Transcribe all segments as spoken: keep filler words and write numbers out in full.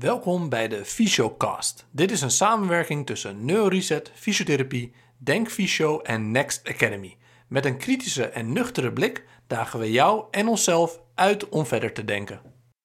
Welkom bij de FysioCast. Dit is een samenwerking tussen NeuroReset, Fysiotherapie, Denk Fysio en Next Academy. Met een kritische en nuchtere blik dagen we jou en onszelf uit om verder te denken.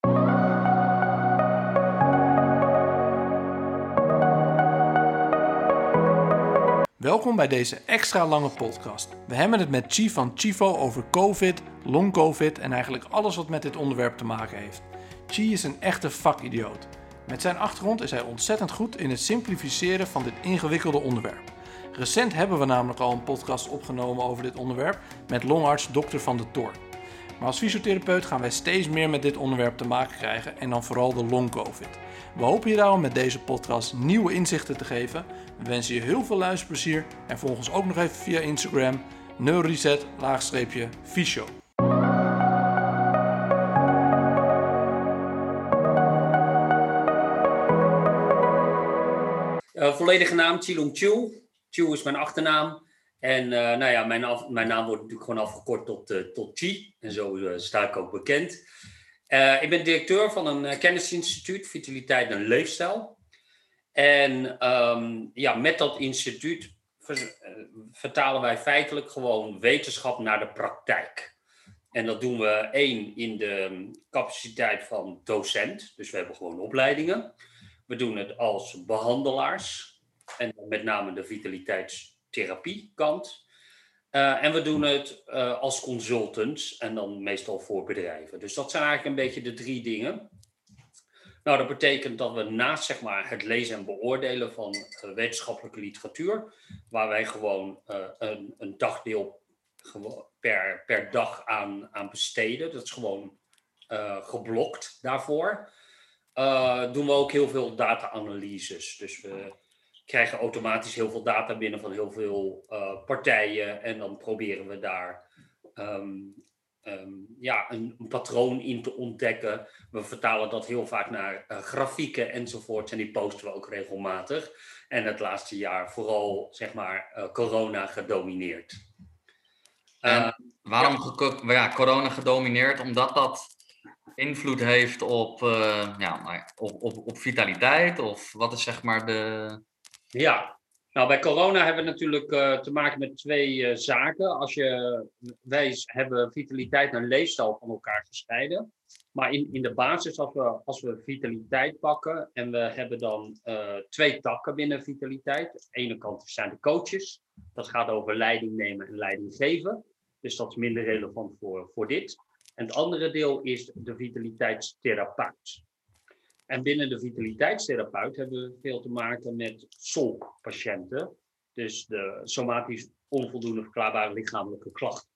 Welkom bij deze extra lange podcast. We hebben het met Chi van Chivo over COVID, long-COVID en eigenlijk alles wat met dit onderwerp te maken heeft. Chi is een echte vakidioot. Met zijn achtergrond is hij ontzettend goed in het simplificeren van dit ingewikkelde onderwerp. Recent hebben we namelijk al een podcast opgenomen over dit onderwerp met longarts dokter Van de Toorn. Maar als fysiotherapeut gaan wij steeds meer met dit onderwerp te maken krijgen en dan vooral de long-COVID. We hopen je daarom met deze podcast nieuwe inzichten te geven. We wensen je heel veel luisterplezier en volg ons ook nog even via Instagram neuroreset laagstreepje fysio. Uh, volledige naam Chilong Chiu. Chiu is mijn achternaam. En uh, nou ja, mijn, af, mijn naam wordt natuurlijk gewoon afgekort tot, uh, tot Chi. En zo uh, sta ik ook bekend. Uh, ik ben directeur van een uh, kennisinstituut, Vitaliteit en Leefstijl. En um, ja, met dat instituut ver, uh, vertalen wij feitelijk gewoon wetenschap naar de praktijk. En dat doen we één in de capaciteit van docent. Dus we hebben gewoon opleidingen. We doen het als behandelaars. En met name de vitaliteitstherapie-kant. Uh, en we doen het uh, als consultants en dan meestal voor bedrijven. Dus dat zijn eigenlijk een beetje de drie dingen. Nou, dat betekent dat we naast zeg maar, het lezen en beoordelen van uh, wetenschappelijke literatuur, waar wij gewoon uh, een, een dagdeel per, per dag aan, aan besteden. Dat is gewoon uh, geblokt daarvoor. Uh, doen we ook heel veel data-analyses. Dus we krijgen automatisch heel veel data binnen van heel veel uh, partijen. En dan proberen we daar um, um, ja, een, een patroon in te ontdekken. We vertalen dat heel vaak naar uh, grafieken enzovoort. En die posten we ook regelmatig. En het laatste jaar vooral, zeg maar, uh, corona gedomineerd. En Uh, waarom ja. ge- ja, corona gedomineerd? Omdat dat invloed heeft op, uh, ja, op, op, op vitaliteit? Of wat is zeg maar de... Ja, nou bij corona hebben we natuurlijk uh, te maken met twee uh, zaken. Als je, wij hebben vitaliteit en leefstijl van elkaar gescheiden. Maar in, in de basis, als we, als we vitaliteit pakken en we hebben dan uh, twee takken binnen vitaliteit. Aan de ene kant zijn de coaches. Dat gaat over leiding nemen en leiding geven. Dus dat is minder relevant voor, voor dit. En het andere deel is de vitaliteitstherapeut. En binnen de vitaliteitstherapeut hebben we veel te maken met S O L K-patiënten. Dus de somatisch onvoldoende verklaarbare lichamelijke klachten.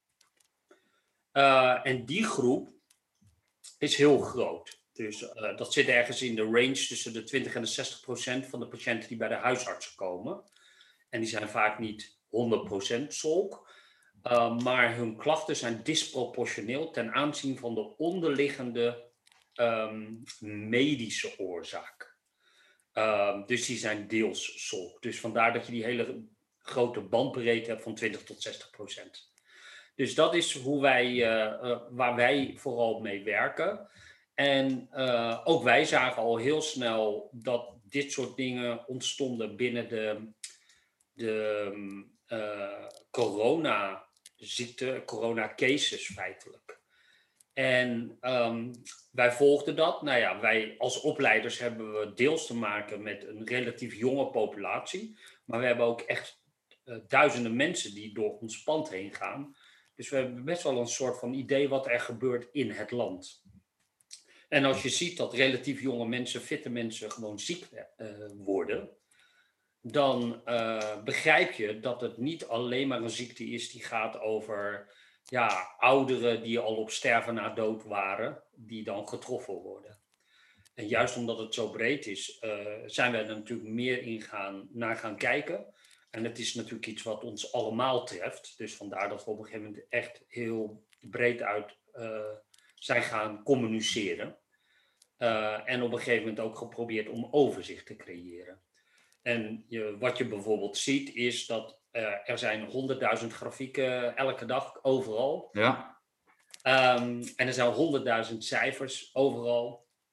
Uh, en die groep is heel groot. Dus uh, dat zit ergens in de range tussen de twintig en de zestig procent van de patiënten die bij de huisartsen komen. En die zijn vaak niet honderd procent S O L K. Uh, maar hun klachten zijn disproportioneel ten aanzien van de onderliggende Um, medische oorzaak. Um, dus die zijn deels S O L K. Dus vandaar dat je die hele grote bandbreedte hebt van twintig tot zestig procent. Dus dat is hoe wij, uh, uh, waar wij vooral mee werken. En uh, ook wij zagen al heel snel dat dit soort dingen ontstonden binnen de, de uh, coronaziekte, corona-cases feitelijk. En um, wij volgden dat. Nou ja, wij als opleiders hebben we deels te maken met een relatief jonge populatie. Maar we hebben ook echt uh, duizenden mensen die door ons pand heen gaan. Dus we hebben best wel een soort van idee wat er gebeurt in het land. En als je ziet dat relatief jonge mensen, fitte mensen gewoon ziek uh, worden, dan uh, begrijp je dat het niet alleen maar een ziekte is die gaat over ja, ouderen die al op sterven na dood waren, die dan getroffen worden. En juist omdat het zo breed is, uh, zijn we er natuurlijk meer in gaan, naar gaan kijken. En het is natuurlijk iets wat ons allemaal treft. Dus vandaar dat we op een gegeven moment echt heel breed uit uh, zijn gaan communiceren. Uh, en op een gegeven moment ook geprobeerd om overzicht te creëren. En je, wat je bijvoorbeeld ziet is dat uh, er zijn honderdduizend grafieken elke dag overal. Ja. Um, en er zijn honderdduizend cijfers overal.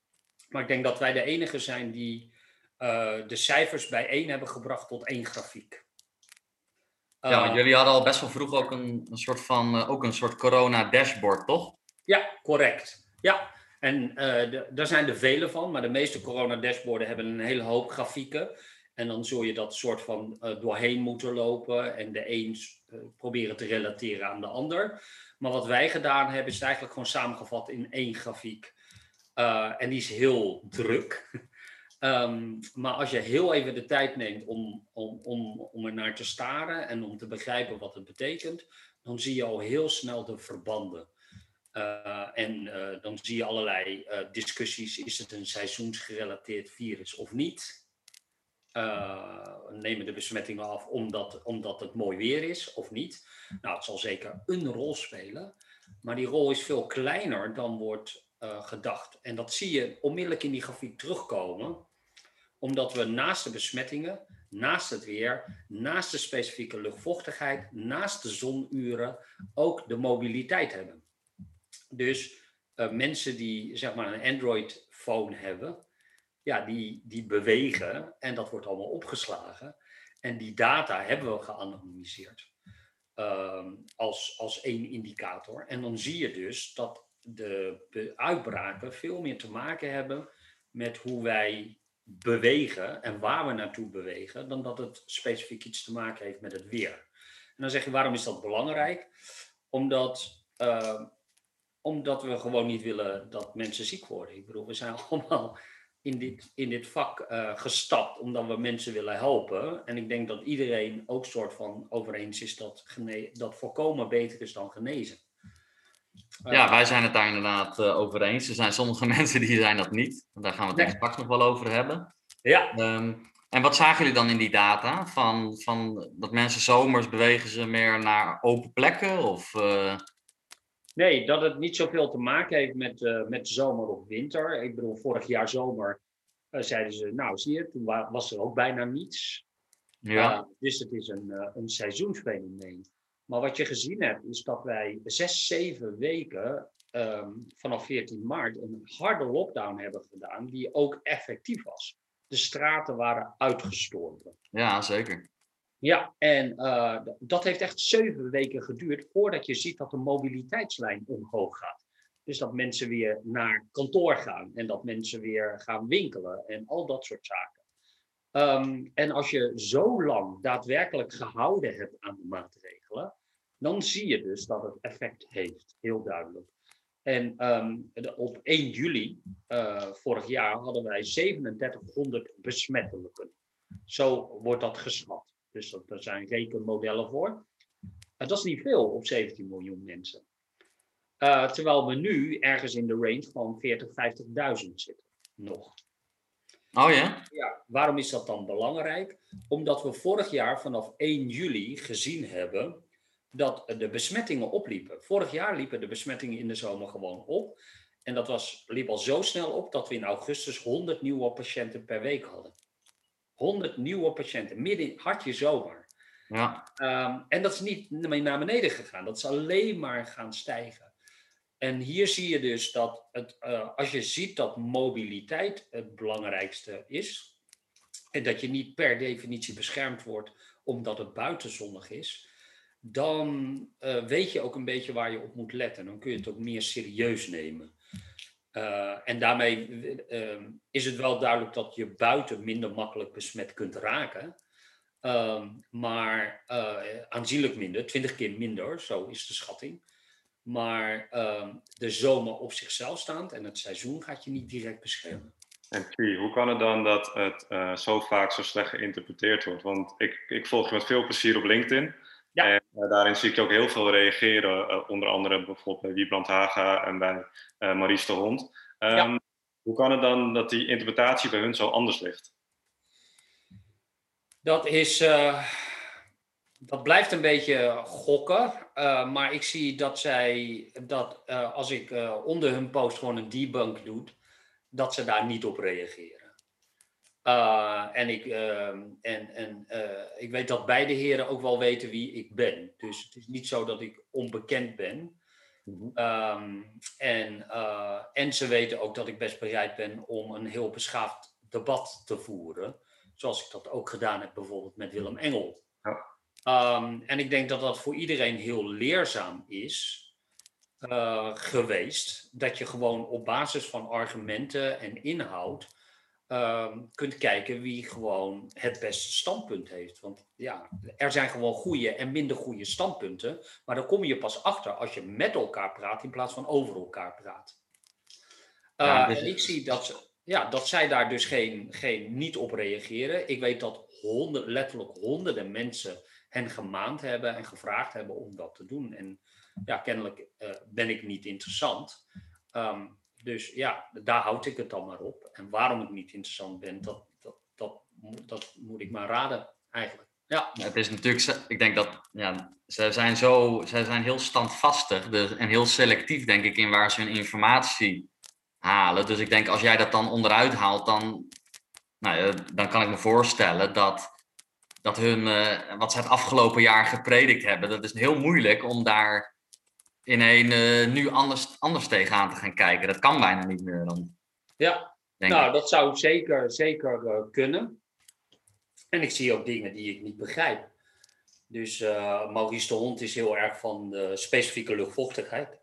Maar ik denk dat wij de enige zijn die uh, de cijfers bijeen hebben gebracht tot één grafiek. Uh, ja, want jullie hadden al best wel vroeg ook een, een soort van uh, ook een soort corona-dashboard, toch? Ja, correct. Ja, en uh, de, daar zijn er vele van, maar de meeste corona-dashboarden hebben een hele hoop grafieken. En dan zul je dat soort van uh, doorheen moeten lopen en de een uh, proberen te relateren aan de ander. Maar wat wij gedaan hebben, is eigenlijk gewoon samengevat in één grafiek. Uh, en die is heel druk. um, maar als je heel even de tijd neemt om, om, om, om er naar te staren en om te begrijpen wat het betekent, dan zie je al heel snel de verbanden. Uh, en uh, dan zie je allerlei uh, discussies. Is het een seizoensgerelateerd virus of niet? Uh, nemen de besmettingen af omdat, omdat het mooi weer is of niet? Nou, het zal zeker een rol spelen. Maar die rol is veel kleiner dan wordt uh, gedacht. En dat zie je onmiddellijk in die grafiek terugkomen. Omdat we naast de besmettingen, naast het weer, naast de specifieke luchtvochtigheid, naast de zonuren ook de mobiliteit hebben. Dus uh, mensen die zeg maar een Android-phone hebben, ja, die, die bewegen en dat wordt allemaal opgeslagen. En die data hebben we geanonimiseerd uh, als, als één indicator. En dan zie je dus dat de uitbraken veel meer te maken hebben met hoe wij bewegen en waar we naartoe bewegen, dan dat het specifiek iets te maken heeft met het weer. En dan zeg je, waarom is dat belangrijk? Omdat... Uh, Omdat we gewoon niet willen dat mensen ziek worden. Ik bedoel, we zijn allemaal in dit, in dit vak uh, gestapt omdat we mensen willen helpen. En ik denk dat iedereen ook soort van over eens is dat, gene- dat voorkomen beter is dan genezen. Uh, ja, wij zijn het daar inderdaad uh, over eens. Er zijn sommige mensen die zijn dat niet. Daar gaan we het nee. straks nog wel over hebben. Ja. Um, en wat zagen jullie dan in die data? Van, van dat mensen zomers bewegen ze meer naar open plekken? Of... Uh... Nee, dat het niet zoveel te maken heeft met, uh, met zomer of winter. Ik bedoel, vorig jaar zomer uh, zeiden ze, nou zie je, toen wa- was er ook bijna niets. Ja. Uh, dus het is een, uh, een seizoensfenomeen. Maar wat je gezien hebt, is dat wij zes, zeven weken um, vanaf veertien maart een harde lockdown hebben gedaan, die ook effectief was. De straten waren uitgestorven. Ja, zeker. Ja, en uh, dat heeft echt zeven weken geduurd voordat je ziet dat de mobiliteitslijn omhoog gaat. Dus dat mensen weer naar kantoor gaan en dat mensen weer gaan winkelen en al dat soort zaken. Um, en als je zo lang daadwerkelijk gehouden hebt aan de maatregelen, dan zie je dus dat het effect heeft, heel duidelijk. En um, op één juli uh, vorig jaar hadden wij zevenendertighonderd besmettelijken. Zo wordt dat geschat. Dus dat, daar zijn rekenmodellen voor. Uh, dat is niet veel op zeventien miljoen mensen. Uh, terwijl we nu ergens in de range van veertig, vijftigduizend zitten. Nog. Oh ja? Ja, waarom is dat dan belangrijk? Omdat we vorig jaar vanaf één juli gezien hebben dat de besmettingen opliepen. Vorig jaar liepen de besmettingen in de zomer gewoon op. En dat was, liep al zo snel op dat we in augustus honderd nieuwe patiënten per week hadden. honderd nieuwe patiënten, midden in hartje zomer. Ja. Um, en dat is niet naar beneden gegaan, dat is alleen maar gaan stijgen. En hier zie je dus dat het, uh, als je ziet dat mobiliteit het belangrijkste is, en dat je niet per definitie beschermd wordt omdat het buitenzonnig is, dan uh, weet je ook een beetje waar je op moet letten. Dan kun je het ook meer serieus nemen. Uh, en daarmee uh, is het wel duidelijk dat je buiten minder makkelijk besmet kunt raken. Uh, maar uh, aanzienlijk minder, twintig keer minder, zo is de schatting. Maar uh, de zomer op zichzelf staand en het seizoen gaat je niet direct beschermen. En Chi, hoe kan het dan dat het uh, zo vaak zo slecht geïnterpreteerd wordt? Want ik, ik volg je met veel plezier op LinkedIn. Ja. En uh, daarin zie ik je ook heel veel reageren. Uh, onder andere bijvoorbeeld bij Wiebrand Haga en bij uh, Maurice de Hond. Um, ja. Hoe kan het dan dat die interpretatie bij hun zo anders ligt? Dat is... Uh... Dat blijft een beetje gokken, uh, maar ik zie dat zij, dat uh, als ik uh, onder hun post gewoon een debunk doe, dat ze daar niet op reageren. Uh, en ik, uh, en, en, uh, ik weet dat beide heren ook wel weten wie ik ben. Dus het is niet zo dat ik onbekend ben. Mm-hmm. Um, en, uh, en ze weten ook dat ik best bereid ben om een heel beschaafd debat te voeren. Zoals ik dat ook gedaan heb bijvoorbeeld met Willem Engel. Ja. Um, en ik denk dat dat voor iedereen heel leerzaam is uh, geweest. Dat je gewoon op basis van argumenten en inhoud uh, kunt kijken wie gewoon het beste standpunt heeft. Want ja, er zijn gewoon goede en minder goede standpunten. Maar dan kom je pas achter als je met elkaar praat in plaats van over elkaar praat. Uh, ja, dus... En ik zie dat, ze, ja, dat zij daar dus geen, geen, niet op reageren. Ik weet dat honderd, letterlijk honderden mensen hen gemaand hebben en gevraagd hebben om dat te doen. En ja, kennelijk uh, ben ik niet interessant. Um, dus ja, daar houd ik het dan maar op. En waarom ik niet interessant ben, dat, dat, dat, dat moet ik maar raden eigenlijk. Ja. Het is natuurlijk, ik denk dat ja, ze zijn zo, ze zijn heel standvastig dus, en heel selectief, denk ik, in waar ze hun informatie halen. Dus ik denk, als jij dat dan onderuit haalt, dan, nou ja, dan kan ik me voorstellen dat, dat hun, uh, wat ze het afgelopen jaar gepredikt hebben, dat is heel moeilijk om daar in een uh, nu anders, anders tegenaan te gaan kijken. Dat kan bijna niet meer dan. Ja, nou, ik. dat zou zeker, zeker uh, kunnen. En ik zie ook dingen die ik niet begrijp. Dus uh, Maurice de Hond is heel erg van de specifieke luchtvochtigheid.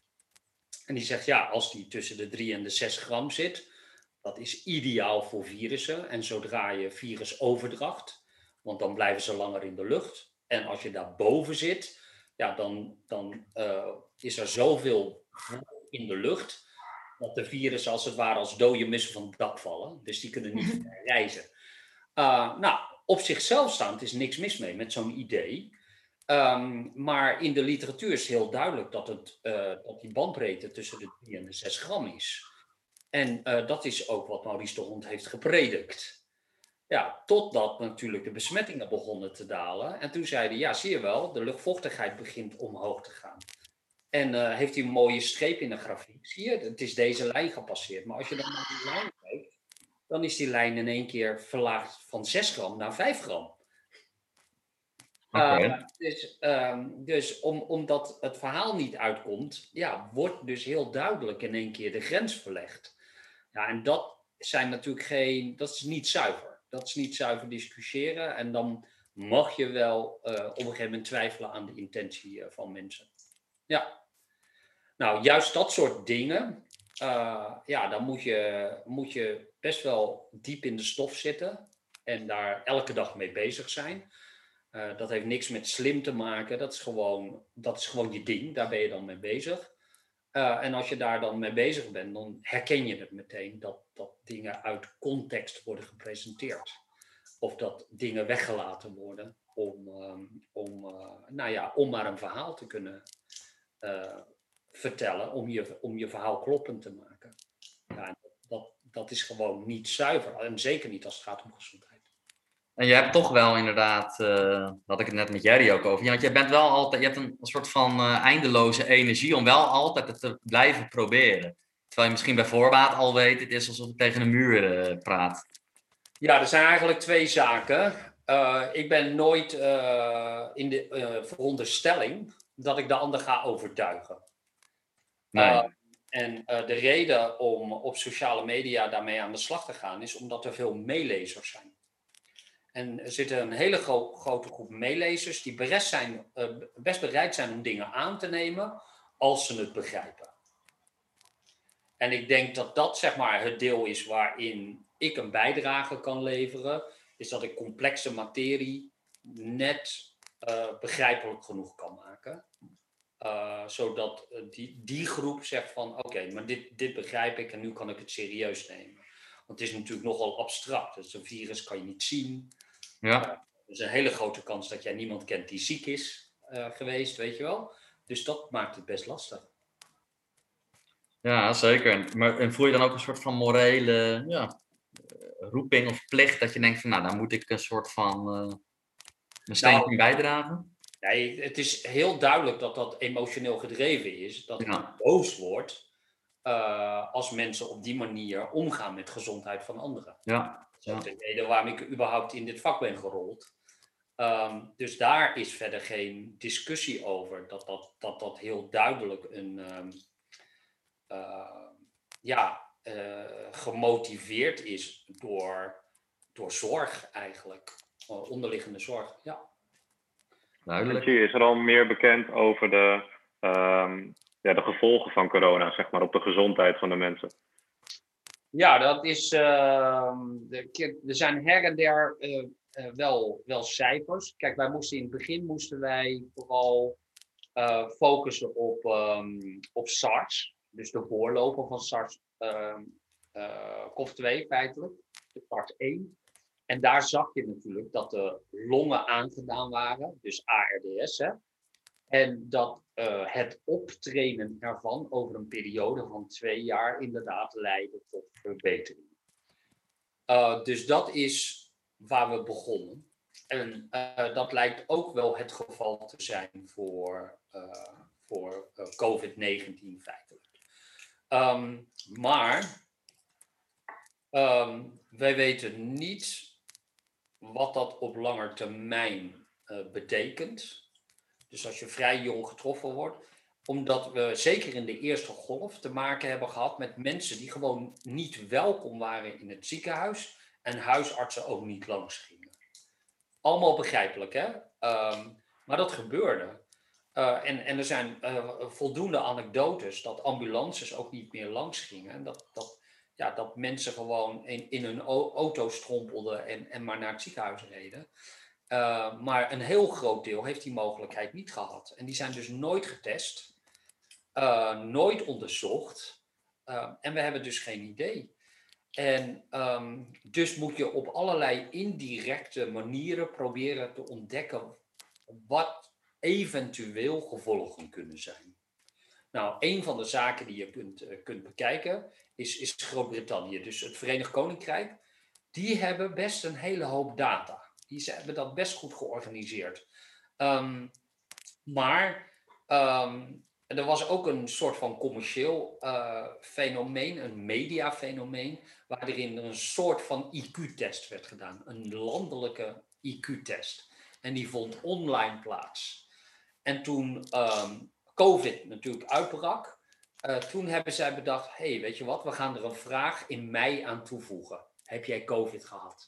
En die zegt, ja, als die tussen de drie en de zes gram zit, dat is ideaal voor virussen. En zodra je virus overdracht, want dan blijven ze langer in de lucht. En als je daarboven zit, ja, dan, dan uh, is er zoveel in de lucht, dat de virussen als het ware als dode mussen van het dak vallen. Dus die kunnen niet reizen. Uh, nou, op zichzelf staand is niks mis mee met zo'n idee. Um, maar in de literatuur is heel duidelijk dat, het, uh, dat die bandbreedte tussen de drie en de zes gram is. En uh, dat is ook wat Maurice de Hond heeft gepredikt. Ja, totdat natuurlijk de besmettingen begonnen te dalen. En toen zeiden, ja, zie je wel, de luchtvochtigheid begint omhoog te gaan. En uh, heeft hij een mooie streep in de grafiek. Zie je, het is deze lijn gepasseerd. Maar als je dan naar die lijn kijkt, dan is die lijn in één keer verlaagd van zes gram naar vijf gram. Okay. Uh, dus um, dus om, omdat het verhaal niet uitkomt, ja, wordt dus heel duidelijk in één keer de grens verlegd. Ja, en dat zijn natuurlijk geen, dat is niet zuiver. Dat is niet zuiver discussiëren. En dan mag je wel uh, op een gegeven moment twijfelen aan de intentie uh, van mensen. Ja. Nou, juist dat soort dingen, uh, ja, dan moet je, moet je best wel diep in de stof zitten en daar elke dag mee bezig zijn. Uh, dat heeft niks met slim te maken, dat is gewoon, dat is gewoon je ding, daar ben je dan mee bezig. Uh, en als je daar dan mee bezig bent, dan herken je het meteen dat, dat dingen uit context worden gepresenteerd. Of dat dingen weggelaten worden om, um, om, uh, nou ja, om maar een verhaal te kunnen uh, vertellen, om je, om je verhaal kloppend te maken. Ja, dat, dat is gewoon niet zuiver, en zeker niet als het gaat om gezondheid. En je hebt toch wel inderdaad, uh, had ik het net met Jerry ook over, ja, want je bent wel altijd, je hebt een, een soort van uh, eindeloze energie om wel altijd het te blijven proberen. Terwijl je misschien bij voorbaat al weet, het is alsof ik tegen een muur uh, praat. Ja, er zijn eigenlijk twee zaken. Uh, ik ben nooit uh, in de uh, veronderstelling dat ik de ander ga overtuigen. Nee. Uh, en uh, de reden om op sociale media daarmee aan de slag te gaan is omdat er veel meelezers zijn. En er zit een hele gro- grote groep meelezers die best, zijn, uh, best bereid zijn om dingen aan te nemen als ze het begrijpen. En ik denk dat dat zeg maar het deel is waarin ik een bijdrage kan leveren, is dat ik complexe materie net uh, begrijpelijk genoeg kan maken. Uh, zodat uh, die, die groep zegt van oké, okay, maar dit, dit begrijp ik en nu kan ik het serieus nemen. Want het is natuurlijk nogal abstract. Dus een virus kan je niet zien. Ja. Uh, er is een hele grote kans dat jij niemand kent die ziek is uh, geweest, weet je wel. Dus dat maakt het best lastig. Ja, zeker. Maar en voel je dan ook een soort van morele ja, roeping of plicht dat je denkt van nou, dan moet ik een soort van uh, een steentje nou, bijdragen? Nee, het is heel duidelijk dat dat emotioneel gedreven is. Dat ja. het boos wordt uh, als mensen op die manier omgaan met gezondheid van anderen. Ja. Dat is ook de reden waarom ik überhaupt in dit vak ben gerold. Um, dus daar is verder geen discussie over. Dat dat, dat, dat heel duidelijk een um, uh, ja, uh, gemotiveerd is door, door zorg eigenlijk. Uh, onderliggende zorg, ja. Duidelijk. Is er al meer bekend over de, um, ja, de gevolgen van corona, zeg maar, op de gezondheid van de mensen? Ja, dat is. Uh, de, er zijn her en der uh, uh, wel, wel cijfers. Kijk, wij moesten in het begin moesten wij vooral uh, focussen op, um, op SARS. Dus de voorloper van SARS uh, uh, C o V twee feitelijk. De SARS één. En daar zag je natuurlijk dat de longen aangedaan waren. Dus A R D S. Hè? En dat uh, het optreden ervan over een periode van twee jaar inderdaad leidde tot verbetering. Uh, dus dat is waar we begonnen. En uh, dat lijkt ook wel het geval te zijn voor, uh, voor uh, covid negentien feitelijk. Um, maar um, wij weten niet wat dat op lange termijn uh, betekent. Dus als je vrij jong getroffen wordt, omdat we zeker in de eerste golf te maken hebben gehad met mensen die gewoon niet welkom waren in het ziekenhuis en huisartsen ook niet langs gingen. Allemaal begrijpelijk, hè? Um, maar dat gebeurde. Uh, en, en er zijn uh, voldoende anekdotes dat ambulances ook niet meer langs gingen. En dat, dat, ja, dat mensen gewoon in, in hun auto strompelden en, en maar naar het ziekenhuis reden. Uh, maar een heel groot deel heeft die mogelijkheid niet gehad. En die zijn dus nooit getest, uh, nooit onderzocht. Uh, en we hebben dus geen idee. En um, dus moet je op allerlei indirecte manieren proberen te ontdekken wat eventueel gevolgen kunnen zijn. Nou, een van de zaken die je kunt, uh, kunt bekijken is, is Groot-Brittannië, dus het Verenigd Koninkrijk. Die hebben best een hele hoop data. Die hebben dat best goed georganiseerd. Um, maar um, er was ook een soort van commercieel uh, fenomeen, een mediafenomeen, waarin er een soort van I Q-test werd gedaan. Een landelijke I Q-test. En die vond online plaats. En toen um, COVID natuurlijk uitbrak, uh, toen hebben zij bedacht, hé, hey, weet je wat, we gaan er een vraag in mei aan toevoegen. Heb jij COVID gehad?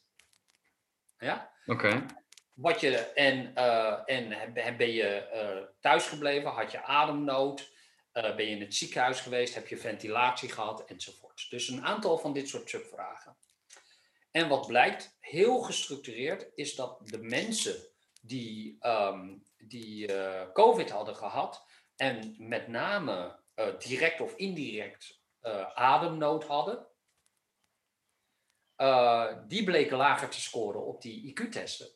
Ja? Oké. Okay. Wat je, en, uh, en ben je uh, thuis gebleven, had je ademnood, uh, ben je in het ziekenhuis geweest, heb je ventilatie gehad, enzovoort. Dus een aantal van dit soort subvragen. En wat blijkt, heel gestructureerd, is dat de mensen die, um, die uh, COVID hadden gehad en met name uh, direct of indirect uh, ademnood hadden, uh, die bleken lager te scoren op die I Q-testen.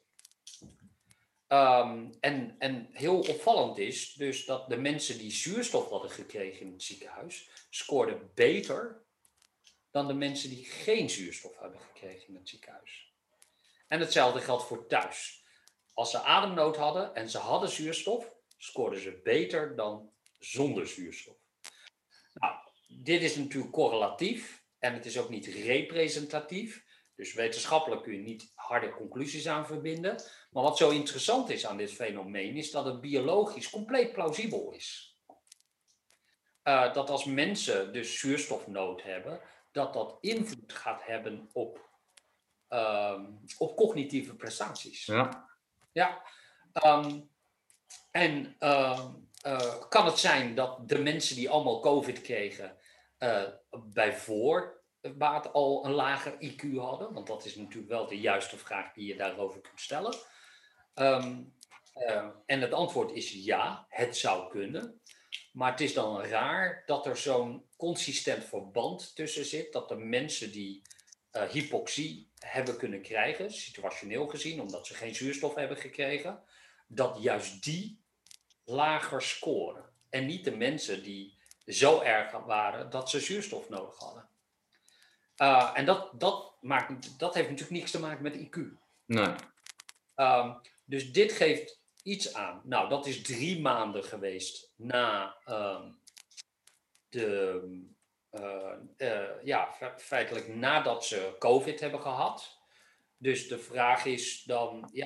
Um, en, en heel opvallend is dus dat de mensen die zuurstof hadden gekregen in het ziekenhuis scoorden beter dan de mensen die geen zuurstof hebben gekregen in het ziekenhuis. En hetzelfde geldt voor thuis. Als ze ademnood hadden en ze hadden zuurstof, scoorden ze beter dan zonder zuurstof. Nou, dit is natuurlijk correlatief en het is ook niet representatief. Dus wetenschappelijk kun je niet harde conclusies aan verbinden. Maar wat zo interessant is aan dit fenomeen, is dat het biologisch compleet plausibel is. Uh, dat als mensen dus zuurstofnood hebben, dat dat invloed gaat hebben op, uh, op cognitieve prestaties. Ja. Ja. Um, en uh, uh, kan het zijn dat de mensen die allemaal COVID kregen, uh, bij voorbaat al een lager I Q hadden? Want dat is natuurlijk wel de juiste vraag die je daarover kunt stellen. Um, uh, en het antwoord is ja, het zou kunnen. Maar het is dan raar dat er zo'n consistent verband tussen zit, dat de mensen die uh, hypoxie hebben kunnen krijgen, situationeel gezien, omdat ze geen zuurstof hebben gekregen, dat juist die lager scoren. En niet de mensen die zo erg waren dat ze zuurstof nodig hadden. Uh, en dat, dat, maakt, dat heeft natuurlijk niks te maken met I Q. Nee. Um, dus dit geeft iets aan. Nou, dat is drie maanden geweest na um, de, uh, uh, ja, feitelijk nadat ze COVID hebben gehad. Dus de vraag is dan, ja,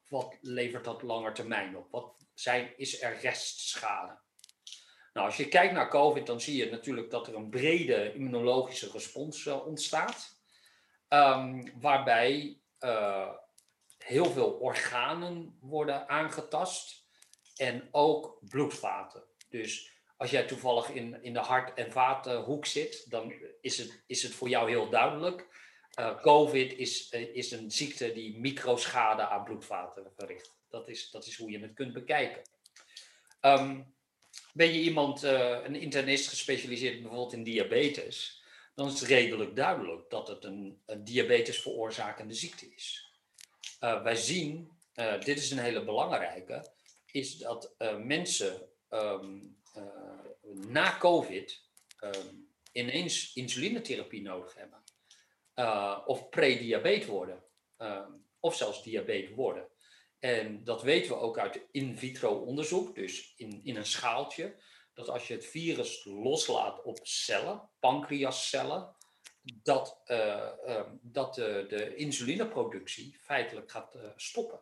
wat levert dat langer termijn op? Wat zijn, is er restschade? Nou, als je kijkt naar COVID, dan zie je natuurlijk dat er een brede immunologische respons uh, ontstaat. Um, waarbij uh, heel veel organen worden aangetast en ook bloedvaten. Dus als jij toevallig in, in de hart- en vatenhoek zit, dan is het, is het voor jou heel duidelijk. Uh, COVID is, uh, is een ziekte die microschade aan bloedvaten verricht. Dat is, dat is hoe je het kunt bekijken. Um, ben je iemand, uh, een internist gespecialiseerd bijvoorbeeld in diabetes, dan is het redelijk duidelijk dat het een, een diabetes veroorzakende ziekte is. Uh, wij zien, uh, dit is een hele belangrijke, is dat uh, mensen um, uh, na COVID um, ineens insulinetherapie nodig hebben. Uh, of prediabetes worden. Uh, of zelfs diabetes worden. En dat weten we ook uit in vitro onderzoek, dus in, in een schaaltje, dat als je het virus loslaat op cellen, pancreascellen, dat, uh, uh, dat de, de insulineproductie feitelijk gaat uh, stoppen.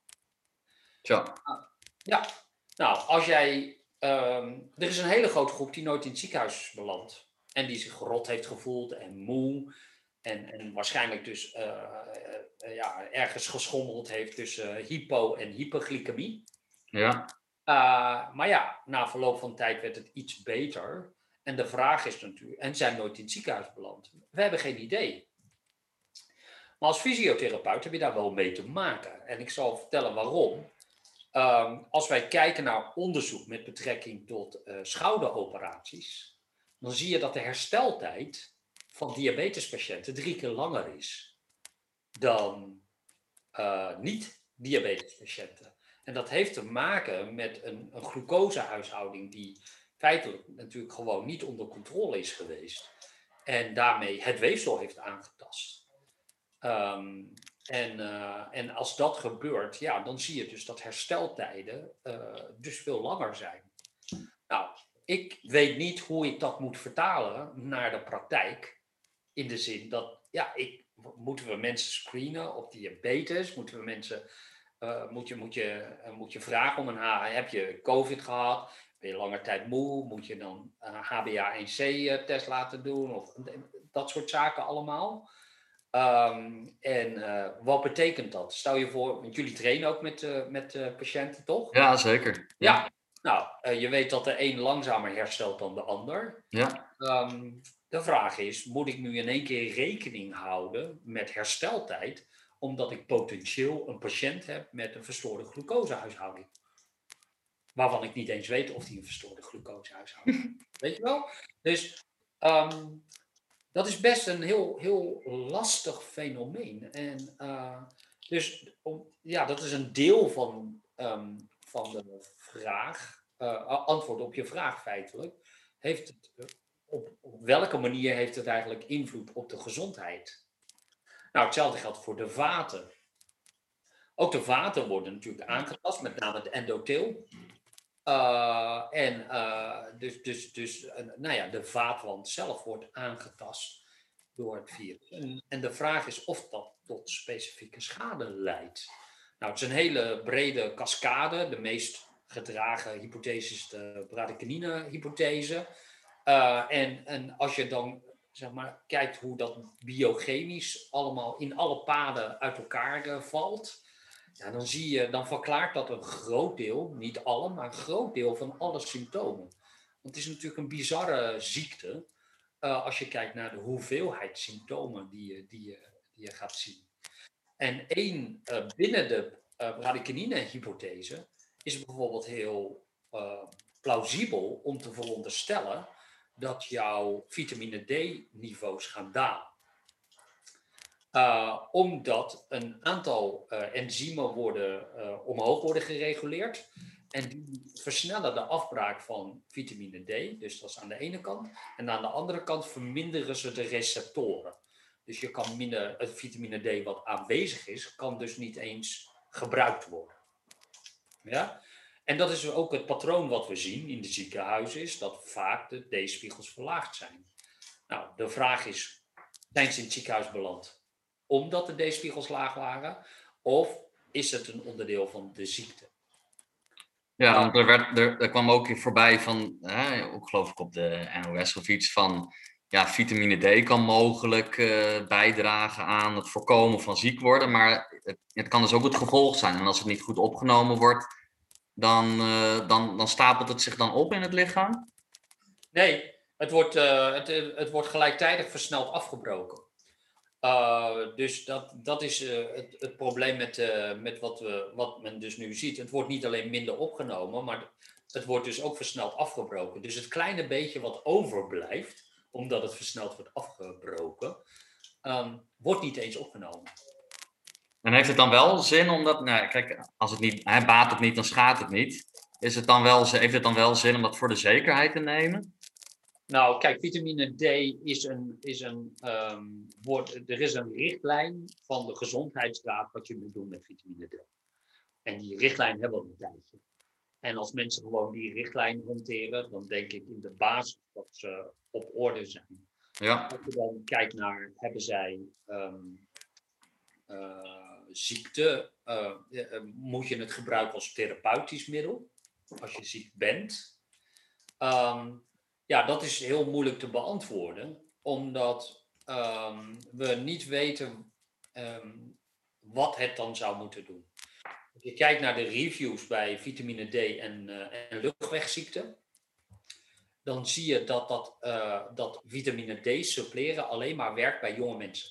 Tja. Uh, ja, nou, als jij... Um, er is een hele grote groep die nooit in het ziekenhuis belandt. En die zich rot heeft gevoeld en moe. En, en waarschijnlijk dus uh, uh, ja, ergens geschommeld heeft tussen uh, hypo- en hyperglycemie. Ja. Uh, maar ja, na verloop van tijd werd het iets beter. En de vraag is natuurlijk, en zijn nooit in het ziekenhuis beland. We hebben geen idee. Maar als fysiotherapeut heb je daar wel mee te maken. En ik zal vertellen waarom. Um, als wij kijken naar onderzoek met betrekking tot uh, schouderoperaties, dan zie je dat de hersteltijd van diabetespatiënten drie keer langer is dan uh, niet-diabetespatiënten. En dat heeft te maken met een, een glucosehuishouding die feitelijk natuurlijk gewoon niet onder controle is geweest. En daarmee het weefsel heeft aangetast. Um, en, uh, en als dat gebeurt, ja, dan zie je dus dat hersteltijden uh, dus veel langer zijn. Nou, ik weet niet hoe ik dat moet vertalen naar de praktijk. In de zin dat, ja, ik, moeten we mensen screenen op diabetes? Moeten we mensen, uh, moet, je, moet, je, uh, moet je vragen om een H, heb je COVID gehad? Ben je langer tijd moe? Moet je dan een H b A one C test laten doen? Of dat soort zaken allemaal. Um, en uh, wat betekent dat? Stel je voor, want jullie trainen ook met, uh, met uh, patiënten, toch? Ja, zeker. Ja, ja. Nou, uh, je weet dat de een langzamer herstelt dan de ander. Ja. Um, de vraag is, moet ik nu in één keer rekening houden met hersteltijd, omdat ik potentieel een patiënt heb met een verstoorde glucosehuishouding? Waarvan ik niet eens weet of die een verstoorde glucosehuishouding heeft. Weet je wel? Dus... Um, Dat is best een heel, heel lastig fenomeen. En uh, dus om, ja, dat is een deel van, um, van de vraag, uh, antwoord op je vraag feitelijk. Heeft het, op, op welke manier heeft het eigenlijk invloed op de gezondheid? Nou, hetzelfde geldt voor de vaten. Ook de vaten worden natuurlijk aangetast, met name het endotheel. Uh, en uh, dus, dus, dus uh, nou ja, de vaatwand zelf wordt aangetast door het virus. En, en de vraag is of dat tot specifieke schade leidt. Nou, het is een hele brede cascade. De meest gedragen hypothese is de bradykinin-hypothese. Uh, en, en als je dan zeg maar, kijkt hoe dat biochemisch allemaal in alle paden uit elkaar uh, valt... Ja, dan zie je, dan verklaart dat een groot deel, niet alle, maar een groot deel van alle symptomen. Want het is natuurlijk een bizarre ziekte, uh, als je kijkt naar de hoeveelheid symptomen die je, die je, die je gaat zien. En één, uh, binnen de uh, bradykinin-hypothese is bijvoorbeeld heel uh, plausibel om te veronderstellen dat jouw vitamine D-niveaus gaan dalen. Uh, omdat een aantal uh, enzymen worden, uh, omhoog worden gereguleerd. En die versnellen de afbraak van vitamine D. Dus dat is aan de ene kant. En aan de andere kant verminderen ze de receptoren. Dus je kan minder, het vitamine D wat aanwezig is, kan dus niet eens gebruikt worden. Ja? En dat is ook het patroon wat we zien in de ziekenhuizen, is dat vaak de D-spiegels verlaagd zijn. Nou, de vraag is, zijn ze in het ziekenhuis beland omdat de D-spiegels laag waren? Of is het een onderdeel van de ziekte. Ja, want er, werd, er, er kwam ook voorbij van, hè, ook geloof ik op de N O S of iets van, ja, vitamine D kan mogelijk uh, bijdragen aan het voorkomen van ziek worden, maar het, het kan dus ook het gevolg zijn. En als het niet goed opgenomen wordt, dan, uh, dan, dan stapelt het zich dan op in het lichaam? Nee, het wordt, uh, het, het wordt gelijktijdig versneld afgebroken. Uh, dus dat, dat is uh, het, het probleem met, uh, met wat, we, wat men dus nu ziet. Het wordt niet alleen minder opgenomen, maar het wordt dus ook versneld afgebroken. Dus het kleine beetje wat overblijft, omdat het versneld wordt afgebroken, um, wordt niet eens opgenomen. En heeft het dan wel zin om dat, nou kijk, als het niet, hè, baat het niet, dan schaadt het niet. Is het dan wel, heeft het dan wel zin om dat voor de zekerheid te nemen? Nou, kijk, vitamine D is een, is een um, wordt, er is een richtlijn van de Gezondheidsraad wat je moet doen met vitamine D. En die richtlijn hebben we al een tijdje. En als mensen gewoon die richtlijn hanteren, dan denk ik in de basis dat ze op orde zijn. Ja. Als je dan kijkt naar, hebben zij um, uh, ziekte, uh, uh, moet je het gebruiken als therapeutisch middel, als je ziek bent. Um, Ja, dat is heel moeilijk te beantwoorden, omdat um, we niet weten um, wat het dan zou moeten doen. Als je kijkt naar de reviews bij vitamine D en, uh, en luchtwegziekten, dan zie je dat, dat, uh, dat vitamine D suppleren alleen maar werkt bij jonge mensen.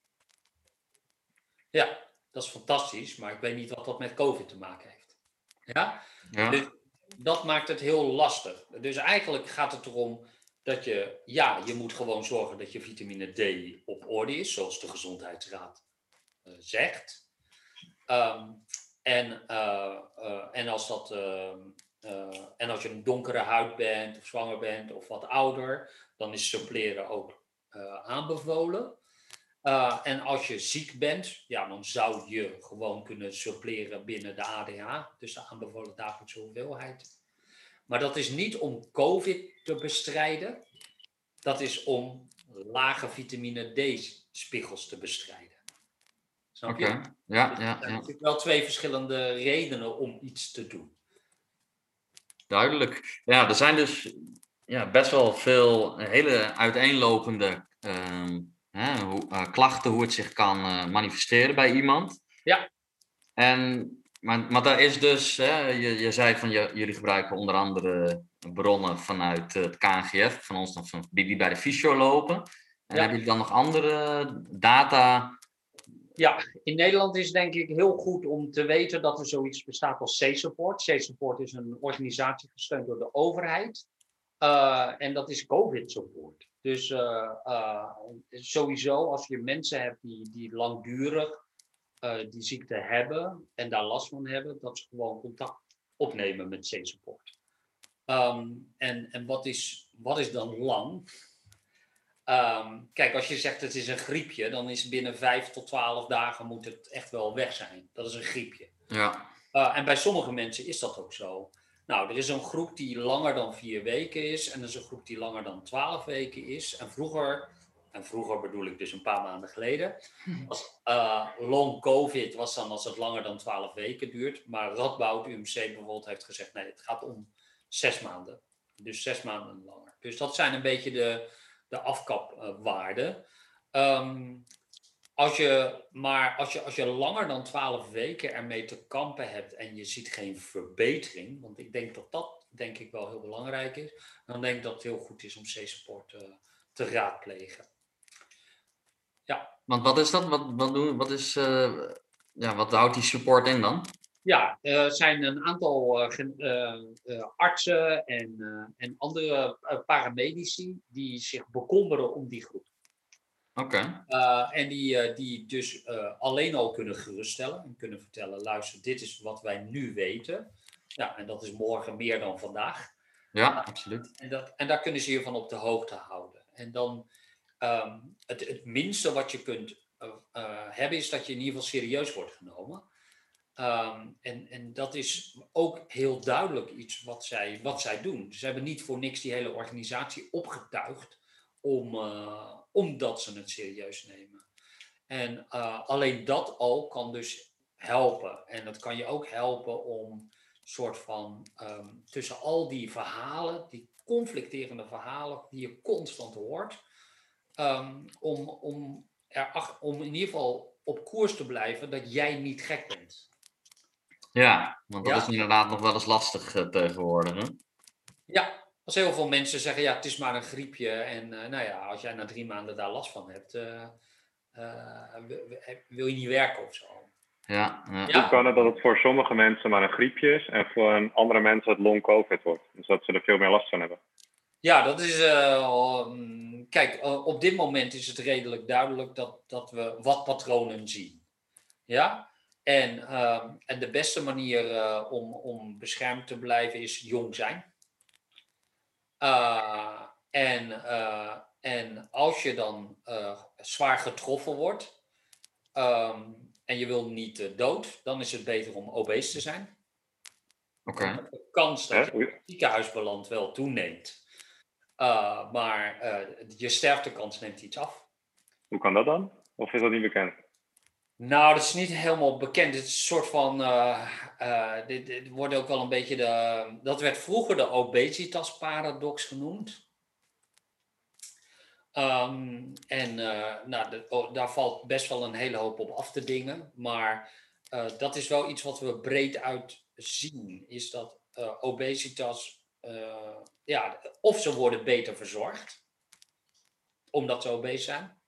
Ja, dat is fantastisch, maar ik weet niet wat dat met COVID te maken heeft. Ja? Ja. Dus dat maakt het heel lastig. Dus eigenlijk gaat het erom dat je, ja, je moet gewoon zorgen dat je vitamine D op orde is, zoals de Gezondheidsraad uh, zegt. Um, en, uh, uh, en, als dat, uh, uh, en als je een donkere huid bent, of zwanger bent, of wat ouder, dan is suppleren ook uh, aanbevolen. Uh, en als je ziek bent, ja, dan zou je gewoon kunnen suppleren binnen de A D H, dus de aanbevolen dagelijkse hoeveelheid. Maar dat is niet om COVID te bestrijden. Dat is om lage vitamine D-spiegels te bestrijden. Snap je? Oké, okay. ja, dus ja, er zijn ja. natuurlijk wel twee verschillende redenen om iets te doen. Duidelijk. Ja, er zijn dus ja, best wel veel hele uiteenlopende uh, hè, hoe, uh, klachten, hoe het zich kan uh, manifesteren bij iemand. Ja. En Maar, maar daar is dus, hè, je, je zei van je, jullie gebruiken onder andere bronnen vanuit het K N G F, van ons dan van, die bij de fysio lopen. En ja. hebben jullie dan nog andere data? Ja, in Nederland is denk ik heel goed om te weten dat er zoiets bestaat als C-Support. C-Support is een organisatie gesteund door de overheid. Uh, en dat is COVID-support. Dus uh, uh, sowieso als je mensen hebt die, die langdurig Uh, die ziekte hebben en daar last van hebben, dat ze gewoon contact opnemen met C-Support. Um, en en wat, is, wat is dan lang? Um, kijk, als je zegt het is een griepje, dan is binnen vijf tot twaalf dagen moet het echt wel weg zijn. Dat is een griepje. Ja. Uh, en bij sommige mensen is dat ook zo. Nou, er is een groep die langer dan vier weken is en er is een groep die langer dan twaalf weken is. En vroeger... En vroeger bedoel ik dus een paar maanden geleden. Als, uh, long COVID was dan als het langer dan twaalf weken duurt. Maar Radboud U M C bijvoorbeeld heeft gezegd, nee, het gaat om zes maanden. Dus zes maanden langer. Dus dat zijn een beetje de, de afkapwaarden. Um, als je, maar als je, als je langer dan twaalf weken ermee te kampen hebt en je ziet geen verbetering, want ik denk dat dat denk ik wel heel belangrijk is, dan denk ik dat het heel goed is om C-Support uh, te raadplegen. Ja. Want wat is dat? Wat, wat, doen, wat, is, uh, ja, wat houdt die support in dan? Ja, er uh, zijn een aantal uh, uh, uh, artsen en, uh, en andere uh, paramedici die zich bekommeren om die groep. Oké. Okay. Uh, en die, uh, die dus uh, alleen al kunnen geruststellen en kunnen vertellen, luister, dit is wat wij nu weten. Ja, en dat is morgen meer dan vandaag. Ja, uh, absoluut. En, dat, en daar kunnen ze je van op de hoogte houden. En dan... Um, het, het minste wat je kunt uh, uh, hebben is dat je in ieder geval serieus wordt genomen. Um, en, en dat is ook heel duidelijk iets wat zij, wat zij doen. Ze hebben niet voor niks die hele organisatie opgetuigd om, uh, omdat ze het serieus nemen. En uh, alleen dat al kan dus helpen. En dat kan je ook helpen om soort van um, tussen al die verhalen, die conflicterende verhalen die je constant hoort, um, om, om, er, om in ieder geval op koers te blijven dat jij niet gek bent. Ja, want dat Ja? is inderdaad nog wel eens lastig uh, tegenwoordig. Hè? Ja, als heel veel mensen zeggen, ja, het is maar een griepje. En uh, nou ja, als jij na drie maanden daar last van hebt, uh, uh, wil je niet werken of zo. Ja, ja. Hoe kan het dat het voor sommige mensen maar een griepje is en voor een andere mensen het long covid wordt? Dus dat ze er veel meer last van hebben. Ja, dat is... Uh, um, kijk, uh, op dit moment is het redelijk duidelijk dat, dat we wat patronen zien. Ja? En, uh, en de beste manier uh, om, om beschermd te blijven is jong zijn. Uh, en, uh, en als je dan uh, zwaar getroffen wordt um, en je wil niet uh, dood, dan is het beter om obese te zijn. Oké. Okay. De kans dat je in het ziekenhuis belandt wel toeneemt. Uh, maar uh, je sterftekans neemt iets af. Hoe kan dat dan? Of is dat niet bekend? Nou, dat is niet helemaal bekend. Het is een soort van... Uh, uh, dit, dit wordt ook wel een beetje de... Dat werd vroeger de obesitas-paradox genoemd. Um, en uh, nou, de, oh, daar valt best wel een hele hoop op af te dingen. Maar uh, dat is wel iets wat we breed uit zien. Is dat uh, obesitas... Uh, ja, of ze worden beter verzorgd. Omdat ze obese zijn.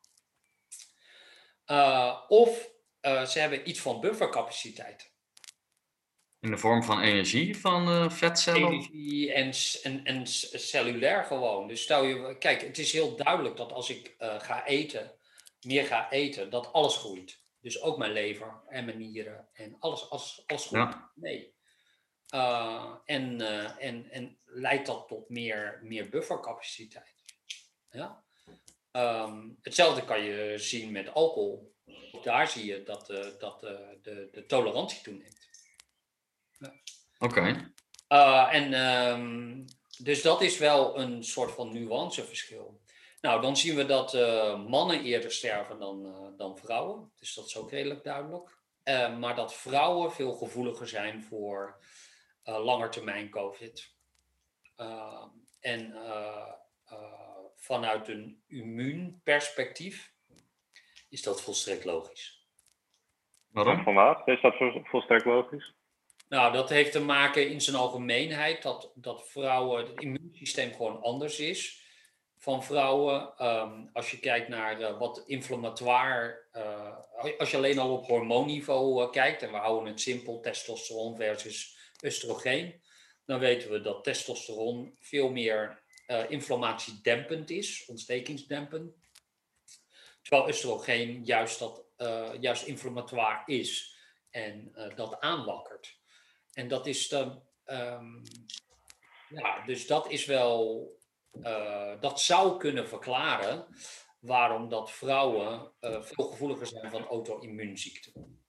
Uh, of uh, ze hebben iets van buffercapaciteit. In de vorm van energie van uh, vetcellen? Energie en, en, en cellulair gewoon. Dus stel je, kijk, het is heel duidelijk dat als ik uh, ga eten, meer ga eten, dat alles groeit. Dus ook mijn lever en mijn nieren en alles, alles, alles groeit. Ja. Nee. Uh, en, uh, en, en leidt dat tot meer, meer buffercapaciteit. Ja? Um, hetzelfde kan je zien met alcohol. Daar zie je dat, uh, dat uh, de, de tolerantie toeneemt. Ja. Oké. Okay. Uh, en um, dus dat is wel een soort van nuanceverschil. Nou, dan zien we dat uh, mannen eerder sterven dan, uh, dan vrouwen. Dus dat is ook redelijk duidelijk. Uh, maar dat vrouwen veel gevoeliger zijn voor uh, langetermijn COVID. Uh, en uh, uh, vanuit een immuunperspectief is dat volstrekt logisch. Waarom? Van waar is dat volstrekt logisch? Nou, dat heeft te maken in zijn algemeenheid dat, dat vrouwen, het immuunsysteem gewoon anders is van vrouwen. Um, als je kijkt naar uh, wat inflammatoire, uh, als je alleen al op hormoonniveau uh, kijkt, en we houden het simpel, testosteron versus oestrogeen, dan weten we dat testosteron veel meer uh, inflammatiedempend is, ontstekingsdempend. Terwijl oestrogeen juist, dat, uh, juist inflammatoire is en uh, dat aanwakkert. En dat is dan, um, ja, dus dat is wel, uh, dat zou kunnen verklaren waarom dat vrouwen uh, veel gevoeliger zijn van auto-immuunziekten.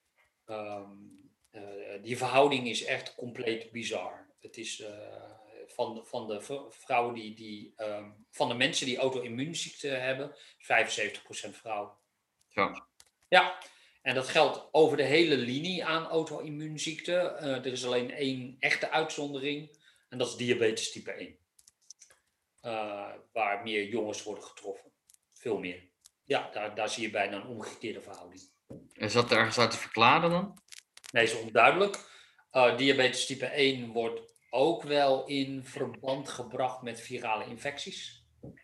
Um, uh, die verhouding is echt compleet bizar. Het is uh, van, de, van de v- vrouwen die, die um, van de mensen die auto-immuunziekten hebben, vijfenzeventig procent vrouwen. Ja. Ja. En dat geldt over de hele linie aan auto-immuunziekten. Uh, er is alleen één echte uitzondering. En dat is diabetes type één. Uh, waar meer jongens worden getroffen. Veel meer. Ja, daar, daar zie je bijna een omgekeerde verhouding. Is dat ergens uit te verklaren dan? Nee, is onduidelijk. Uh, diabetes type één wordt ook wel in verband gebracht met virale infecties.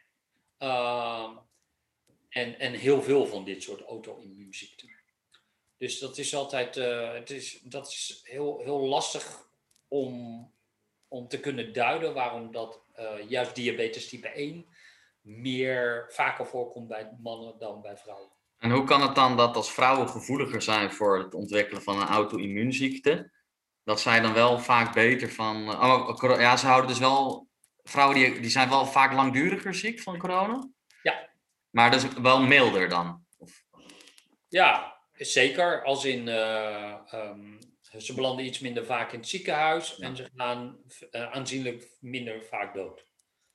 Uh, en, en heel veel van dit soort auto-immuunziekten. Dus dat is altijd uh, het is, dat is heel, heel lastig om, om te kunnen duiden waarom dat uh, juist diabetes type één meer vaker voorkomt bij mannen dan bij vrouwen. En hoe kan het dan dat als vrouwen gevoeliger zijn voor het ontwikkelen van een auto-immuunziekte, dat zij dan wel vaak beter van... Oh, ja, ze houden dus wel... Vrouwen die, die zijn wel vaak langduriger ziek van corona? Ja. Maar dus wel milder dan? Of... Ja. Zeker, als in, uh, um, ze belanden iets minder vaak in het ziekenhuis ja. En ze gaan uh, aanzienlijk minder vaak dood.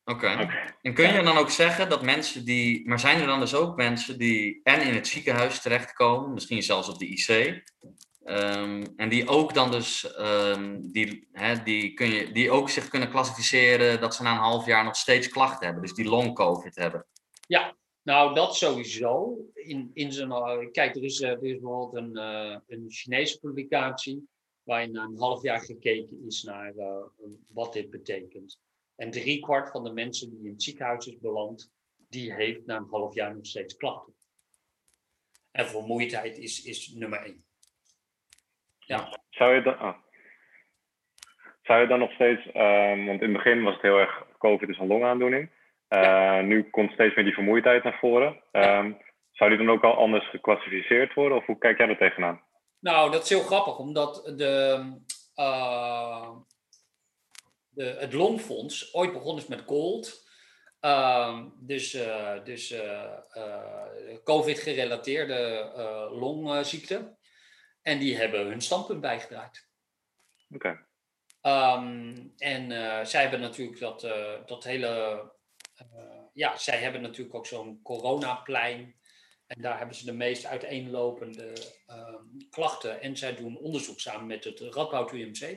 Oké. Okay. En kun je dan ook zeggen dat mensen die... Maar zijn er dan dus ook mensen die en in het ziekenhuis terechtkomen, misschien zelfs op de I C, um, en die ook dan dus... Um, die, hè, die, kun je, die ook zich kunnen klassificeren dat ze na een half jaar nog steeds klachten hebben. Dus die long-covid hebben. Ja, nou dat sowieso. In, in zijn, uh, kijk, er is, uh, er is bijvoorbeeld een, uh, een Chinese publicatie waarin na een half jaar gekeken is naar uh, wat dit betekent. En driekwart van de mensen die in het ziekenhuis is beland, die heeft na een half jaar nog steeds klachten. En vermoeidheid is, is nummer één. Ja. Zou je dan, oh. Zou je dan nog steeds, um, want in het begin was het heel erg, COVID is een longaandoening. Uh, ja. Nu komt steeds meer die vermoeidheid naar voren. Um, ja. Zou die dan ook al anders geclassificeerd worden? Of hoe kijk jij er tegenaan? Nou, dat is heel grappig, omdat de, uh, de, het Longfonds ooit begonnen is met cold. Uh, dus uh, dus uh, uh, COVID-gerelateerde uh, longziekte. En die hebben hun standpunt bijgedraaid. Oké. Okay. Um, en uh, zij hebben natuurlijk dat, uh, dat hele... Uh, ja, zij hebben natuurlijk ook zo'n coronaplein. En daar hebben ze de meest uiteenlopende uh, klachten. En zij doen onderzoek samen met het Radboud U M C.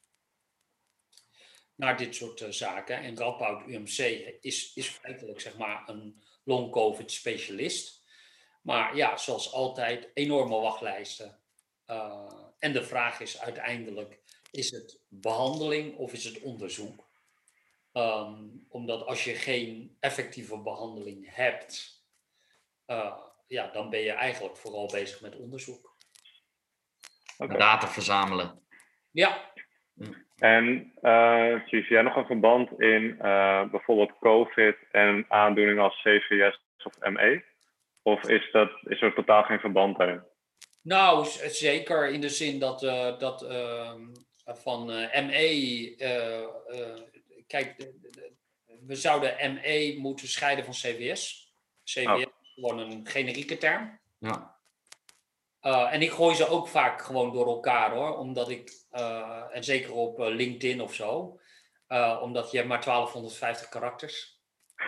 Naar dit soort uh, zaken. En Radboud U M C is, is feitelijk zeg maar een long-covid specialist. Maar ja, zoals altijd, enorme wachtlijsten. Uh, en de vraag is uiteindelijk, is het behandeling of is het onderzoek? Um, omdat als je geen effectieve behandeling hebt, uh, ja, dan ben je eigenlijk vooral bezig met onderzoek. Okay. Data verzamelen. Ja. En uh, zie jij nog een verband in uh, bijvoorbeeld COVID en aandoeningen als C V S of M E? Of is, dat, is er totaal geen verband daarin? Nou, zeker in de zin dat, uh, dat uh, van uh, M E... Uh, uh, kijk, de, de, de, we zouden M E moeten scheiden van C V S. C V S oh. is gewoon een generieke term. Ja. Uh, en ik gooi ze ook vaak gewoon door elkaar hoor. Omdat ik, uh, en zeker op uh, LinkedIn of zo. Uh, omdat je hebt maar twaalfhonderdvijftig karakters.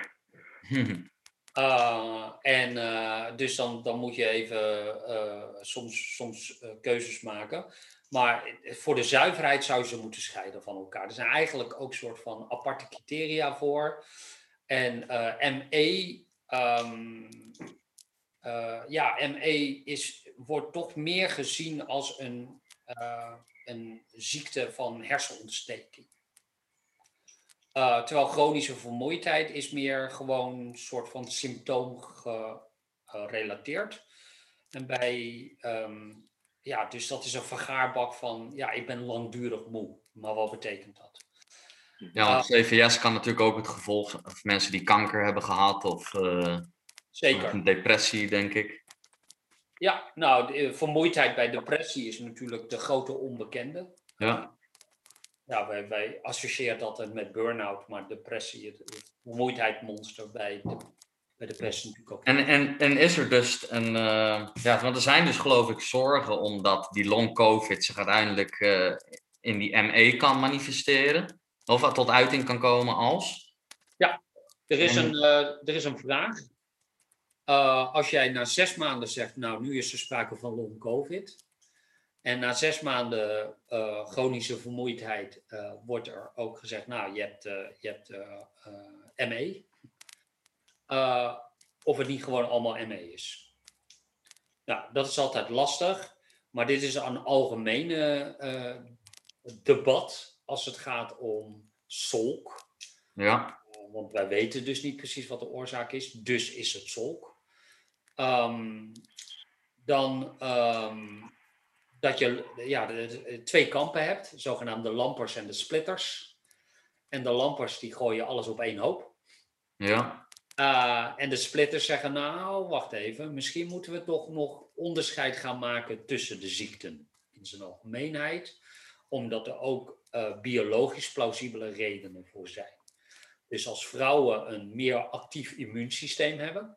uh, en uh, dus dan, dan moet je even uh, soms, soms uh, keuzes maken. Maar voor de zuiverheid zou je ze moeten scheiden van elkaar. Er zijn eigenlijk ook soort van aparte criteria voor. En uh, M E... Um, uh, ja, M E is, wordt toch meer gezien als een, uh, een ziekte van hersenontsteking. Uh, terwijl chronische vermoeidheid is meer gewoon een soort van symptoom gerelateerd. En bij... Um, Ja, dus dat is een vergaarbak van, ja, ik ben langdurig moe. Maar wat betekent dat? Ja, want C V S kan natuurlijk ook het gevolg van mensen die kanker hebben gehad of, uh, Zeker. of een depressie, denk ik. Ja, nou, de vermoeidheid bij depressie is natuurlijk de grote onbekende. Ja. Ja, wij, wij associëren dat met burn-out, maar depressie, het, het vermoeidheidmonster bij de Bij de pers natuurlijk ook. En, en, en is er dus een... Uh, ja, want er zijn dus geloof ik zorgen omdat die long-covid zich uiteindelijk uh, in die M E kan manifesteren. Of tot uiting kan komen als? Ja, er is, en... een, uh, er is een vraag. Uh, als jij na zes maanden zegt, nou nu is er sprake van long-covid. En na zes maanden uh, chronische vermoeidheid uh, wordt er ook gezegd, nou je hebt, uh, je hebt uh, uh, M E. Uh, of het niet gewoon allemaal M E is. Nou, dat is altijd lastig. Maar dit is een algemene uh, debat als het gaat om S O L K. Ja. Uh, want wij weten dus niet precies wat de oorzaak is. Dus is het S O L K. Um, dan um, dat je ja, de, de, twee kampen hebt. Zogenaamde lampers en de splitters. En de lampers die gooien alles op één hoop. Ja. Uh, en de splitters zeggen, nou, wacht even, misschien moeten we toch nog onderscheid gaan maken tussen de ziekten in zijn algemeenheid, omdat er ook uh, biologisch plausibele redenen voor zijn. Dus als vrouwen een meer actief immuunsysteem hebben,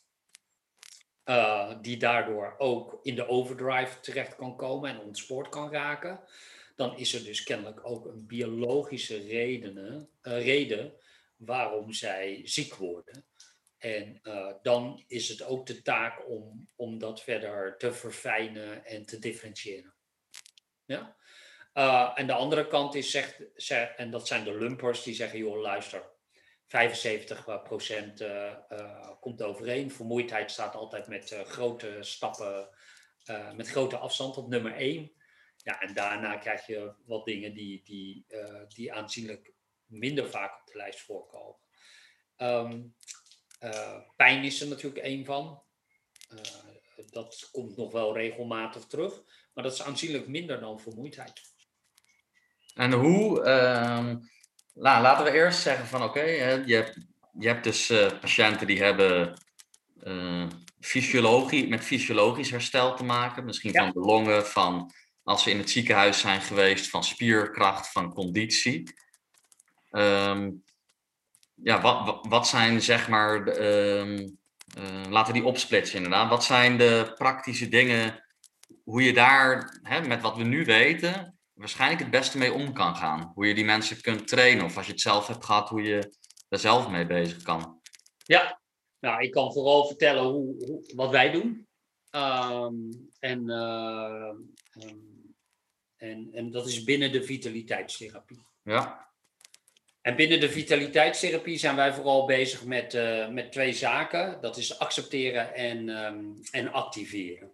uh, die daardoor ook in de overdrive terecht kan komen en ontspoord kan raken, dan is er dus kennelijk ook een biologische redenen, uh, reden waarom zij ziek worden. En uh, dan is het ook de taak om, om dat verder te verfijnen en te differentiëren. Ja? Uh, en de andere kant is, zegt, zegt, en dat zijn de lumpers, die zeggen, joh, luister, vijfenzeventig procent uh, uh, komt overeen. Vermoeidheid staat altijd met uh, grote stappen, uh, met grote afstand op nummer één. Ja, en daarna krijg je wat dingen die, die, uh, die aanzienlijk minder vaak op de lijst voorkomen. Um, uh, pijn is er natuurlijk één van. Uh, dat komt nog wel regelmatig terug. Maar dat is aanzienlijk minder dan vermoeidheid. En hoe... Uh, nou, laten we eerst zeggen van oké, okay, je, hebt, je hebt dus uh, patiënten die hebben uh, fysiologie, met fysiologisch herstel te maken. Misschien ja. van de longen, van als ze in het ziekenhuis zijn geweest, van spierkracht, van conditie. Um, ja, wat, wat zijn zeg maar... De, um, uh, laten we die opsplitsen inderdaad. Wat zijn de praktische dingen, hoe je daar, hè, met wat we nu weten, waarschijnlijk het beste mee om kan gaan? Hoe je die mensen kunt trainen, of als je het zelf hebt gehad, hoe je er zelf mee bezig kan. Ja, nou, ik kan vooral vertellen hoe, hoe, wat wij doen. Um, en, uh, um, en, en dat is binnen de vitaliteitstherapie. Ja. En binnen de vitaliteitstherapie zijn wij vooral bezig met, uh, met twee zaken. Dat is accepteren en, um, en activeren.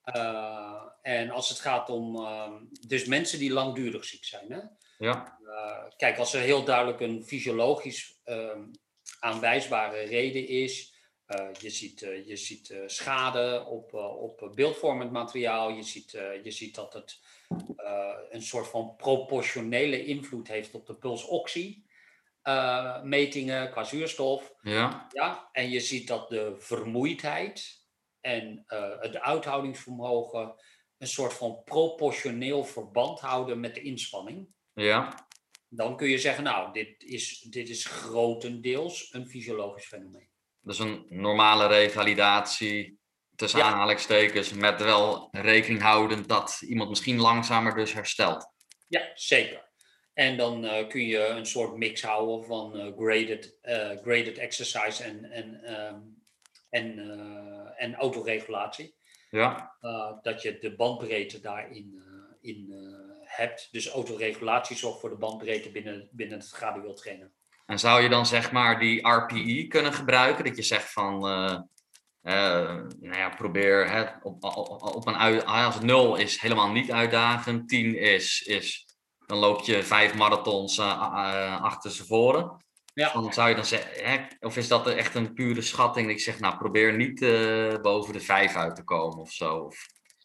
Uh, en als het gaat om um, dus mensen die langdurig ziek zijn. Hè? Ja. Uh, kijk, als er heel duidelijk een fysiologisch um, aanwijsbare reden is. Uh, je ziet, uh, je ziet uh, schade op, uh, op beeldvormend materiaal. Je ziet, uh, je ziet dat het uh, een soort van proportionele invloed heeft op de pulsoxie. Uh, metingen qua zuurstof. Ja. Ja, en je ziet dat de vermoeidheid en uh, het uithoudingsvermogen een soort van proportioneel verband houden met de inspanning. Ja. Dan kun je zeggen, nou, dit is, dit is grotendeels een fysiologisch fenomeen. Dus een normale revalidatie, tussen ja. aanhalingstekens, met wel rekening houdend dat iemand misschien langzamer dus herstelt. Ja, zeker. En dan uh, kun je een soort mix houden van uh, graded, uh, graded exercise en, en, um, en, uh, en autoregulatie. Ja. Uh, dat je de bandbreedte daarin uh, in, uh, hebt. Dus autoregulatie zorgt voor de bandbreedte binnen, binnen het gradueel trainen. En zou je dan zeg maar die R P E kunnen gebruiken? Dat je zegt van, uh, uh, nou ja, probeer hè, op, op, op een uit, als het nul is helemaal niet uitdagend, tien is, is dan loop je vijf marathons uh, uh, achter ze voren. Ja. Dan zou je dan zeggen, hè, of is dat echt een pure schatting? Dat ik zeg, nou probeer niet uh, boven de vijf uit te komen of zo. Of,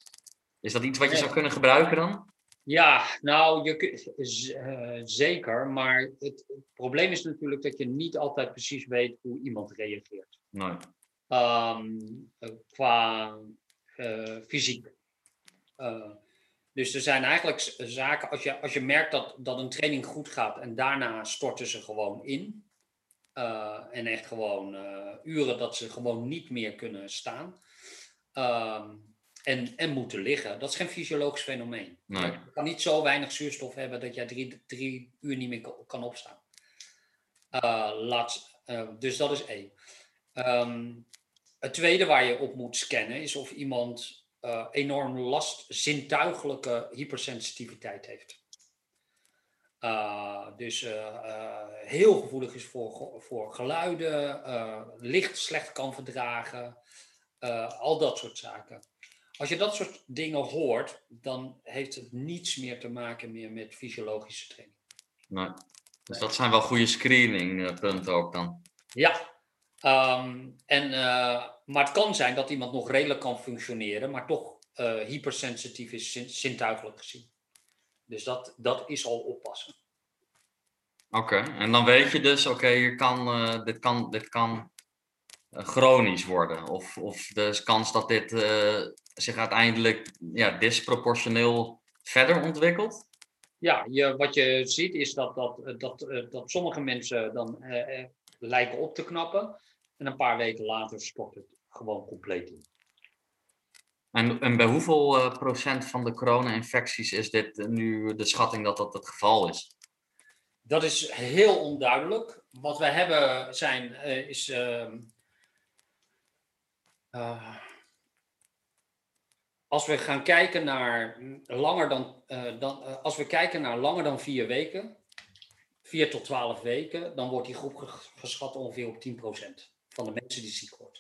is dat iets wat je nee. zou kunnen gebruiken dan? Ja, nou, je, uh, zeker. Maar het, het probleem is natuurlijk dat je niet altijd precies weet hoe iemand reageert. Nee. Um, qua uh, fysiek. Uh, dus er zijn eigenlijk zaken, als je, als je merkt dat, dat een training goed gaat en daarna storten ze gewoon in. Uh, en echt gewoon uh, uren dat ze gewoon niet meer kunnen staan. Um, En, en moeten liggen. Dat is geen fysiologisch fenomeen. Nee. Je kan niet zo weinig zuurstof hebben dat jij drie, drie uur niet meer kan opstaan. Uh, laat, uh, dus dat is één. Um, het tweede waar je op moet scannen is of iemand uh, enorm last, zintuigelijke hypersensitiviteit heeft. Uh, dus uh, uh, heel gevoelig is voor, voor geluiden, uh, licht slecht kan verdragen, uh, al dat soort zaken. Als je dat soort dingen hoort, dan heeft het niets meer te maken meer met fysiologische training. Nee. Dus dat zijn wel goede screeningpunten ook dan. Ja, um, en, uh, maar het kan zijn dat iemand nog redelijk kan functioneren, maar toch uh, hypersensitief is zintuigelijk gezien. Dus dat, dat is al oppassen. Oké, okay. En dan weet je dus, oké, okay, kan, uh, dit kan, dit kan uh, chronisch worden. Of, of er is kans dat dit uh, zich uiteindelijk ja, disproportioneel verder ontwikkelt? Ja, je, wat je ziet is dat, dat, dat, uh, dat sommige mensen dan uh, uh, lijken op te knappen. En een paar weken later stort het gewoon compleet in. En, en bij hoeveel uh, procent van de corona-infecties is dit nu de schatting dat dat het geval is? dat is heel onduidelijk. Wat we hebben zijn, uh, is... Uh, uh, als we gaan kijken naar langer dan... Uh, dan uh, als we kijken naar langer dan vier weken... vier tot twaalf weken... dan wordt die groep geschat ongeveer op tien procent... van de mensen die ziek worden.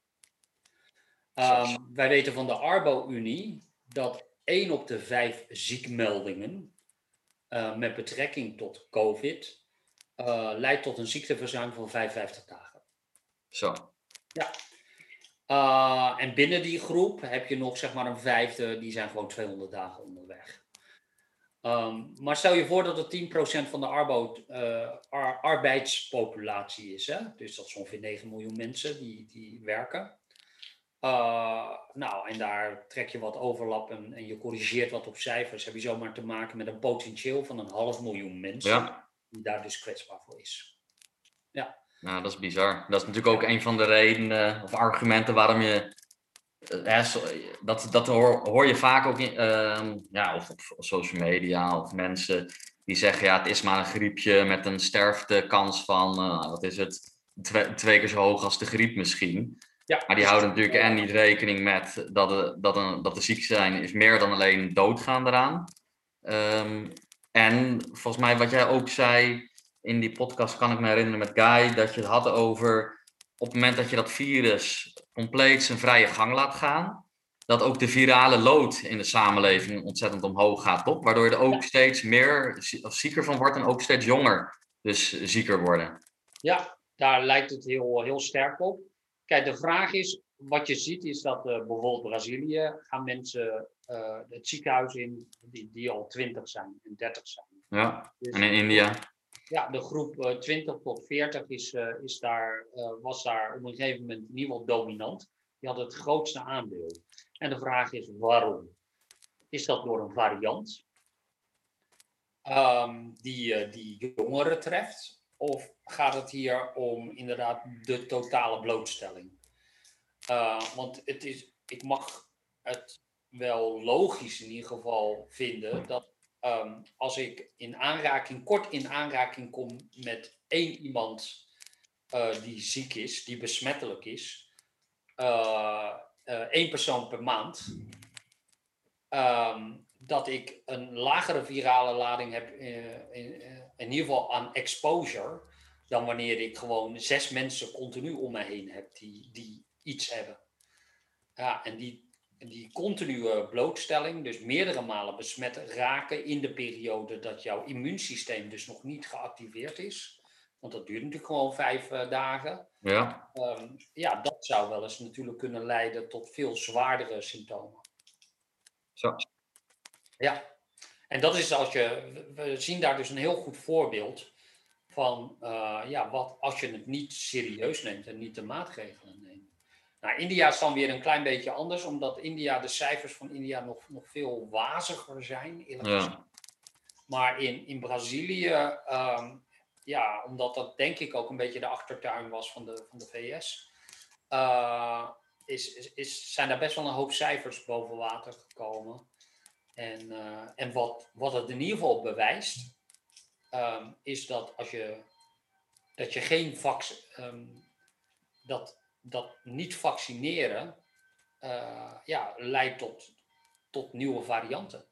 Um, wij weten van de Arbo-Unie... dat één op de vijf ziekmeldingen... Uh, met betrekking tot COVID... Uh, leidt tot een ziekteverzuim van vijfenvijftig dagen. Zo. Ja. Uh, en binnen die groep heb je nog zeg maar een vijfde... die zijn gewoon tweehonderd dagen onderweg. Um, maar stel je voor dat het tien procent van de arbo, uh, ar- arbeidspopulatie is. Hè? Dus dat is ongeveer negen miljoen mensen die, die werken. Uh, nou, en daar trek je wat overlap en, en je corrigeert wat op cijfers. Heb je zomaar te maken met een potentieel van een half miljoen mensen. Ja. Die daar dus kwetsbaar voor is. Ja. Nou, dat is bizar. Dat is natuurlijk ook een van de redenen of argumenten waarom je... Uh, dat dat hoor, hoor je vaak ook in, uh, ja, of op social media of mensen die zeggen... ja, het is maar een griepje met een sterftekans van... Uh, wat is het? Twee, twee keer zo hoog als de griep misschien... Ja. Maar die houden natuurlijk en niet rekening met dat de, dat, een, dat de ziek zijn is meer dan alleen doodgaan eraan. Um, en volgens mij wat jij ook zei in die podcast, kan ik me herinneren met Guy, dat je het had over op het moment dat je dat virus compleet zijn vrije gang laat gaan, dat ook de virale load in de samenleving ontzettend omhoog gaat, toch? Waardoor je er ook steeds meer zieker van wordt en ook steeds jonger dus zieker worden. Ja, daar lijkt het heel, heel sterk op. Kijk, de vraag is, wat je ziet is dat uh, bijvoorbeeld Brazilië gaan mensen uh, het ziekenhuis in die, die al twintig zijn en dertig zijn. Ja, dus, en in India? Ja, de groep uh, twintig tot veertig is, uh, is daar, uh, was daar op een gegeven moment in ieder geval dominant. Die had het grootste aandeel. En de vraag is waarom? Is dat door een variant um, die, uh, die jongeren treft? Of gaat het hier om inderdaad de totale blootstelling? Uh, want het is, ik mag het wel logisch in ieder geval vinden dat um, als ik in aanraking, kort in aanraking kom met één iemand uh, die ziek is, die besmettelijk is, uh, uh, één persoon per maand, um, dat ik een lagere virale lading heb, uh, in, uh, in ieder geval aan exposure, dan wanneer ik gewoon zes mensen continu om me heen heb die, die iets hebben. Ja, en die, die continue blootstelling, dus meerdere malen besmet raken in de periode dat jouw immuunsysteem dus nog niet geactiveerd is. Want dat duurt natuurlijk gewoon vijf uh, dagen. Ja. Um, ja, dat zou wel eens natuurlijk kunnen leiden tot veel zwaardere symptomen. Zo. Ja, en dat is als je, we zien daar dus een heel goed voorbeeld van, uh, ja, wat als je het niet serieus neemt en niet de maatregelen neemt. Nou, India is dan weer een klein beetje anders, omdat India, de cijfers van India nog, nog veel waziger zijn, eerlijk gezegd. Ja. Maar in, in Brazilië, um, ja, omdat dat denk ik ook een beetje de achtertuin was van de, van de V S, uh, is, is, is, zijn daar best wel een hoop cijfers boven water gekomen. En, uh, en wat, wat het in ieder geval bewijst, um, is dat als je, dat je geen vaccin, um, dat, dat niet vaccineren, uh, ja, leidt tot, tot nieuwe varianten.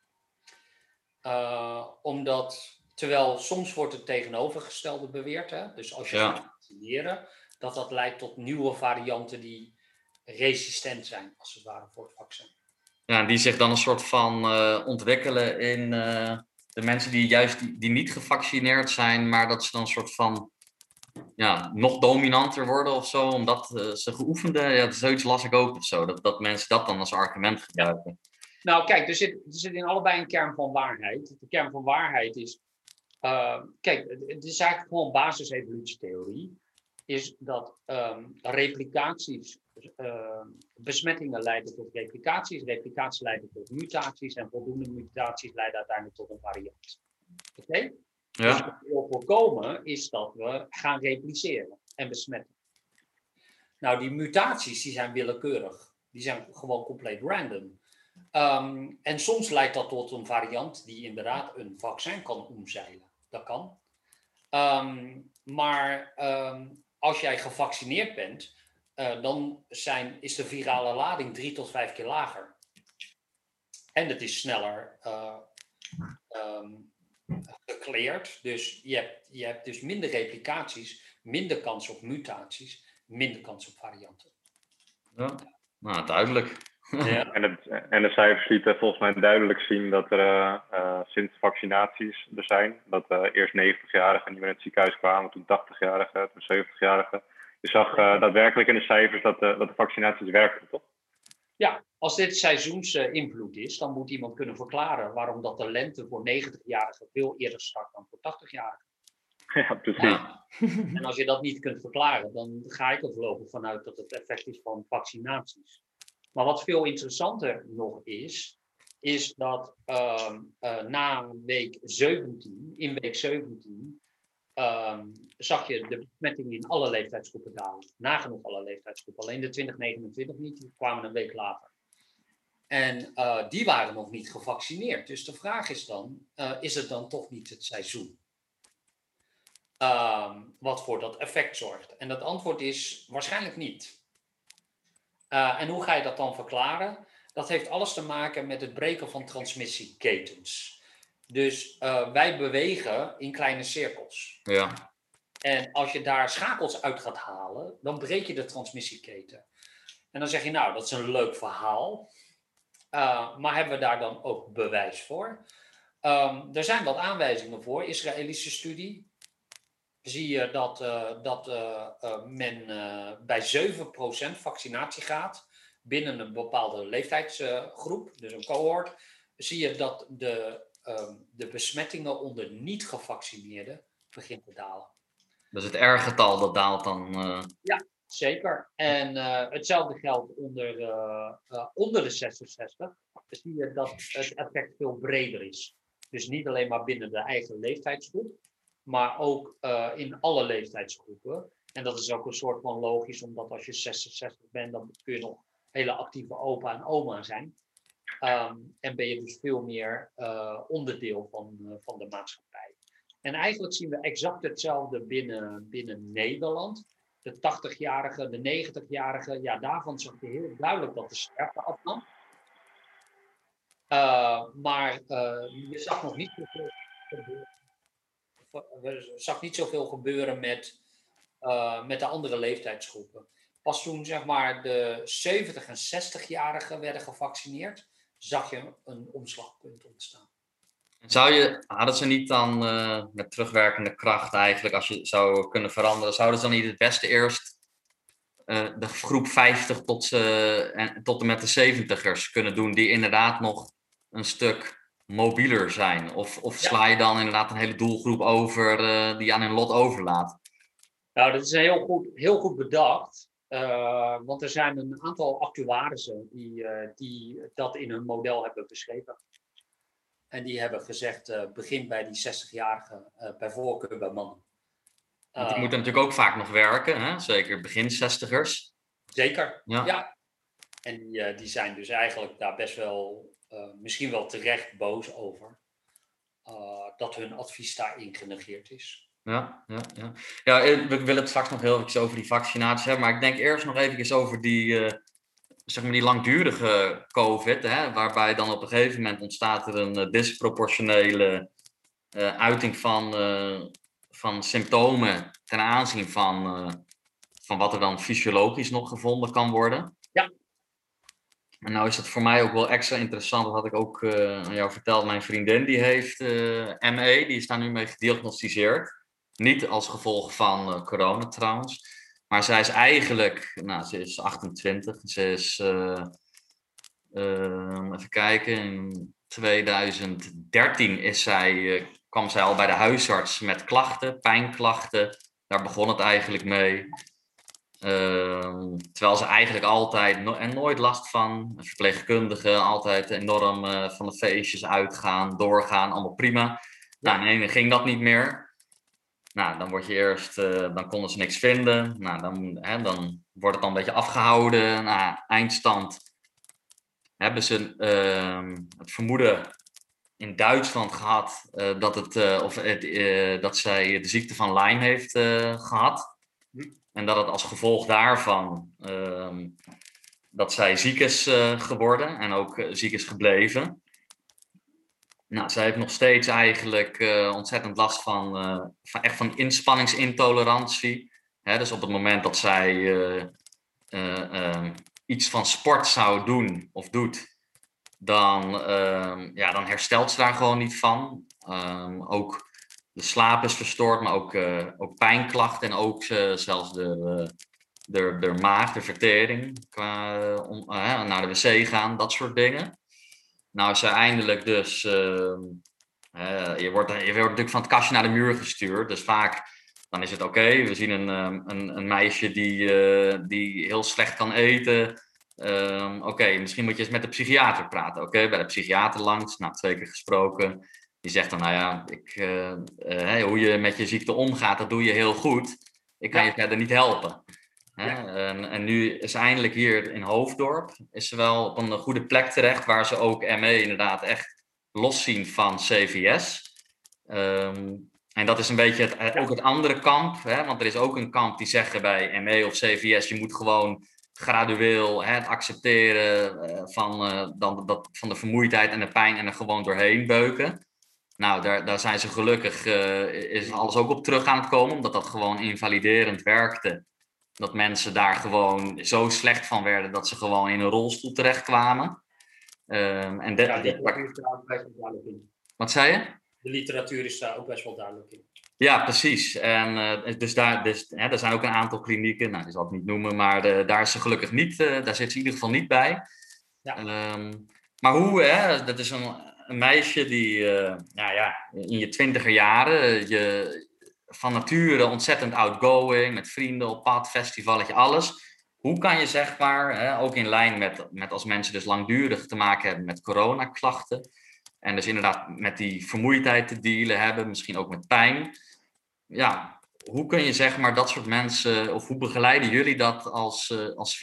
Uh, omdat, terwijl soms wordt het tegenovergestelde beweerd, hè? Dus als je ja. gaat vaccineren, dat dat leidt tot nieuwe varianten die resistent zijn, als het ware, voor het vaccin. Ja, die zich dan een soort van uh, ontwikkelen in uh, de mensen die juist die, die niet gevaccineerd zijn, maar dat ze dan een soort van ja, nog dominanter worden of zo, omdat uh, ze geoefende, ja, zoiets las ik ook of zo, dat, dat mensen dat dan als argument gebruiken. Ja. Nou kijk, er zit, er zit in allebei een kern van waarheid. De kern van waarheid is, uh, kijk, het is eigenlijk gewoon basis-evolutietheorie, is dat um, replicaties, uh, besmettingen leiden tot replicaties, replicaties leiden tot mutaties en voldoende mutaties leiden uiteindelijk tot een variant. Oké? Okay? Ja. Dus wat we wil voorkomen is dat we gaan repliceren en besmetten. Nou, die mutaties die zijn willekeurig. Die zijn gewoon compleet random. Um, en soms leidt dat tot een variant die inderdaad een vaccin kan omzeilen. Dat kan. Um, maar um, als jij gevaccineerd bent, uh, dan zijn, is de virale lading drie tot vijf keer lager. En het is sneller uh, um, gecleared. Dus je hebt, je hebt dus minder replicaties, minder kans op mutaties, minder kans op varianten. Ja, nou duidelijk. Ja. En, het, en de cijfers lieten volgens mij duidelijk zien dat er uh, uh, sinds vaccinaties er zijn, dat uh, eerst negentigjarigen niet meer in het ziekenhuis kwamen, toen tachtigjarigen, toen zeventigjarigen. Je zag uh, daadwerkelijk in de cijfers dat, uh, dat de vaccinaties werkten, toch? Ja, als dit seizoensinvloed is, dan moet iemand kunnen verklaren waarom dat de lente voor negentigjarigen veel eerder start dan voor tachtigjarigen. Ja, precies. Ja. En als je dat niet kunt verklaren, dan ga ik er voorlopig vanuit dat het effect is van vaccinaties. Maar wat veel interessanter nog is, is dat uh, uh, na week zeventien, in week zeventien, um, zag je de besmettingen in alle leeftijdsgroepen dalen. Nagenoeg alle leeftijdsgroepen, alleen de twintig negenentwintig niet, die kwamen een week later. En uh, die waren nog niet gevaccineerd. Dus de vraag is dan, uh, is het dan toch niet het seizoen? Um, wat voor dat effect zorgt. En dat antwoord is waarschijnlijk niet. Uh, en hoe ga je dat dan verklaren? Dat heeft alles te maken met het breken van transmissieketens. Dus uh, wij bewegen in kleine cirkels. Ja. En als je daar schakels uit gaat halen, dan breek je de transmissieketen. En dan zeg je, nou, dat is een leuk verhaal. Uh, maar hebben we daar dan ook bewijs voor? Um, er zijn wat aanwijzingen voor. Israëlische studie. Zie je dat, uh, dat uh, uh, men uh, bij zeven procent vaccinatiegraad binnen een bepaalde leeftijdsgroep, uh, dus een cohort, zie je dat de, uh, de besmettingen onder niet-gevaccineerden begint te dalen. Dus het R-getal dat daalt dan? Uh... Ja, zeker. En uh, hetzelfde geldt onder, uh, uh, onder de zesenzestig. Dan zie je dat het effect veel breder is. Dus niet alleen maar binnen de eigen leeftijdsgroep, maar ook uh, in alle leeftijdsgroepen. En dat is ook een soort van logisch, omdat als je zesenzestig bent, dan kun je nog hele actieve opa en oma zijn. Um, en ben je dus veel meer uh, onderdeel van, uh, van de maatschappij. En eigenlijk zien we exact hetzelfde binnen, binnen Nederland. De tachtigjarigen, de negentigjarigen, ja, daarvan zag je heel duidelijk dat de sterfte afnam. Uh, maar uh, je zag nog niet zoveel gebeuren. Er zag niet zoveel gebeuren met, uh, met de andere leeftijdsgroepen. Pas toen zeg maar de zeventig- en zestigjarigen werden gevaccineerd, zag je een omslagpunt ontstaan. Zou je, hadden ze niet dan uh, met terugwerkende kracht eigenlijk, als je zou kunnen veranderen, zouden ze dan niet het beste eerst uh, de groep vijftig tot, uh, en, tot en met de zeventigers kunnen doen, die inderdaad nog een stuk mobieler zijn? Of, of ja. Sla je dan inderdaad een hele doelgroep over uh, die aan hun lot overlaat? Nou, dat is heel goed, heel goed bedacht. Uh, want er zijn een aantal actuarissen die, uh, die dat in hun model hebben beschreven. En die hebben gezegd, uh, begin bij die zestigjarigen, uh, bij voorkeur bij mannen. Want die uh, moeten natuurlijk ook vaak nog werken, hè? Zeker begin zestigers. Zeker, ja. ja. En die, uh, die zijn dus eigenlijk daar best wel, uh, misschien wel terecht boos over. Uh, dat hun advies daarin genegeerd is. Ja, ja, ja. ja, we willen het straks nog heel even over die vaccinaties hebben. Maar ik denk eerst nog even over die, uh, zeg maar die langdurige COVID. Hè, waarbij dan op een gegeven moment ontstaat er een uh, disproportionele uh, uiting van, uh, van symptomen ten aanzien van, uh, van wat er dan fysiologisch nog gevonden kan worden. Ja. En nou is het voor mij ook wel extra interessant, dat had ik ook uh, aan jou verteld. Mijn vriendin die heeft uh, M E, die is daar nu mee gediagnosticeerd. Niet als gevolg van uh, corona trouwens. Maar zij is eigenlijk, nou ze is achtentwintig. Ze is, uh, uh, even kijken, in twintig dertien is zij, uh, kwam zij al bij de huisarts met klachten, pijnklachten. Daar begon het eigenlijk mee. Uh, terwijl ze eigenlijk altijd no- en nooit last van, verpleegkundigen, altijd enorm uh, van de feestjes uitgaan, doorgaan, allemaal prima. Nou, nee, ging dat niet meer. Nou, dan word je eerst, uh, dan konden ze niks vinden. Nou, dan, hè, dan wordt het dan een beetje afgehouden. Nou, eindstand hebben ze uh, het vermoeden in Duitsland gehad uh, dat, het, uh, of het, uh, dat zij de ziekte van Lyme heeft uh, gehad. En dat het als gevolg daarvan uh, dat zij ziek is uh, geworden en ook uh, ziek is gebleven. Nou, zij heeft nog steeds eigenlijk uh, ontzettend last van, uh, van, echt van inspanningsintolerantie. Hè, dus op het moment dat zij uh, uh, uh, iets van sport zou doen of doet, dan, uh, ja, dan herstelt ze daar gewoon niet van. Um, ook de slaap is verstoord, maar ook, uh, ook pijnklachten en ook uh, zelfs de, uh, de, de maag, de vertering, qua, uh, om, uh, naar de wc gaan, dat soort dingen. Nou is ze eindelijk dus, uh, uh, je, wordt, je wordt natuurlijk van het kastje naar de muur gestuurd, dus vaak dan is het oké, okay, we zien een, een, een meisje die, uh, die heel slecht kan eten. Um, oké, okay, misschien moet je eens met de psychiater praten. Oké, okay, bij de psychiater langs, nou twee keer gesproken. Die zegt dan, nou ja, ik, uh, uh, hoe je met je ziekte omgaat, dat doe je heel goed. Ik kan ja. je verder niet helpen. Hè? Ja. En, en nu is ze eindelijk hier in Hoofddorp, is ze wel op een goede plek terecht, waar ze ook M E inderdaad echt loszien van C V S. Um, en dat is een beetje het, ook het andere kamp, hè? Want er is ook een kamp die zeggen bij M E of C V S, je moet gewoon gradueel hè, het accepteren uh, van, uh, dan, dat, van de vermoeidheid en de pijn en er gewoon doorheen beuken. Nou, daar, daar zijn ze gelukkig, uh, is alles ook op terug aan het komen, omdat dat gewoon invaliderend werkte. Dat mensen daar gewoon zo slecht van werden dat ze gewoon in een rolstoel terechtkwamen. Um, en de, ja, de die, literatuur is daar ook best wel duidelijk in. Wat zei je? De literatuur is daar ook best wel duidelijk in. Ja, precies. En uh, dus daar, dus, hè, er zijn ook een aantal klinieken, nou, die zal ik niet noemen, maar de, daar is ze gelukkig niet, uh, daar zit ze in ieder geval niet bij. Ja. Um, maar hoe, hè, dat is een, een meisje die, uh, nou ja, in je twintiger jaren, je van nature ontzettend outgoing, met vrienden op pad, festivalletje, alles. Hoe kan je zeg maar, hè, ook in lijn met, met als mensen dus langdurig te maken hebben met coronaklachten, en dus inderdaad met die vermoeidheid te dealen hebben, misschien ook met pijn. Ja, hoe kun je zeg maar dat soort mensen, of hoe begeleiden jullie dat als, uh, als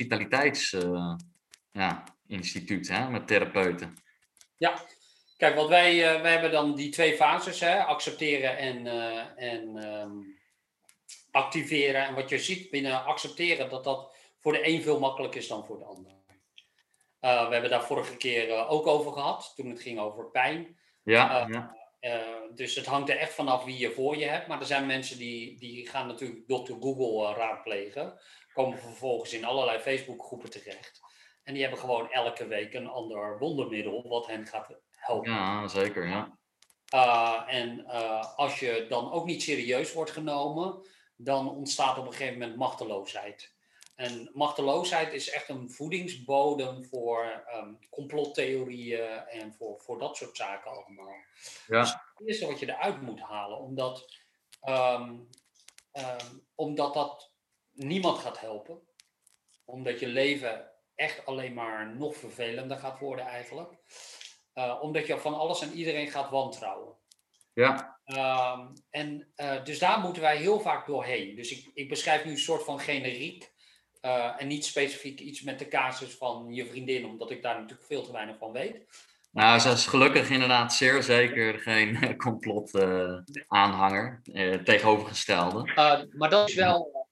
vitaliteitsinstituut, uh, ja, met therapeuten? Ja, kijk, wat wij, uh, wij hebben dan die twee fases, hè, accepteren en, uh, en um, activeren. En wat je ziet binnen accepteren, dat dat voor de een veel makkelijker is dan voor de ander. Uh, we hebben daar vorige keer uh, ook over gehad, toen het ging over pijn. Ja, uh, ja. Uh, dus het hangt er echt vanaf wie je voor je hebt. Maar er zijn mensen die, die gaan natuurlijk dokter Google uh, raadplegen. Komen vervolgens in allerlei Facebookgroepen terecht. En die hebben gewoon elke week een ander wondermiddel wat hen gaat helpen. Ja, zeker, ja. Uh, en uh, als je dan ook niet serieus wordt genomen, dan ontstaat op een gegeven moment machteloosheid. En machteloosheid is echt een voedingsbodem voor um, complottheorieën en voor, voor dat soort zaken allemaal. Ja. Dus het eerste wat je eruit moet halen, omdat, um, um, omdat dat niemand gaat helpen. Omdat je leven echt alleen maar nog vervelender gaat worden eigenlijk. Uh, omdat je van alles en iedereen gaat wantrouwen. Ja. Um, en uh, dus daar moeten wij heel vaak doorheen. Dus ik, ik beschrijf nu een soort van generiek. Uh, en niet specifiek iets met de casus van je vriendin, omdat ik daar natuurlijk veel te weinig van weet. Nou, ze is gelukkig inderdaad zeer zeker geen complot uh, aanhanger, uh, tegenovergestelde. Uh, maar dat is wel...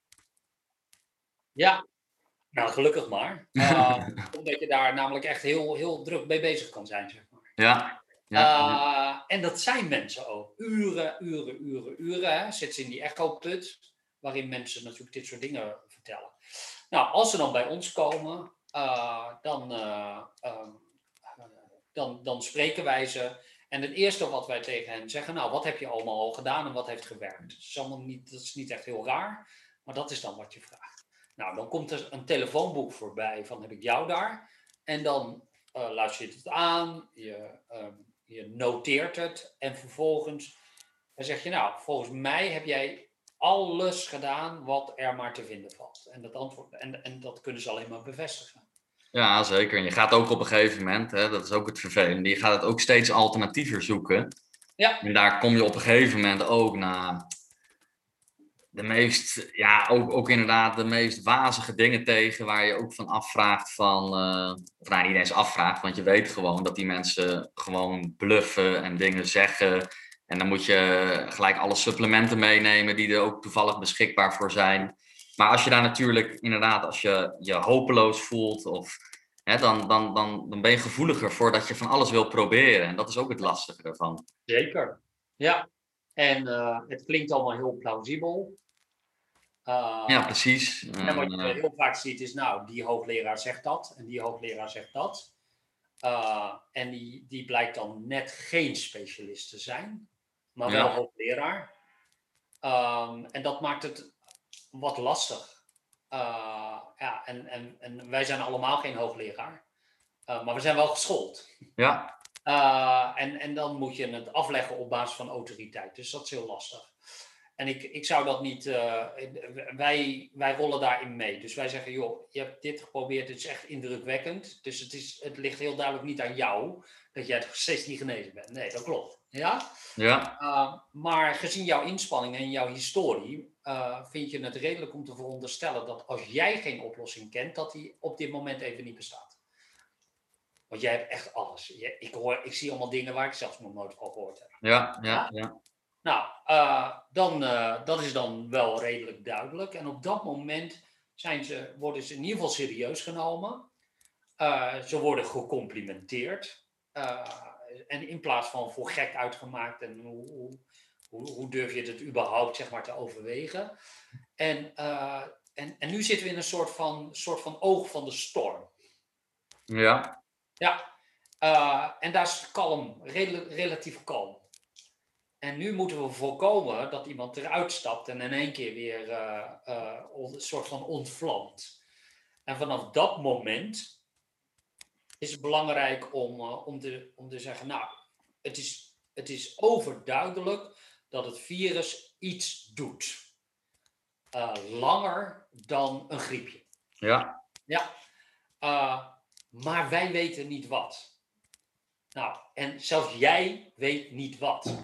Ja, nou gelukkig maar. Uh, omdat je daar namelijk echt heel, heel druk mee bezig kan zijn, zeg maar. Ja. Ja, uh, ja. En dat zijn mensen ook. Uren, uren, uren, uren. Hè. Zitten ze in die echo-put, waarin mensen natuurlijk dit soort dingen vertellen. Nou, als ze dan bij ons komen, uh, dan, uh, uh, dan, dan spreken wij ze. En het eerste wat wij tegen hen zeggen, nou, wat heb je allemaal al gedaan en wat heeft gewerkt? Dat is, allemaal niet, dat is niet echt heel raar, maar dat is dan wat je vraagt. Nou, dan komt er een telefoonboek voorbij van heb ik jou daar. En dan uh, luister je het aan, je, uh, je noteert het en vervolgens dan zeg je, nou, volgens mij heb jij alles gedaan wat er maar te vinden valt. En dat, antwoord, en, en dat kunnen ze alleen maar bevestigen. Ja, zeker. En je gaat ook op een gegeven moment, hè, dat is ook het vervelende, je gaat het ook steeds alternatiever zoeken. Ja. En daar kom je op een gegeven moment ook na, de meest, ja, ook, ook inderdaad de meest wazige dingen tegen, waar je ook van afvraagt van, uh, of nou niet eens afvraagt, want je weet gewoon dat die mensen gewoon bluffen en dingen zeggen. En dan moet je gelijk alle supplementen meenemen die er ook toevallig beschikbaar voor zijn. Maar als je daar natuurlijk inderdaad, als je je hopeloos voelt, of, hè, dan, dan, dan, dan ben je gevoeliger voor dat je van alles wil proberen. En dat is ook het lastige ervan. Zeker, ja. En uh, het klinkt allemaal heel plausibel. Uh, ja, precies. En wat je heel vaak ziet is, nou, die hoogleraar zegt dat en die hoogleraar zegt dat. Uh, en die, die blijkt dan net geen specialist te zijn, maar wel ja. hoogleraar. Um, en dat maakt het wat lastig. Uh, ja, en, en, en wij zijn allemaal geen hoogleraar, uh, maar we zijn wel geschoold. Ja. Uh, en, en dan moet je het afleggen op basis van autoriteit. Dus dat is heel lastig. En ik, ik zou dat niet... Uh, wij, wij rollen daarin mee. Dus wij zeggen, joh, je hebt dit geprobeerd, het is echt indrukwekkend. Dus het, is, het ligt heel duidelijk niet aan jou dat jij nog steeds niet genezen bent. Nee, dat klopt. Ja? Ja. Uh, maar gezien jouw inspanningen en jouw historie, uh, vind je het redelijk om te veronderstellen dat als jij geen oplossing kent, dat die op dit moment even niet bestaat. Want jij hebt echt alles. Ik, hoor, ik zie allemaal dingen waar ik zelfs nog nooit van gehoord heb. Ja, ja, ja. Nou, uh, dan, uh, dat is dan wel redelijk duidelijk. En op dat moment zijn ze, worden ze in ieder geval serieus genomen. Uh, ze worden gecomplimenteerd. Uh, en in plaats van voor gek uitgemaakt. En hoe, hoe, hoe, hoe durf je het überhaupt, zeg maar, te overwegen. En, uh, en, en nu zitten we in een soort van, soort van oog van de storm. Ja. Ja, uh, en daar is het kalm, rel- relatief kalm. En nu moeten we voorkomen dat iemand eruit stapt en in één keer weer uh, uh, een soort van ontvlamt. En vanaf dat moment is het belangrijk om, uh, om, te, om te zeggen, nou, het is, het is overduidelijk dat het virus iets doet. Uh, langer dan een griepje. Ja. Ja. Uh, maar wij weten niet wat. Nou, en zelfs jij weet niet wat.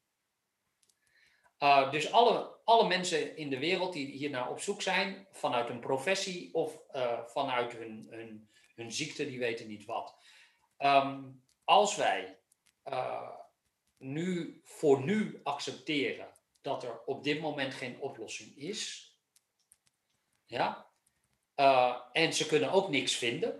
Uh, dus alle, alle mensen in de wereld die hier naar op zoek zijn, vanuit hun professie of uh, vanuit hun, hun, hun ziekte, die weten niet wat. Um, als wij uh, nu voor nu accepteren dat er op dit moment geen oplossing is, ja, uh, en ze kunnen ook niks vinden,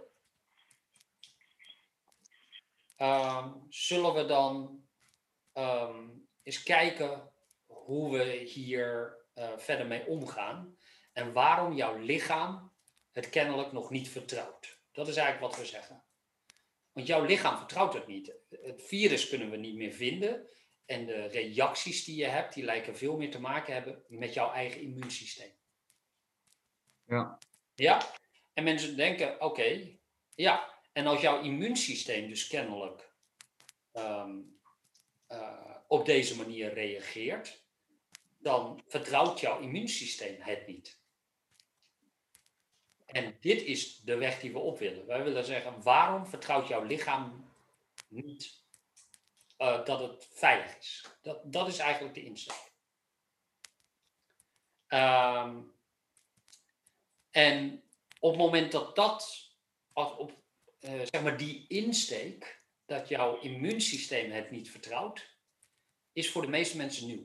um, zullen we dan um, eens kijken hoe we hier uh, verder mee omgaan en waarom jouw lichaam het kennelijk nog niet vertrouwt. Dat is eigenlijk wat we zeggen. Want jouw lichaam vertrouwt het niet. Het virus kunnen we niet meer vinden en de reacties die je hebt, die lijken veel meer te maken hebben met jouw eigen immuunsysteem. Ja. Ja? En mensen denken, oké, okay, ja, en als jouw immuunsysteem dus kennelijk um, uh, op deze manier reageert, dan vertrouwt jouw immuunsysteem het niet. En dit is de weg die we op willen. Wij willen zeggen, waarom vertrouwt jouw lichaam niet uh, dat het veilig is? Dat, dat is eigenlijk de insteek. Um, en op het moment dat dat, als op, uh, zeg maar die insteek, dat jouw immuunsysteem het niet vertrouwt, is voor de meeste mensen nieuw.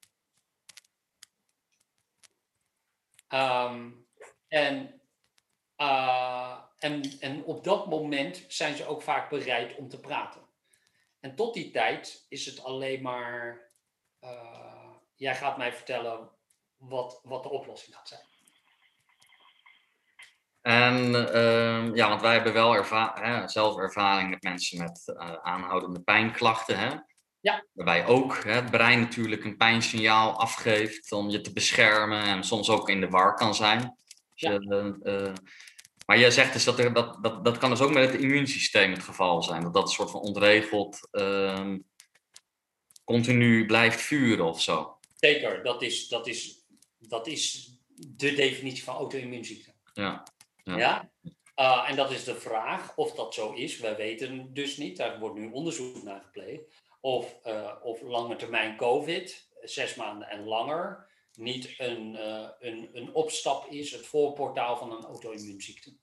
Um, en, uh, en, en op dat moment zijn ze ook vaak bereid om te praten. En tot die tijd is het alleen maar, uh, jij gaat mij vertellen wat, wat de oplossing gaat zijn. En uh, ja, want wij hebben wel erva- hè, zelf ervaring met mensen met uh, aanhoudende pijnklachten. Hè? Ja. Waarbij ook hè, het brein natuurlijk een pijnsignaal afgeeft om je te beschermen en soms ook in de war kan zijn. Dus ja. je, uh, maar jij zegt dus dat, er, dat, dat dat kan dus ook met het immuunsysteem het geval zijn. Dat dat een soort van ontregeld uh, continu blijft vuren of zo. Zeker, dat is, dat is, dat is de definitie van auto-immuunziekte. Ja. Ja. ja? Uh, en dat is de vraag of dat zo is. Wij weten dus niet, daar wordt nu onderzoek naar gepleegd. Of, uh, of lange termijn COVID, zes maanden en langer, niet een, uh, een, een opstap is, het voorportaal van een auto-immuunziekte.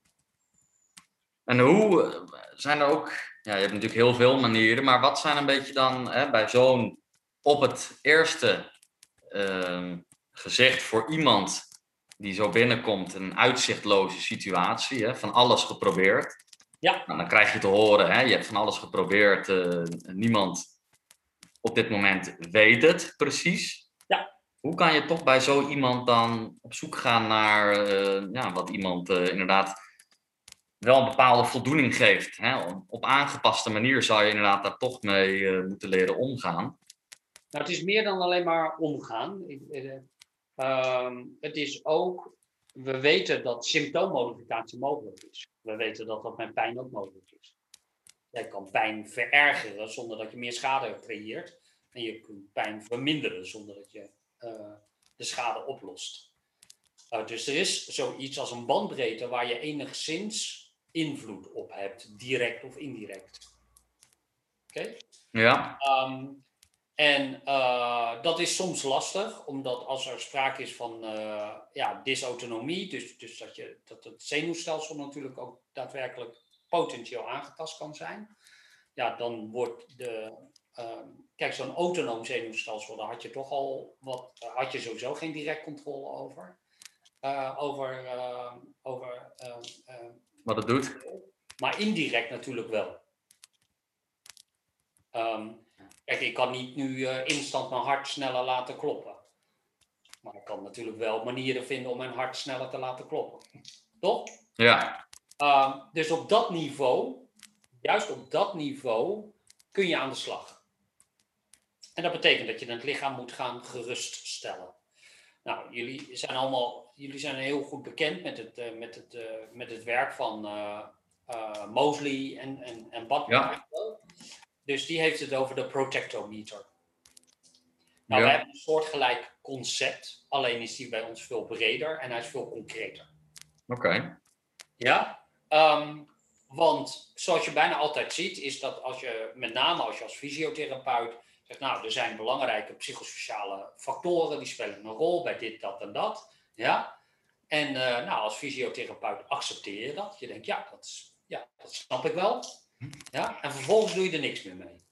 En hoe zijn er ook, ja, je hebt natuurlijk heel veel manieren, maar wat zijn een beetje dan hè, bij zo'n op het eerste uh, gezicht voor iemand die zo binnenkomt, een uitzichtloze situatie, hè, van alles geprobeerd. Ja. Nou, dan krijg je te horen, hè, je hebt van alles geprobeerd, uh, niemand op dit moment weet het precies. Ja. Hoe kan je toch bij zo iemand dan op zoek gaan naar uh, ja, wat iemand uh, inderdaad wel een bepaalde voldoening geeft. Hè? Op aangepaste manier zou je inderdaad daar toch mee uh, moeten leren omgaan. Nou, het is meer dan alleen maar omgaan. Uh, uh, het is ook, we weten dat symptoommodificatie mogelijk is. We weten dat dat met pijn ook mogelijk is. Je kan pijn verergeren zonder dat je meer schade creëert. En je kunt pijn verminderen zonder dat je uh, de schade oplost. Uh, dus er is zoiets als een bandbreedte waar je enigszins invloed op hebt, direct of indirect. Oké? Okay? Ja. Um, en uh, dat is soms lastig, omdat als er sprake is van uh, ja, dysautonomie, dus, dus dat, je, dat het zenuwstelsel natuurlijk ook daadwerkelijk potentieel aangetast kan zijn, ja, dan wordt de... Uh, kijk, zo'n autonoom zenuwstelsel, daar had je toch al wat, uh, had je sowieso geen direct controle over. Uh, over, uh, over uh, uh, wat het doet. Maar indirect natuurlijk wel. Um, kijk, ik kan niet nu uh, instant mijn hart sneller laten kloppen. Maar ik kan natuurlijk wel manieren vinden om mijn hart sneller te laten kloppen. Toch? Ja. Um, dus op dat niveau, juist op dat niveau, kun je aan de slag. En dat betekent dat je het lichaam moet gaan geruststellen. Nou, jullie zijn allemaal, jullie zijn heel goed bekend met het, uh, met het, uh, met het werk van uh, uh, Moseley en, en, en Butler. Ja. Dus die heeft het over de protectometer. Nou, ja. we hebben een soortgelijk concept, alleen is die bij ons veel breder en hij is veel concreter. Oké. Okay. Ja, um, want zoals je bijna altijd ziet, is dat als je, met name als je als fysiotherapeut zegt, nou, er zijn belangrijke psychosociale factoren, die spelen een rol bij dit, dat en dat. Ja? En uh, nou, als fysiotherapeut accepteer je dat. Je denkt, ja, dat, is, ja, dat snap ik wel. Ja? En vervolgens doe je er niks meer mee.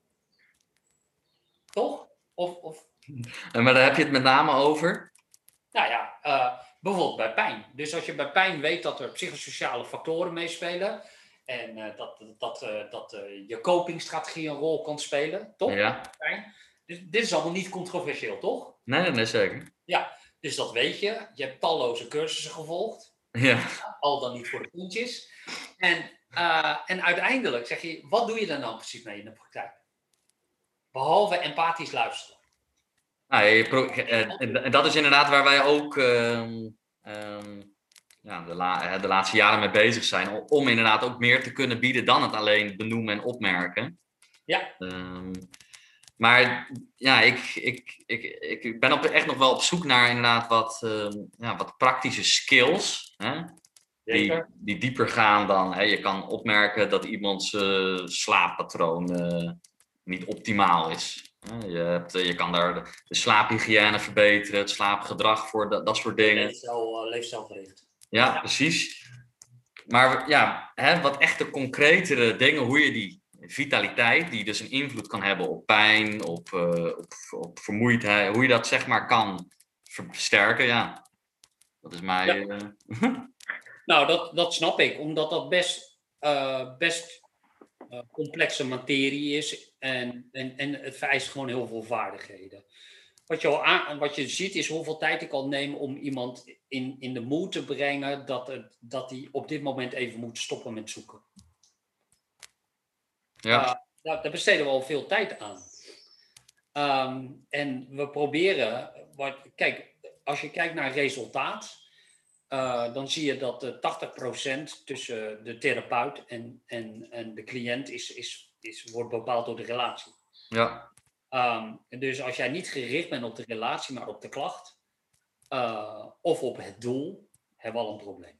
Toch? Of, of... Maar daar heb je het met name over? Nou ja, uh, bijvoorbeeld bij pijn. Dus als je bij pijn weet dat er psychosociale factoren meespelen en uh, dat, dat, uh, dat uh, je copingstrategie een rol kan spelen, toch? Ja. Pijn. Dus dit is allemaal niet controversieel, toch? Nee, nee, zeker. Ja, dus dat weet je. Je hebt talloze cursussen gevolgd. Ja. Al dan niet voor de puntjes. En, uh, en uiteindelijk zeg je, wat doe je daar nou precies mee in de praktijk? Behalve empathisch luisteren. Nou, je pro- en, en dat is inderdaad waar wij ook um, um, ja, de, la- de laatste jaren mee bezig zijn. Om, om inderdaad ook meer te kunnen bieden dan het alleen benoemen en opmerken. Ja. Um, maar ja, ik, ik, ik, ik ben op, echt nog wel op zoek naar inderdaad wat, um, ja, wat praktische skills. Hè? Die, die dieper gaan dan. Hè? Je kan opmerken dat iemands uh, slaappatroon uh, niet optimaal is. Je, hebt, je kan daar de, de slaaphygiëne verbeteren, het slaapgedrag voor dat, dat soort dingen. Leefstijl, leefstijlgericht. Ja, ja, precies. Maar ja, hè, wat echte concretere dingen, hoe je die vitaliteit, die dus een invloed kan hebben op pijn, op, uh, op, op vermoeidheid, hoe je dat zeg maar kan versterken, ja. Dat is mij... Ja. Uh... nou, dat, dat snap ik, omdat dat best, uh, best uh, complexe materie is en, en, en het vereist gewoon heel veel vaardigheden. Wat je, al aan, wat je ziet is hoeveel tijd ik al neem om iemand in, in de moed te brengen dat het, dat hij op dit moment even moet stoppen met zoeken. Ja. Uh, daar, daar besteden we al veel tijd aan. Um, en we proberen, wat, kijk, als je kijkt naar resultaat, uh, dan zie je dat uh, tachtig procent tussen de therapeut en, en, en de cliënt is, is, is, wordt bepaald door de relatie. Ja. Um, dus als jij niet gericht bent op de relatie, maar op de klacht, uh, of op het doel, hebben we al een probleem.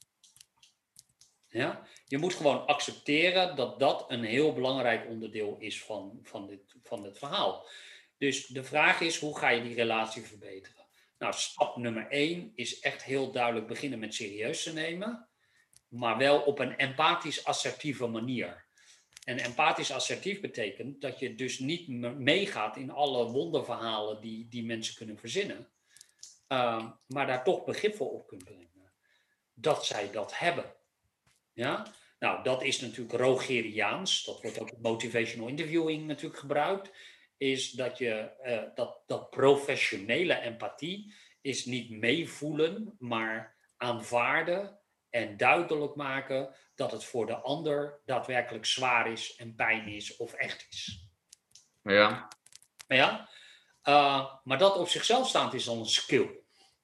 Ja? Je moet gewoon accepteren dat dat een heel belangrijk onderdeel is van, van, dit, van dit verhaal. Dus de vraag is, hoe ga je die relatie verbeteren? Nou, stap nummer één is echt heel duidelijk beginnen met serieus te nemen. Maar wel op een empathisch assertieve manier. En empathisch assertief betekent dat je dus niet meegaat in alle wonderverhalen die, die mensen kunnen verzinnen. Uh, maar daar toch begrip voor op kunt brengen. Dat zij dat hebben. Ja? Nou, dat is natuurlijk Rogeriaans. Dat wordt ook in motivational interviewing natuurlijk gebruikt. Is dat je, uh, dat, dat professionele empathie is niet meevoelen, maar aanvaarden en duidelijk maken dat het voor de ander daadwerkelijk zwaar is en pijn is of echt is. Ja. Ja? Uh, maar dat op zichzelf staand is al een skill.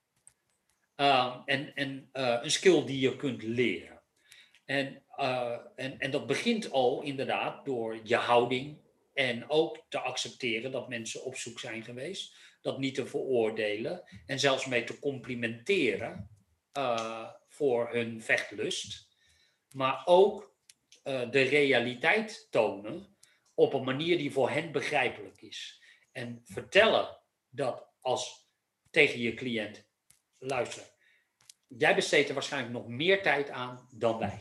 Uh, en en uh, een skill die je kunt leren. En, uh, en, en dat begint al inderdaad door je houding en ook te accepteren dat mensen op zoek zijn geweest, dat niet te veroordelen en zelfs mee te complimenteren uh, voor hun vechtlust, maar ook uh, de realiteit tonen op een manier die voor hen begrijpelijk is. En vertellen dat als tegen je cliënt, luister, jij besteedt er waarschijnlijk nog meer tijd aan dan wij.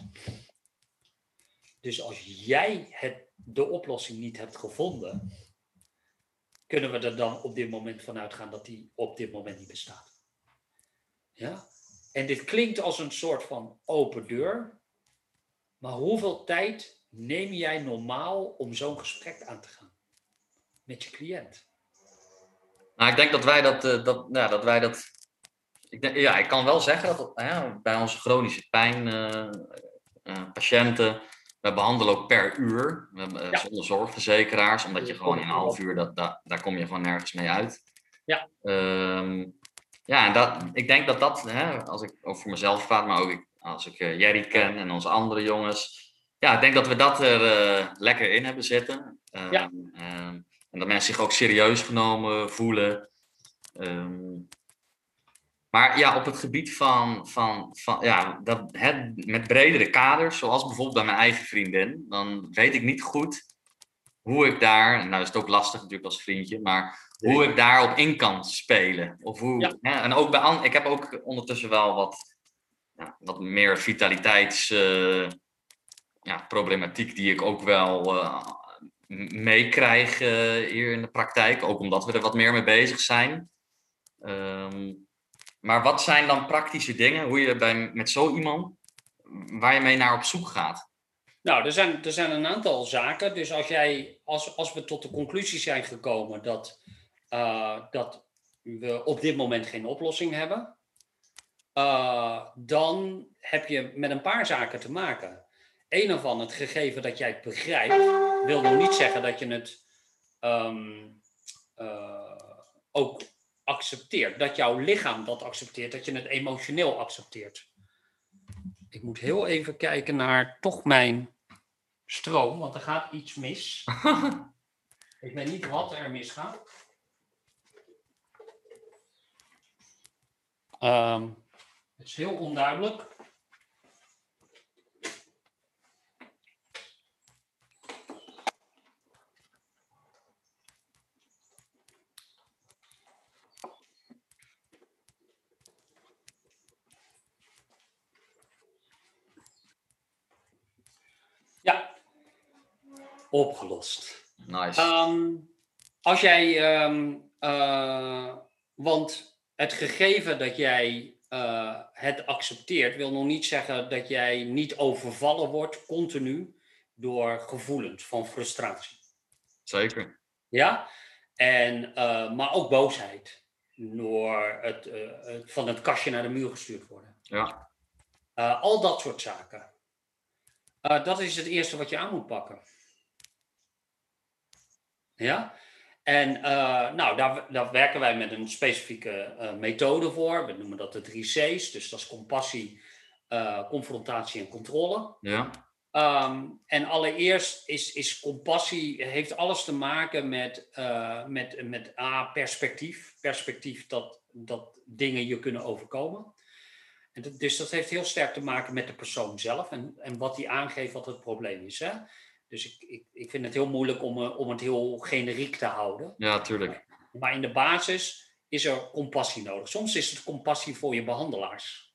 Dus als jij het, de oplossing niet hebt gevonden, kunnen we er dan op dit moment van uitgaan dat die op dit moment niet bestaat. Ja? En dit klinkt als een soort van open deur, maar hoeveel tijd neem jij normaal om zo'n gesprek aan te gaan met je cliënt? Nou, ik denk dat wij dat, uh, dat, ja, dat wij dat, ik denk, ja, ik kan wel zeggen dat uh, bij onze chronische pijn uh, uh, patiënten, we behandelen ook per uur, we hebben, uh, ja. zonder zorgverzekeraars, omdat je gewoon in een half uur, dat, dat, daar kom je gewoon nergens mee uit. Ja. Um, ja, en dat, ik denk dat dat, hè, als ik ook voor mezelf praat, maar ook als ik uh, Jerry ken en onze andere jongens, ja, ik denk dat we dat er uh, lekker in hebben zitten. Um, ja. um, en dat mensen zich ook serieus genomen voelen. Um, maar ja, op het gebied van, van, van ja, dat, hè, met bredere kaders, zoals bijvoorbeeld bij mijn eigen vriendin, dan weet ik niet goed hoe ik daar, en nou is het ook lastig natuurlijk als vriendje, maar hoe ik daarop in kan spelen. Of hoe, ja. hè, en ook bij, ik heb ook ondertussen wel wat, ja, wat meer vitaliteits uh, ja, problematiek die ik ook wel uh, meekrijg uh, hier in de praktijk. Ook omdat we er wat meer mee bezig zijn. Um, maar wat zijn dan praktische dingen, hoe je bij, met zo iemand, waar je mee naar op zoek gaat? Nou, er zijn, er zijn een aantal zaken. Dus als, jij, als, als we tot de conclusie zijn gekomen dat, uh, dat we op dit moment geen oplossing hebben, uh, dan heb je met een paar zaken te maken. Eén ervan, het gegeven dat jij het begrijpt, wil nog niet zeggen dat je het um, uh, ook accepteert. Dat jouw lichaam dat accepteert, dat je het emotioneel accepteert. Ik moet heel even kijken naar toch mijn stroom, want er gaat iets mis. Ik weet niet wat er misgaat. Um, het is heel onduidelijk. Ja, opgelost. Nice. Um, als jij, um, uh, want het gegeven dat jij uh, het accepteert, wil nog niet zeggen dat jij niet overvallen wordt continu door gevoelens van frustratie. Zeker. Ja, en, uh, maar ook boosheid door het, uh, het van het kastje naar de muur gestuurd worden. Ja. Uh, al dat soort zaken. Uh, dat is het eerste wat je aan moet pakken. Ja? En uh, nou, daar, daar werken wij met een specifieke uh, methode voor. We noemen dat de drie C's. Dus dat is compassie, uh, confrontatie en controle. Ja. Um, en allereerst is, is compassie, heeft alles te maken met, uh, met, met A, perspectief. Perspectief dat, dat dingen je kunnen overkomen. En dat, dus dat heeft heel sterk te maken met de persoon zelf en, en wat die aangeeft wat het probleem is. Hè? Dus ik, ik, ik vind het heel moeilijk om, uh, om het heel generiek te houden. Ja, tuurlijk. Maar in de basis is er compassie nodig. Soms is het compassie voor je behandelaars.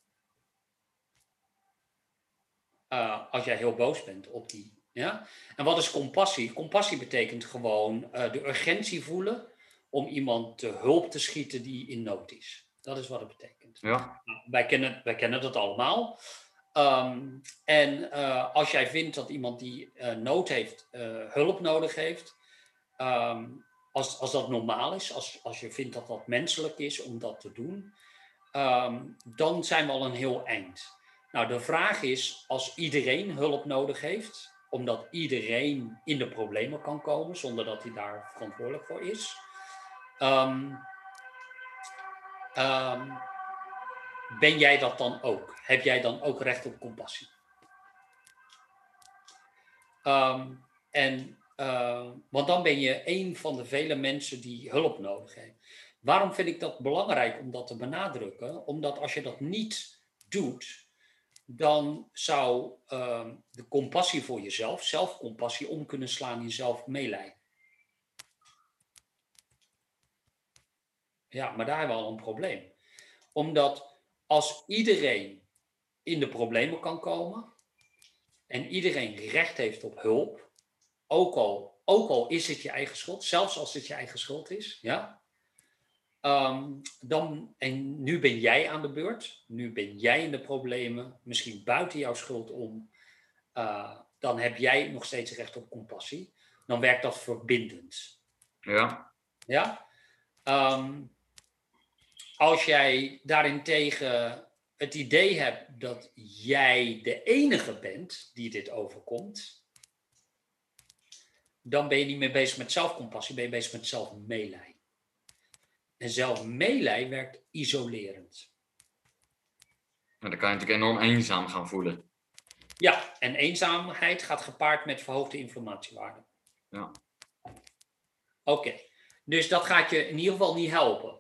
Uh, als jij heel boos bent op die. Ja? En wat is compassie? Compassie betekent gewoon uh, de urgentie voelen om iemand te hulp te schieten die in nood is. Dat is wat het betekent. Ja. Nou, wij, kennen, wij kennen dat allemaal. Um, en uh, als jij vindt dat iemand die uh, nood heeft, uh, hulp nodig heeft, um, als, als dat normaal is, als, als je vindt dat dat menselijk is om dat te doen, um, dan zijn we al een heel eind. Nou, de vraag is, als iedereen hulp nodig heeft, omdat iedereen in de problemen kan komen, zonder dat hij daar verantwoordelijk voor is, um, um, ben jij dat dan ook? Heb jij dan ook recht op compassie? Um, en, uh, want dan ben je een van de vele mensen die hulp nodig heeft. Waarom vind ik dat belangrijk om dat te benadrukken? Omdat als je dat niet doet, dan zou uh, de compassie voor jezelf, zelfcompassie, om kunnen slaan in zelfmeelijden. Ja, maar daar hebben we al een probleem. Omdat als iedereen in de problemen kan komen en iedereen recht heeft op hulp, ook al, ook al is het je eigen schuld, zelfs als het je eigen schuld is, ja, um, dan, en nu ben jij aan de beurt, nu ben jij in de problemen, misschien buiten jouw schuld om, uh, dan heb jij nog steeds recht op compassie, dan werkt dat verbindend. Ja. Ja? Um, als jij daarentegen het idee hebt dat jij de enige bent die dit overkomt, dan ben je niet meer bezig met zelfcompassie, ben je bezig met zelfmeelij. En zelfmeelij werkt isolerend. En dan kan je natuurlijk enorm eenzaam gaan voelen. Ja, en eenzaamheid gaat gepaard met verhoogde informatiewaarde. Ja. Oké, okay. Dus dat gaat je in ieder geval niet helpen.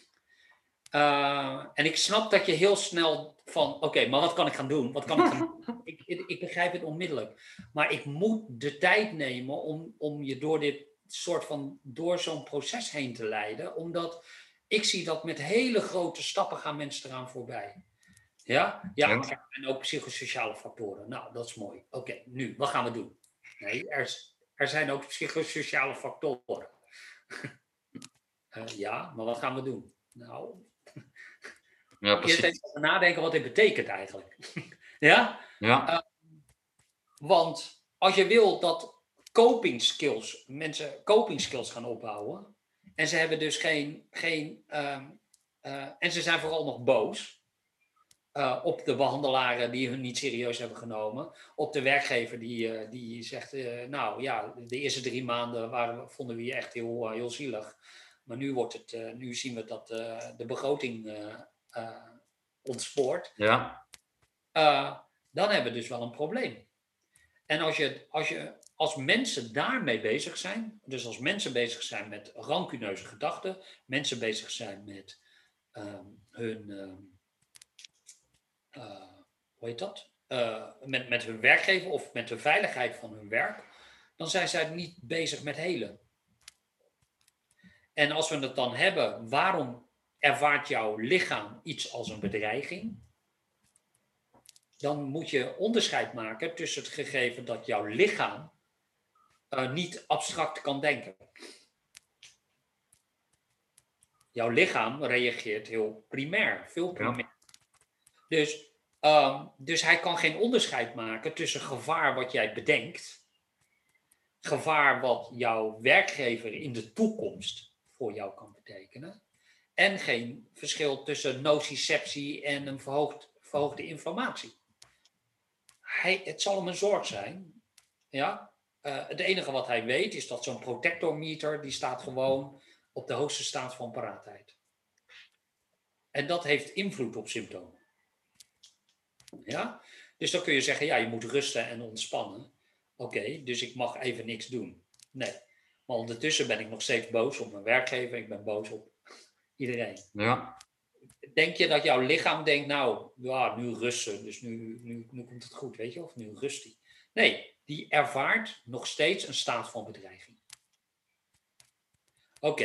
Uh, en ik snap dat je heel snel van, oké, okay, maar wat kan ik gaan doen? Wat kan ik gaan doen? ik, ik, ik begrijp het onmiddellijk. Maar ik moet de tijd nemen om, om je door dit soort van, door zo'n proces heen te leiden. Omdat ik zie dat met hele grote stappen gaan mensen eraan voorbij. Ja? Ja, ja. En ook psychosociale factoren. Nou, dat is mooi. Oké, okay, nu, wat gaan we doen? Nee, er, er zijn ook psychosociale factoren. uh, ja, maar wat gaan we doen? Nou... Ja, precies. Eerst even nadenken wat dit betekent eigenlijk. ja? Ja. Uh, want als je wil dat coping skills, mensen coping skills gaan opbouwen, en ze hebben dus geen, geen uh, uh, en ze zijn vooral nog boos uh, op de behandelaren die hun niet serieus hebben genomen, op de werkgever die, uh, die zegt, uh, nou ja, de eerste drie maanden waren, vonden we je echt heel, uh, heel zielig, maar nu wordt het, uh, nu zien we dat uh, de begroting uh, Uh, ontspoort, ja. uh, dan hebben we dus wel een probleem. En als, je, als, je, als mensen daarmee bezig zijn, dus als mensen bezig zijn met rancuneuze gedachten, mensen bezig zijn met um, hun, um, uh, hoe heet dat? Uh, met, met hun werkgever of met de veiligheid van hun werk, dan zijn zij niet bezig met helen. En als we het dan hebben, waarom ervaart jouw lichaam iets als een bedreiging, dan moet je onderscheid maken tussen het gegeven dat jouw lichaam uh, niet abstract kan denken. Jouw lichaam reageert heel primair, veel primair. Ja. Dus, um, dus hij kan geen onderscheid maken tussen gevaar wat jij bedenkt, gevaar wat jouw werkgever in de toekomst voor jou kan betekenen, en geen verschil tussen nociceptie en een verhoogd, verhoogde inflammatie. Hij, het zal hem een zorg zijn. Ja? Uh, het enige wat hij weet is dat zo'n protectormeter, die staat gewoon op de hoogste staat van paraatheid. En dat heeft invloed op symptomen. Ja? Dus dan kun je zeggen, ja, je moet rusten en ontspannen. Oké, okay, dus ik mag even niks doen. Nee. Maar ondertussen ben ik nog steeds boos op mijn werkgever. Ik ben boos op iedereen. Ja. Denk je dat jouw lichaam denkt, nou, ja, nu rusten, dus nu, nu, nu komt het goed, weet je, of nu rust hij. Nee, die ervaart nog steeds een staat van bedreiging. Oké, okay.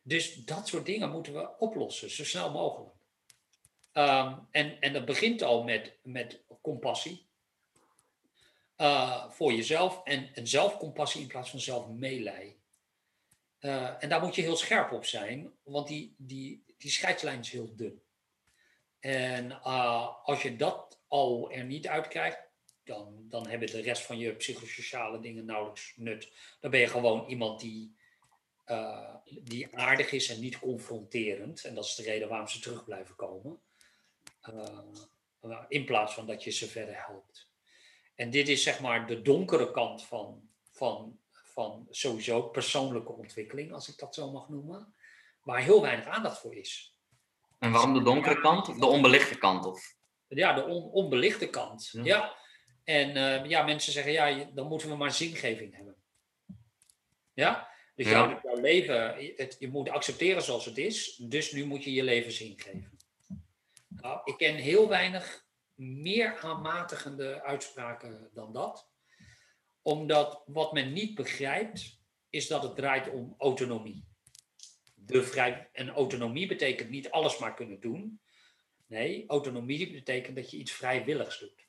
Dus dat soort dingen moeten we oplossen, zo snel mogelijk. Um, en, en dat begint al met, met compassie. Uh, voor jezelf en, en zelfcompassie in plaats van zelfmeelij. Uh, en daar moet je heel scherp op zijn, want die, die, die scheidslijn is heel dun. En uh, als je dat al er niet uitkrijgt, dan, dan hebben de rest van je psychosociale dingen nauwelijks nut. Dan ben je gewoon iemand die, uh, die aardig is en niet confronterend. En dat is de reden waarom ze terug blijven komen. Uh, in plaats van dat je ze verder helpt. En dit is zeg maar de donkere kant van, van, van sowieso persoonlijke ontwikkeling, als ik dat zo mag noemen. Waar heel weinig aandacht voor is. En waarom de donkere kant? De onbelichte kant? Of? Ja, de on, onbelichte kant. Ja. ja. En uh, ja, mensen zeggen, ja, dan moeten we maar zingeving hebben. Ja? Dus ja. Jouw, jouw leven, het, je moet accepteren zoals het is. Dus nu moet je je leven zin geven. Nou, ik ken heel weinig meer aanmatigende uitspraken dan dat. Omdat wat men niet begrijpt, is dat het draait om autonomie. De vrij, en autonomie betekent niet alles maar kunnen doen. Nee, autonomie betekent dat je iets vrijwilligs doet.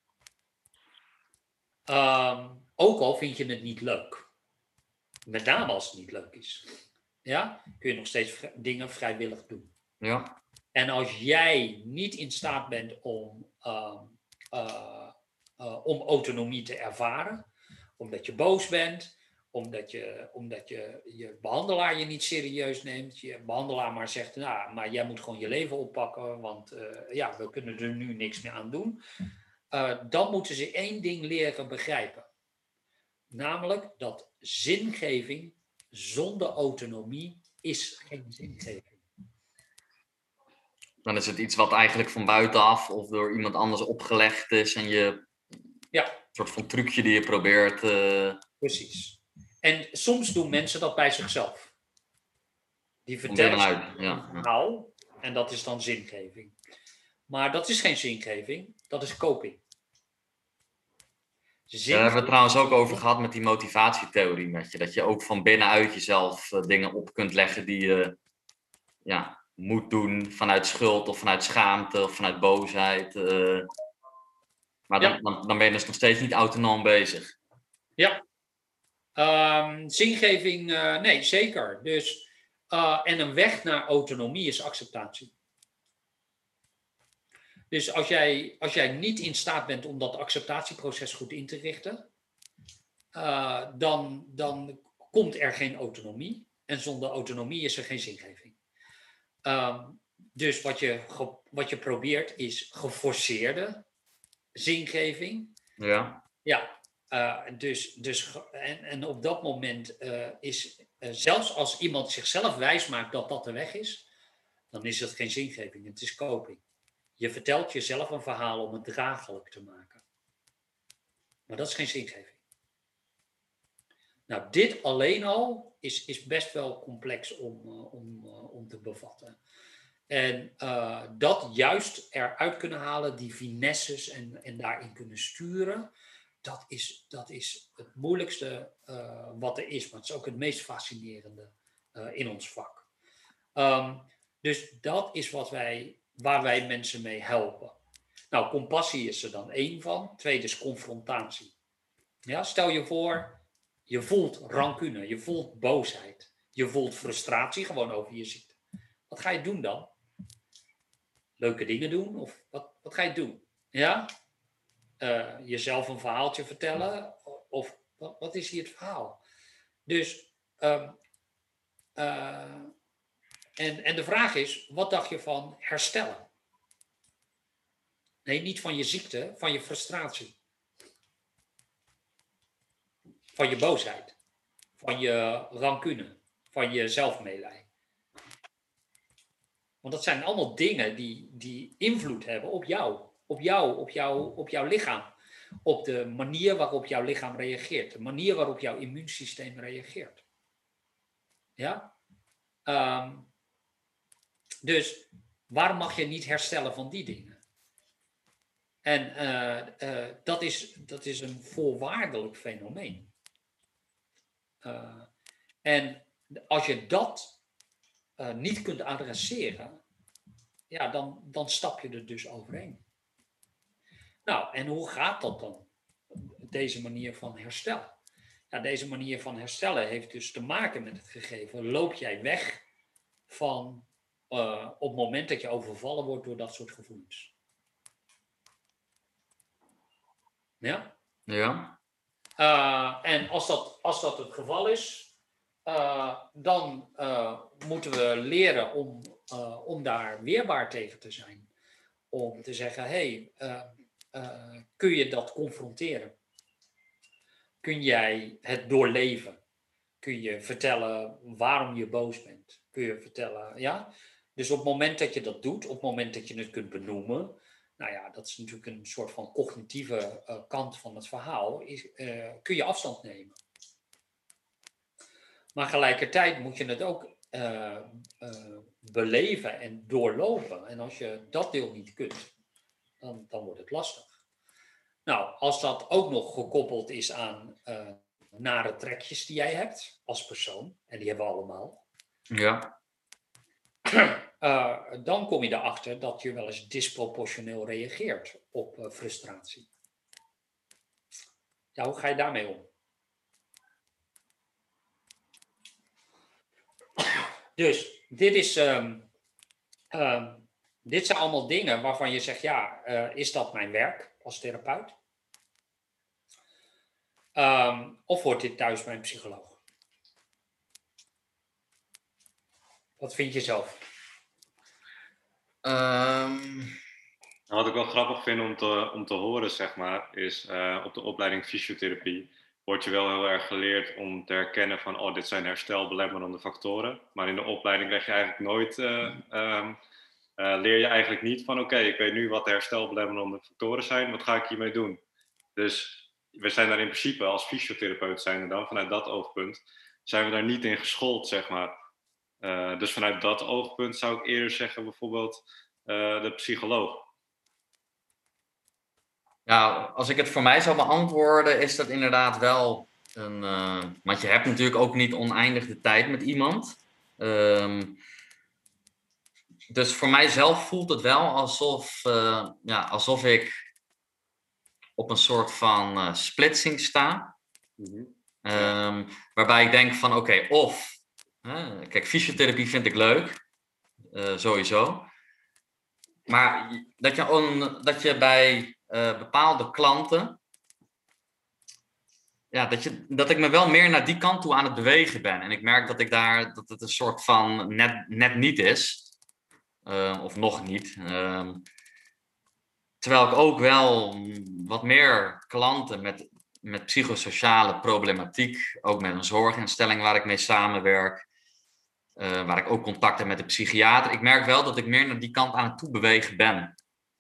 Um, ook al vind je het niet leuk. Met name als het niet leuk is. Ja, kun je nog steeds v- dingen vrijwillig doen. Ja. En als jij niet in staat bent om, uh, uh, uh, om autonomie te ervaren, omdat je boos bent, omdat je, omdat je je behandelaar je niet serieus neemt, je behandelaar maar zegt, nou, maar jij moet gewoon je leven oppakken, want uh, ja, we kunnen er nu niks meer aan doen. Uh, dan moeten ze één ding leren begrijpen. Namelijk dat zingeving zonder autonomie is geen zingeving. Dan is het iets wat eigenlijk van buitenaf of door iemand anders opgelegd is en je ja. een soort van trucje die je probeert. Uh... Precies. En soms doen mensen dat bij zichzelf. Die vertellen uit. Ja, een verhaal en dat is dan zingeving. Maar dat is geen zingeving, dat is coping. Zingeving... Daar hebben we het trouwens ook over gehad met die motivatietheorie met je. Dat je ook van binnenuit jezelf uh, dingen op kunt leggen die je uh, ja, moet doen vanuit schuld of vanuit schaamte of vanuit boosheid. Uh, maar dan, ja. dan, dan ben je dus nog steeds niet autonoom bezig. Ja. Um, zingeving, uh, nee, zeker. Dus, uh, en een weg naar autonomie is acceptatie. Dus als jij, als jij niet in staat bent om dat acceptatieproces goed in te richten, uh, dan, dan komt er geen autonomie. En zonder autonomie is er geen zingeving. Um, dus wat je, ge, wat je probeert is geforceerde zingeving. Ja. Ja. Uh, dus, dus, en, en op dat moment uh, is, uh, zelfs als iemand zichzelf wijs maakt dat dat de weg is, dan is het geen zingeving, het is coping. Je vertelt jezelf een verhaal om het draaglijk te maken. Maar dat is geen zingeving. Nou, dit alleen al is, is best wel complex om, uh, om, uh, om te bevatten. En uh, dat juist eruit kunnen halen, die finesses en, en daarin kunnen sturen, dat is, dat is het moeilijkste uh, wat er is. Maar het is ook het meest fascinerende uh, in ons vak. Um, dus dat is wat wij, waar wij mensen mee helpen. Nou, compassie is er dan één van. Tweede is confrontatie. Ja, stel je voor, je voelt rancune, je voelt boosheid. Je voelt frustratie gewoon over je ziekte. Wat ga je doen dan? Leuke dingen doen? Of wat, wat ga je doen? Ja? Uh, jezelf een verhaaltje vertellen? Of wat, wat is hier het verhaal? Dus, um, uh, en, en de vraag is, wat dacht je van herstellen? Nee, niet van je ziekte, van je frustratie. Van je boosheid. Van je rancune. Van je zelfmeelij. Want dat zijn allemaal dingen die, die invloed hebben op jou. Op jou, op jou, op jouw lichaam. Op de manier waarop jouw lichaam reageert. De manier waarop jouw immuunsysteem reageert. Ja? Um, dus waarom mag je niet herstellen van die dingen? En uh, uh, dat, is, dat is een voorwaardelijk fenomeen. Uh, en als je dat uh, niet kunt adresseren, ja, dan, dan stap je er dus overheen. Nou, en hoe gaat dat dan? Deze manier van herstel. Ja, deze manier van herstellen heeft dus te maken met het gegeven. Loop jij weg van uh, op het moment dat je overvallen wordt door dat soort gevoelens? Ja? Ja. Uh, en als dat, als dat het geval is, uh, dan uh, moeten we leren om, uh, om daar weerbaar tegen te zijn. Om te zeggen, hé, hey, uh, uh, kun je dat confronteren? Kun jij het doorleven? Kun je vertellen waarom je boos bent? Kun je vertellen, ja? Dus op het moment dat je dat doet, op het moment dat je het kunt benoemen, nou ja, dat is natuurlijk een soort van cognitieve uh, kant van het verhaal, is, uh, kun je afstand nemen. Maar tegelijkertijd moet je het ook uh, uh, beleven en doorlopen. En als je dat deel niet kunt, dan, dan wordt het lastig. Nou, als dat ook nog gekoppeld is aan uh, nare trekjes die jij hebt als persoon, en die hebben we allemaal. Ja. Uh, dan kom je erachter dat je wel eens disproportioneel reageert op uh, frustratie. Ja, hoe ga je daarmee om? Dus, dit is... Um, um, dit zijn allemaal dingen waarvan je zegt, ja, uh, is dat mijn werk als therapeut? Um, of wordt dit thuis bij een psycholoog? Wat vind je zelf? Um... Wat ik wel grappig vind om te, om te horen, zeg maar, is uh, op de opleiding fysiotherapie word je wel heel erg geleerd om te herkennen van, oh, dit zijn herstelbelemmerende factoren. Maar in de opleiding krijg je eigenlijk nooit, uh, um, uh, leer je eigenlijk niet van, oké, okay, ik weet nu wat de herstelbelemmerende factoren zijn, wat ga ik hiermee doen? Dus we zijn daar in principe als fysiotherapeut zijn en dan vanuit dat oogpunt zijn we daar niet in geschoold, zeg maar. Uh, dus vanuit dat oogpunt zou ik eerder zeggen bijvoorbeeld uh, de psycholoog. Ja, als ik het voor mij zou beantwoorden, is dat inderdaad wel een... Uh, want je hebt natuurlijk ook niet oneindig de tijd met iemand. Um, dus voor mijzelf voelt het wel alsof, uh, ja, alsof ik op een soort van uh, splitsing sta. Mm-hmm. Um, waarbij ik denk van oké, okay, of... Uh, kijk, fysiotherapie vind ik leuk. Uh, sowieso. Maar dat je, on, dat je bij... Uh, bepaalde klanten, ja, dat, je, dat ik me wel meer naar die kant toe aan het bewegen ben. En ik merk dat ik daar, dat het een soort van net, net niet is. Uh, of nog niet. Uh, terwijl ik ook wel wat meer klanten met, met psychosociale problematiek, ook met een zorginstelling waar ik mee samenwerk, uh, waar ik ook contact heb met de psychiater. Ik merk wel dat ik meer naar die kant aan het toe bewegen ben.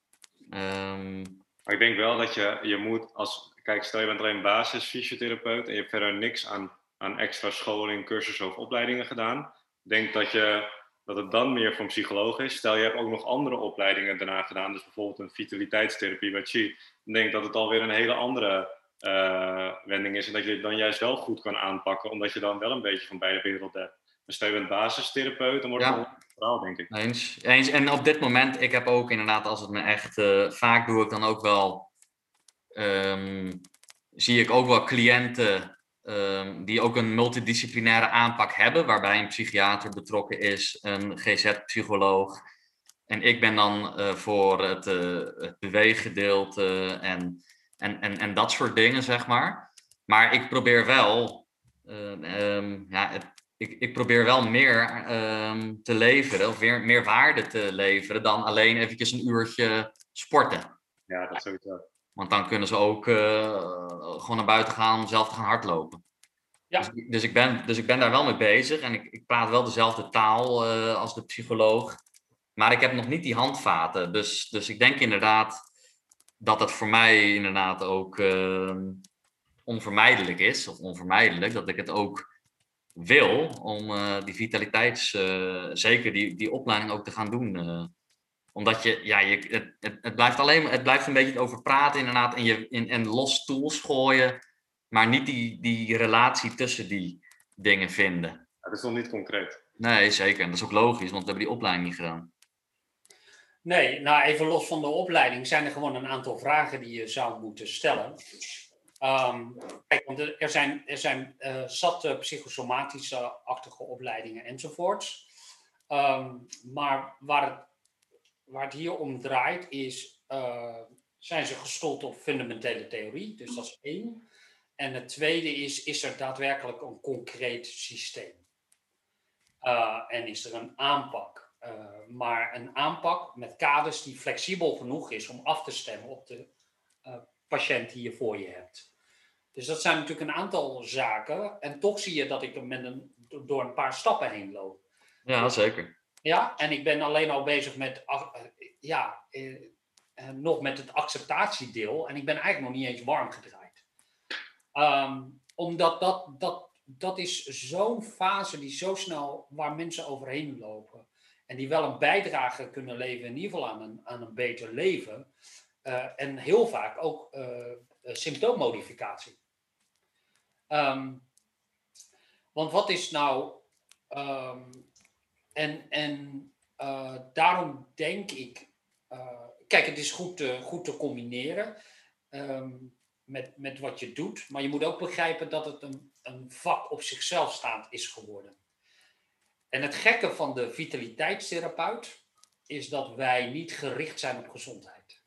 Um, Maar ik denk wel dat je, je moet, als, kijk, stel je bent alleen basisfysiotherapeut en je hebt verder niks aan, aan extra scholing, cursussen of opleidingen gedaan. Ik denk dat, je, dat het dan meer voor een psycholoog is. Stel je hebt ook nog andere opleidingen daarna gedaan, dus bijvoorbeeld een vitaliteitstherapie bij Chi. Dan denk ik dat het alweer een hele andere uh, wending is en dat je het dan juist wel goed kan aanpakken, omdat je dan wel een beetje van beide werelden hebt. Dus stel je bent basistherapeut, dan wordt het ja. wel een verhaal, denk ik. Eens, eens. En op dit moment, ik heb ook inderdaad, als het me echt, uh, vaak doe ik dan ook wel, um, zie ik ook wel cliënten um, die ook een multidisciplinaire aanpak hebben, waarbij een psychiater betrokken is, een G Z-psycholoog. En ik ben dan uh, voor het, uh, het beweeggedeelte en, en, en, en dat soort dingen, zeg maar. Maar ik probeer wel, uh, um, ja, het, Ik, ik probeer wel meer um, te leveren, of meer, meer waarde te leveren, dan alleen eventjes een uurtje sporten. Ja, dat sowieso. Want dan kunnen ze ook uh, gewoon naar buiten gaan om zelf te gaan hardlopen. Ja. Dus, dus, ik ben, dus ik ben daar wel mee bezig en ik, ik praat wel dezelfde taal uh, als de psycholoog. Maar ik heb nog niet die handvaten. Dus, dus ik denk inderdaad dat het voor mij inderdaad ook uh, onvermijdelijk is, of onvermijdelijk, dat ik het ook wil om uh, die vitaliteits, uh, zeker die, die opleiding ook te gaan doen. Uh, omdat je, ja, je, het, het, het blijft alleen, het blijft een beetje over praten inderdaad en, je, in, en los tools gooien, maar niet die, die relatie tussen die dingen vinden. Dat is nog niet concreet. Nee, zeker. En dat is ook logisch, want we hebben die opleiding niet gedaan. Nee, nou even los van de opleiding zijn er gewoon een aantal vragen die je zou moeten stellen. Um, kijk, want er zijn, er zijn uh, zat uh, psychosomatische-achtige opleidingen enzovoorts. Um, maar waar het, waar het hier om draait is, uh, zijn ze gestoeld op fundamentele theorie, dus dat is één. En het tweede is, is er daadwerkelijk een concreet systeem? Uh, en is er een aanpak? Uh, maar een aanpak met kaders die flexibel genoeg is om af te stemmen op de uh, patiënt die je voor je hebt. Dus dat zijn natuurlijk een aantal zaken. En toch zie je dat ik er met een, door een paar stappen heen loop. Ja, zeker. Ja, en ik ben alleen al bezig met, uh, ja, uh, uh, nog met het acceptatiedeel. En ik ben eigenlijk nog niet eens warm gedraaid. Um, omdat dat, dat, dat is zo'n fase die zo snel, waar mensen overheen lopen. En die wel een bijdrage kunnen leveren, in ieder geval aan een, aan een beter leven. Uh, en heel vaak ook uh, symptoommodificatie. Um, want wat is nou... Um, en en uh, daarom denk ik... Uh, kijk, het is goed te, goed te combineren um, met, met wat je doet. Maar je moet ook begrijpen dat het een, een vak op zichzelf staand is geworden. En het gekke van de vitaliteitstherapeut is dat wij niet gericht zijn op gezondheid.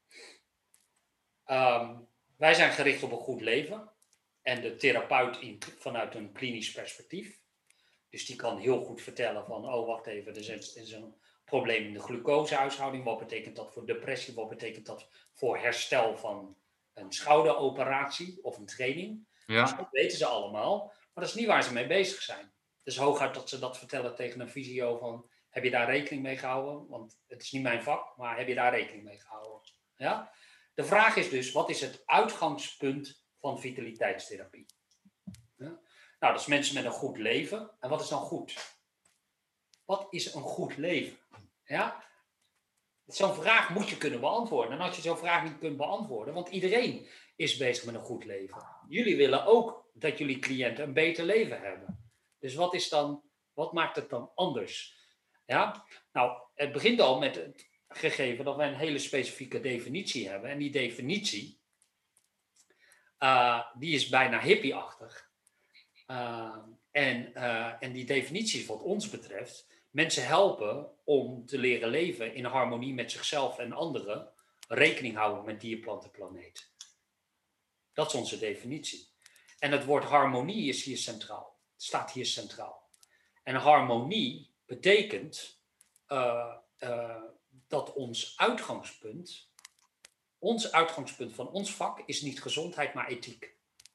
Um, wij zijn gericht op een goed leven. En de therapeut in, vanuit een klinisch perspectief. Dus die kan heel goed vertellen van, oh wacht even, er is, er is een probleem in de glucosehuishouding. Wat betekent dat voor depressie? Wat betekent dat voor herstel van een schouderoperatie of een training? Ja. Dus dat weten ze allemaal. Maar dat is niet waar ze mee bezig zijn. Het is hooguit dat ze dat vertellen tegen een fysio van, heb je daar rekening mee gehouden? Want het is niet mijn vak, maar heb je daar rekening mee gehouden? Ja? De vraag is dus, wat is het uitgangspunt van vitaliteitstherapie? Ja? Nou, dat is mensen met een goed leven. En wat is dan goed? Wat is een goed leven? Ja? Zo'n vraag moet je kunnen beantwoorden. En als je zo'n vraag niet kunt beantwoorden, want iedereen is bezig met een goed leven. Jullie willen ook dat jullie cliënten een beter leven hebben. Dus wat is dan, wat maakt het dan anders? Ja? Nou, het begint al met het gegeven dat wij een hele specifieke definitie hebben. En die definitie, uh, die is bijna hippie-achtig. Uh, en, uh, en die definitie is wat ons betreft mensen helpen om te leren leven in harmonie met zichzelf en anderen. Rekening houden met dier, plant, planeet. Dat is onze definitie. En het woord harmonie is hier centraal. Het staat hier centraal. En harmonie betekent uh, uh, dat ons uitgangspunt, ons uitgangspunt van ons vak is niet gezondheid, maar ethiek.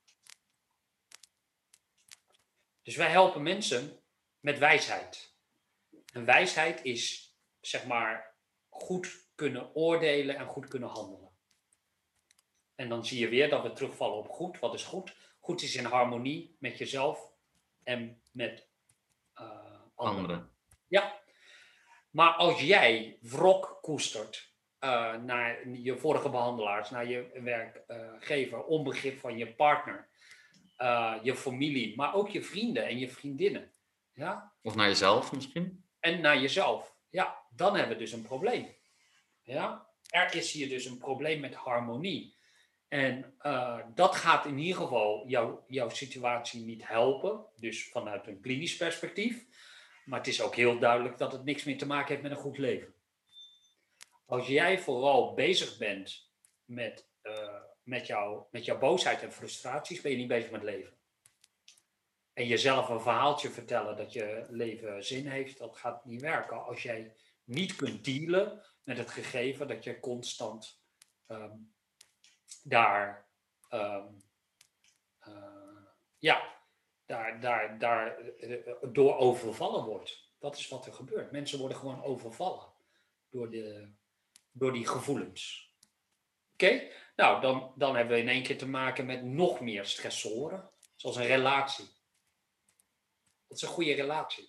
Dus wij helpen mensen met wijsheid. En wijsheid is, zeg maar, goed kunnen oordelen en goed kunnen handelen. En dan zie je weer dat we terugvallen op goed. Wat is goed? Goed is in harmonie met jezelf en met uh, anderen. anderen. Ja. Maar als jij wrok koestert uh, naar je vorige behandelaars, naar je werkgever, uh, onbegrip van je partner, uh, je familie, maar ook je vrienden en je vriendinnen. Ja? Of naar jezelf misschien? En naar jezelf. Ja, dan hebben we dus een probleem. Ja? Er is hier dus een probleem met harmonie. En uh, dat gaat in ieder geval jou, jouw situatie niet helpen. Dus vanuit een klinisch perspectief. Maar het is ook heel duidelijk dat het niks meer te maken heeft met een goed leven. Als jij vooral bezig bent met, uh, met, jou, met jouw boosheid en frustraties, ben je niet bezig met leven. En jezelf een verhaaltje vertellen dat je leven zin heeft, dat gaat niet werken. Als jij niet kunt dealen met het gegeven dat je constant um, daar, um, uh, ja, daar, daar, daar uh, door overvallen wordt. Dat is wat er gebeurt. Mensen worden gewoon overvallen door, de, door die gevoelens. Oké? Okay? Nou, dan, dan hebben we in één keer te maken met nog meer stressoren, zoals een relatie. Dat is een goede relatie.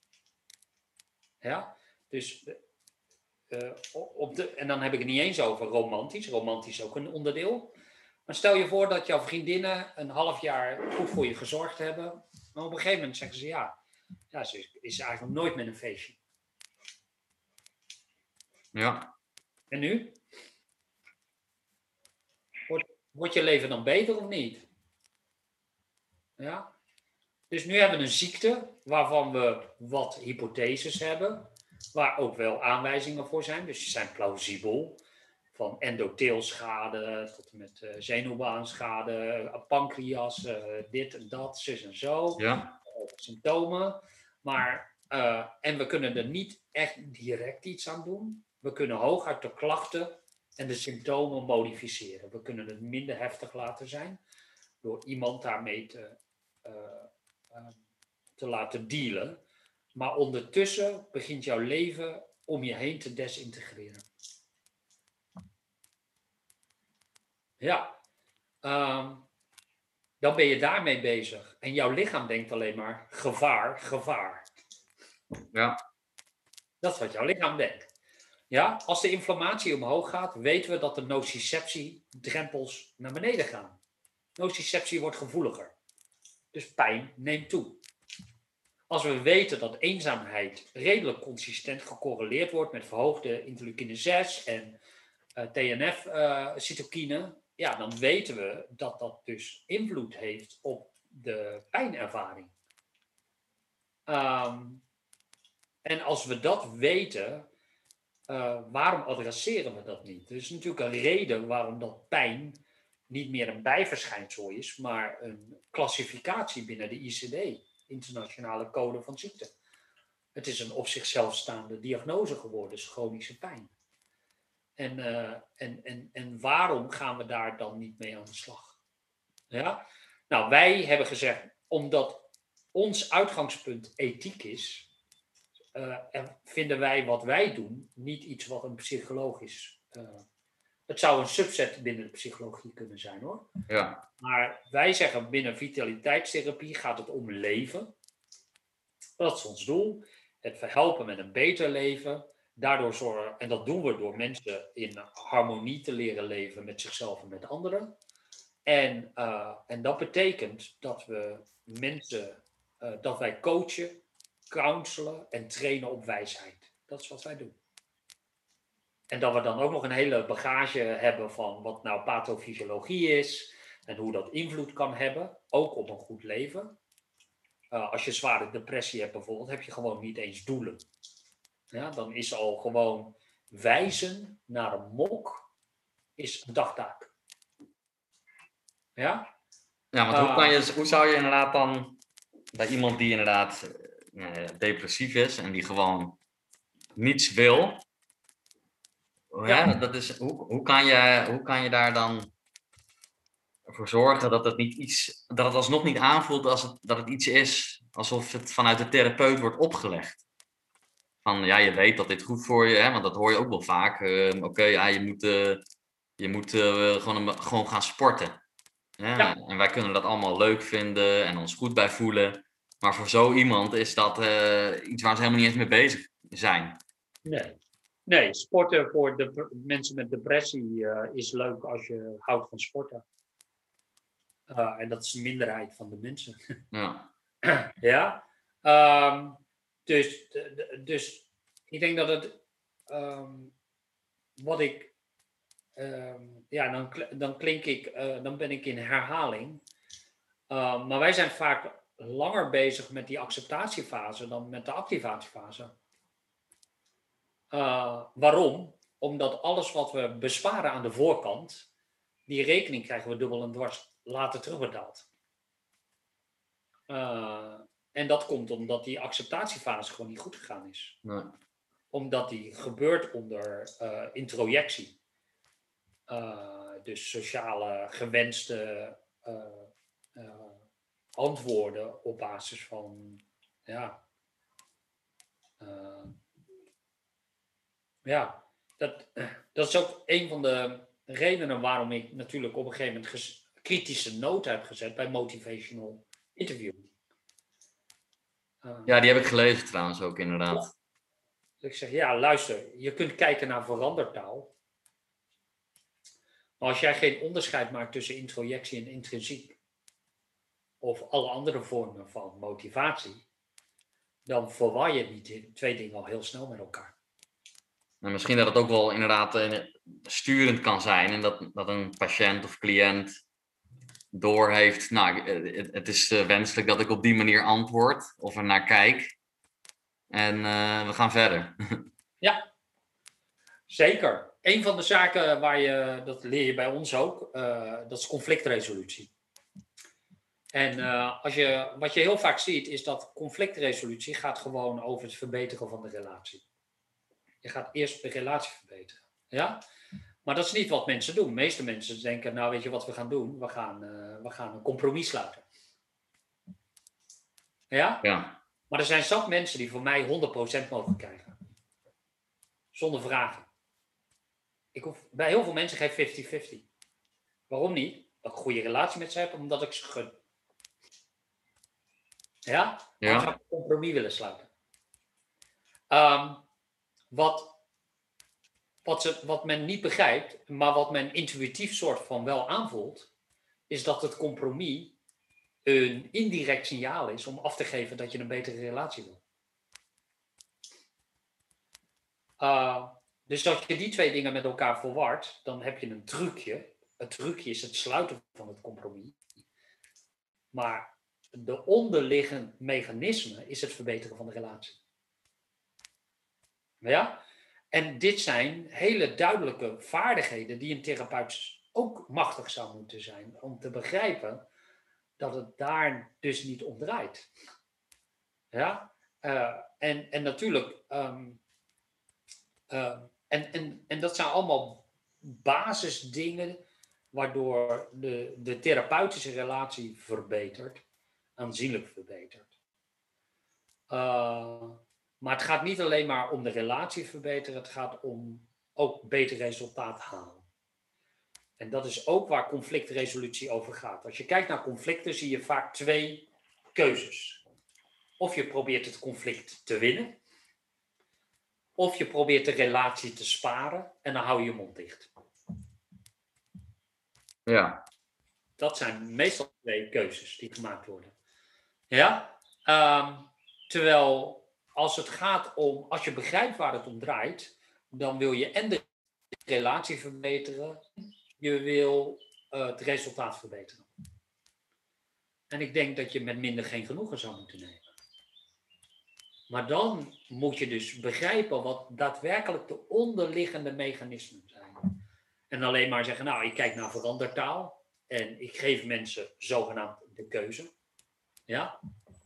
Ja? Dus, uh, op de, en dan heb ik het niet eens over romantisch. Romantisch is ook een onderdeel. Maar stel je voor dat jouw vriendinnen een half jaar goed voor je gezorgd hebben. Maar op een gegeven moment zeggen ze ja, ja, ze is, is eigenlijk nooit met een feestje. Ja. En nu? Wordt, wordt je leven dan beter of niet? Ja. Dus nu hebben we een ziekte waarvan we wat hypotheses hebben, waar ook wel aanwijzingen voor zijn. Dus die zijn plausibel. Van endotheelschade tot en met uh, zenuwbaanschade, uh, pancreas, uh, dit en dat, zus en zo. Ja. Uh, symptomen. Maar, uh, en we kunnen er niet echt direct iets aan doen. We kunnen hooguit de klachten en de symptomen modificeren. We kunnen het minder heftig laten zijn door iemand daarmee te, uh, uh, te laten dealen. Maar ondertussen begint jouw leven om je heen te desintegreren. Ja, um, dan ben je daarmee bezig. En jouw lichaam denkt alleen maar gevaar, gevaar. Ja. Dat is wat jouw lichaam denkt. Ja, als de inflammatie omhoog gaat, weten we dat de nociceptiedrempels naar beneden gaan. Nociceptie wordt gevoeliger. Dus pijn neemt toe. Als we weten dat eenzaamheid redelijk consistent gecorreleerd wordt met verhoogde interleukine zes en uh, T N F-cytokine, uh, ja, dan weten we dat dat dus invloed heeft op de pijnervaring. Um, en als we dat weten, uh, waarom adresseren we dat niet? Er is natuurlijk een reden waarom dat pijn niet meer een bijverschijnsel is, maar een klassificatie binnen de I C D, Internationale Code van Ziekten. Het is een op zichzelf staande diagnose geworden, dus chronische pijn. En, uh, en, en, en waarom gaan we daar dan niet mee aan de slag? Ja? Nou, wij hebben gezegd, omdat ons uitgangspunt ethiek is, uh, vinden wij wat wij doen niet iets wat een psychologisch... Uh, het zou een subset binnen de psychologie kunnen zijn, hoor. Ja. Maar wij zeggen, binnen vitaliteitstherapie gaat het om leven. Dat is ons doel. Het verhelpen met een beter leven. Daardoor zorgen, en dat doen we door mensen in harmonie te leren leven met zichzelf en met anderen. En, uh, en dat betekent dat we mensen, uh, dat wij coachen, counselen en trainen op wijsheid. Dat is wat wij doen. En dat we dan ook nog een hele bagage hebben van wat nou pathofysiologie is en hoe dat invloed kan hebben, ook op een goed leven. Uh, als je zware depressie hebt bijvoorbeeld, heb je gewoon niet eens doelen. Ja, dan is al gewoon wijzen naar een mok is een dagtaak. Ja? Ja, want uh, hoe, kan je, hoe zou je inderdaad dan bij iemand die inderdaad uh, depressief is en die gewoon niets wil, ja. Ja, dat is, hoe, hoe, kan je, hoe kan je daar dan voor zorgen dat het, niet iets, dat het alsnog niet aanvoelt als het, dat het iets is alsof het vanuit de therapeut wordt opgelegd? Van ja, je weet dat dit goed voor je, hè, want dat hoor je ook wel vaak. Uh, Oké, okay, ja, je moet, uh, je moet uh, gewoon, gewoon gaan sporten. Ja, ja. En wij kunnen dat allemaal leuk vinden en ons goed bij voelen. Maar voor zo iemand is dat uh, iets waar ze helemaal niet eens mee bezig zijn. Nee, nee, sporten voor de mensen met depressie uh, is leuk als je houdt van sporten. Uh, en dat is de minderheid van de mensen. Ja. Ja. Um, dus, dus ik denk dat het, um, wat ik, um, ja, dan, dan klink ik, uh, dan ben ik in herhaling. Uh, maar wij zijn vaak langer bezig met die acceptatiefase dan met de activatiefase. Uh, waarom? Omdat alles wat we besparen aan de voorkant, die rekening krijgen we dubbel en dwars later terugbetaald. Uh, en dat komt omdat die acceptatiefase gewoon niet goed gegaan is. Nee. Omdat die gebeurt onder uh, introjectie. Uh, dus sociale gewenste uh, uh, antwoorden op basis van, ja, uh, ja, dat, dat is ook een van de redenen waarom ik natuurlijk op een gegeven moment ges- kritische noten heb gezet bij motivational interview. Uh, ja, die heb ik gelezen trouwens ook inderdaad. Ja. Dus ik zeg, ja, luister, je kunt kijken naar verandertaal. Maar als jij geen onderscheid maakt tussen introjectie en intrinsiek, of alle andere vormen van motivatie, dan verwar je die twee dingen al heel snel met elkaar. En misschien dat het ook wel inderdaad uh, sturend kan zijn en dat, dat een patiënt of cliënt doorheeft, nou, het, het is uh, wenselijk dat ik op die manier antwoord of er naar kijk. En uh, we gaan verder. Ja, zeker. Een van de zaken waar je, dat leer je bij ons ook, uh, dat is conflictresolutie. En uh, als je, wat je heel vaak ziet, is dat conflictresolutie gaat gewoon over het verbeteren van de relatie. Je gaat eerst de relatie verbeteren. Ja? Maar dat is niet wat mensen doen. De meeste mensen denken, nou weet je wat we gaan doen? We gaan, uh, we gaan een compromis sluiten. Ja? Ja. Maar er zijn zat mensen die voor mij honderd procent mogen krijgen. Zonder vragen. Ik hoef, bij heel veel mensen geef vijftig vijftig. Waarom niet? Dat ik een goede relatie met ze heb, omdat ik ze gun. Ja? Ja. Dan zou ik een compromis willen sluiten. Um, wat, wat, ze, wat men niet begrijpt, maar wat men intuïtief soort van wel aanvoelt, is dat het compromis een indirect signaal is om af te geven dat je een betere relatie wil. Uh, dus als je die twee dingen met elkaar verwart, dan heb je een trucje. Het trucje is het sluiten van het compromis. Maar de onderliggende mechanisme is het verbeteren van de relatie. Ja? En dit zijn hele duidelijke vaardigheden die een therapeut ook machtig zou moeten zijn. Om te begrijpen dat het daar dus niet om draait. Ja? Uh, en, en natuurlijk... Um, uh, en, en, en dat zijn allemaal basisdingen waardoor de, de therapeutische relatie verbetert. Aanzienlijk verbetert. Uh, maar het gaat niet alleen maar om de relatie verbeteren. Het gaat om ook beter resultaat halen. En dat is ook waar conflictresolutie over gaat. Als je kijkt naar conflicten zie je vaak twee keuzes. Of je probeert het conflict te winnen. Of je probeert de relatie te sparen en dan hou je je mond dicht. Ja. Dat zijn meestal twee keuzes die gemaakt worden. Ja? Um, terwijl als het gaat om, als je begrijpt waar het om draait, dan wil je en de relatie verbeteren, je wil uh, het resultaat verbeteren. En ik denk dat je met minder geen genoegen zou moeten nemen. Maar dan moet je dus begrijpen wat daadwerkelijk de onderliggende mechanismen zijn. En alleen maar zeggen, nou, ik kijk naar verandertaal en ik geef mensen zogenaamd de keuze. Ja?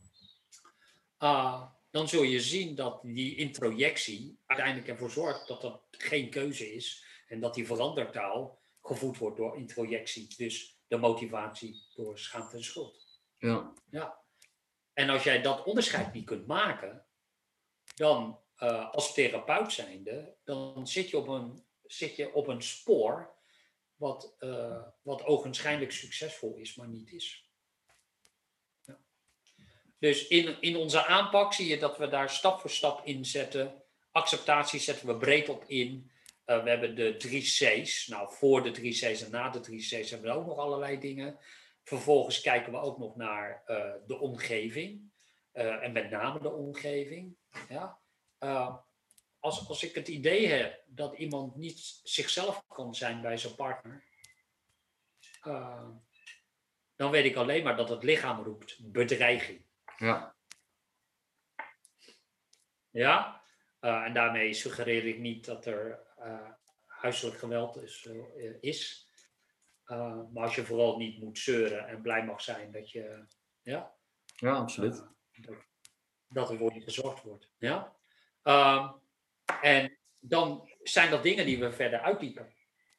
Uh, dan zul je zien dat die introjectie uiteindelijk ervoor zorgt dat dat geen keuze is. En dat die verandertaal gevoed wordt door introjectie. Dus de motivatie door schaamte en schuld. Ja. Ja. En als jij dat onderscheid niet kunt maken, dan uh, als therapeut zijnde, dan zit je op een, zit je op een spoor wat, uh, wat ogenschijnlijk succesvol is, maar niet is. Ja. Dus in, in onze aanpak zie je dat we daar stap voor stap in zetten. Acceptatie zetten we breed op in. Uh, we hebben de drie C's. Nou, voor de drie C's en na de drie C's hebben we ook nog allerlei dingen. Vervolgens kijken we ook nog naar uh, de omgeving. Uh, en met name de omgeving. Ja? Uh, als, als ik het idee heb dat iemand niet zichzelf kan zijn bij zijn partner, uh, dan weet ik alleen maar dat het lichaam roept bedreiging. Ja. Ja? Uh, en daarmee suggereer ik niet dat er uh, huiselijk geweld is. Uh, is. Uh, maar als je vooral niet moet zeuren en blij mag zijn dat je... Ja, ja absoluut. Uh, dat, dat er voor je gezorgd wordt. Ja? Uh, en dan zijn dat dingen die we verder uitdiepen.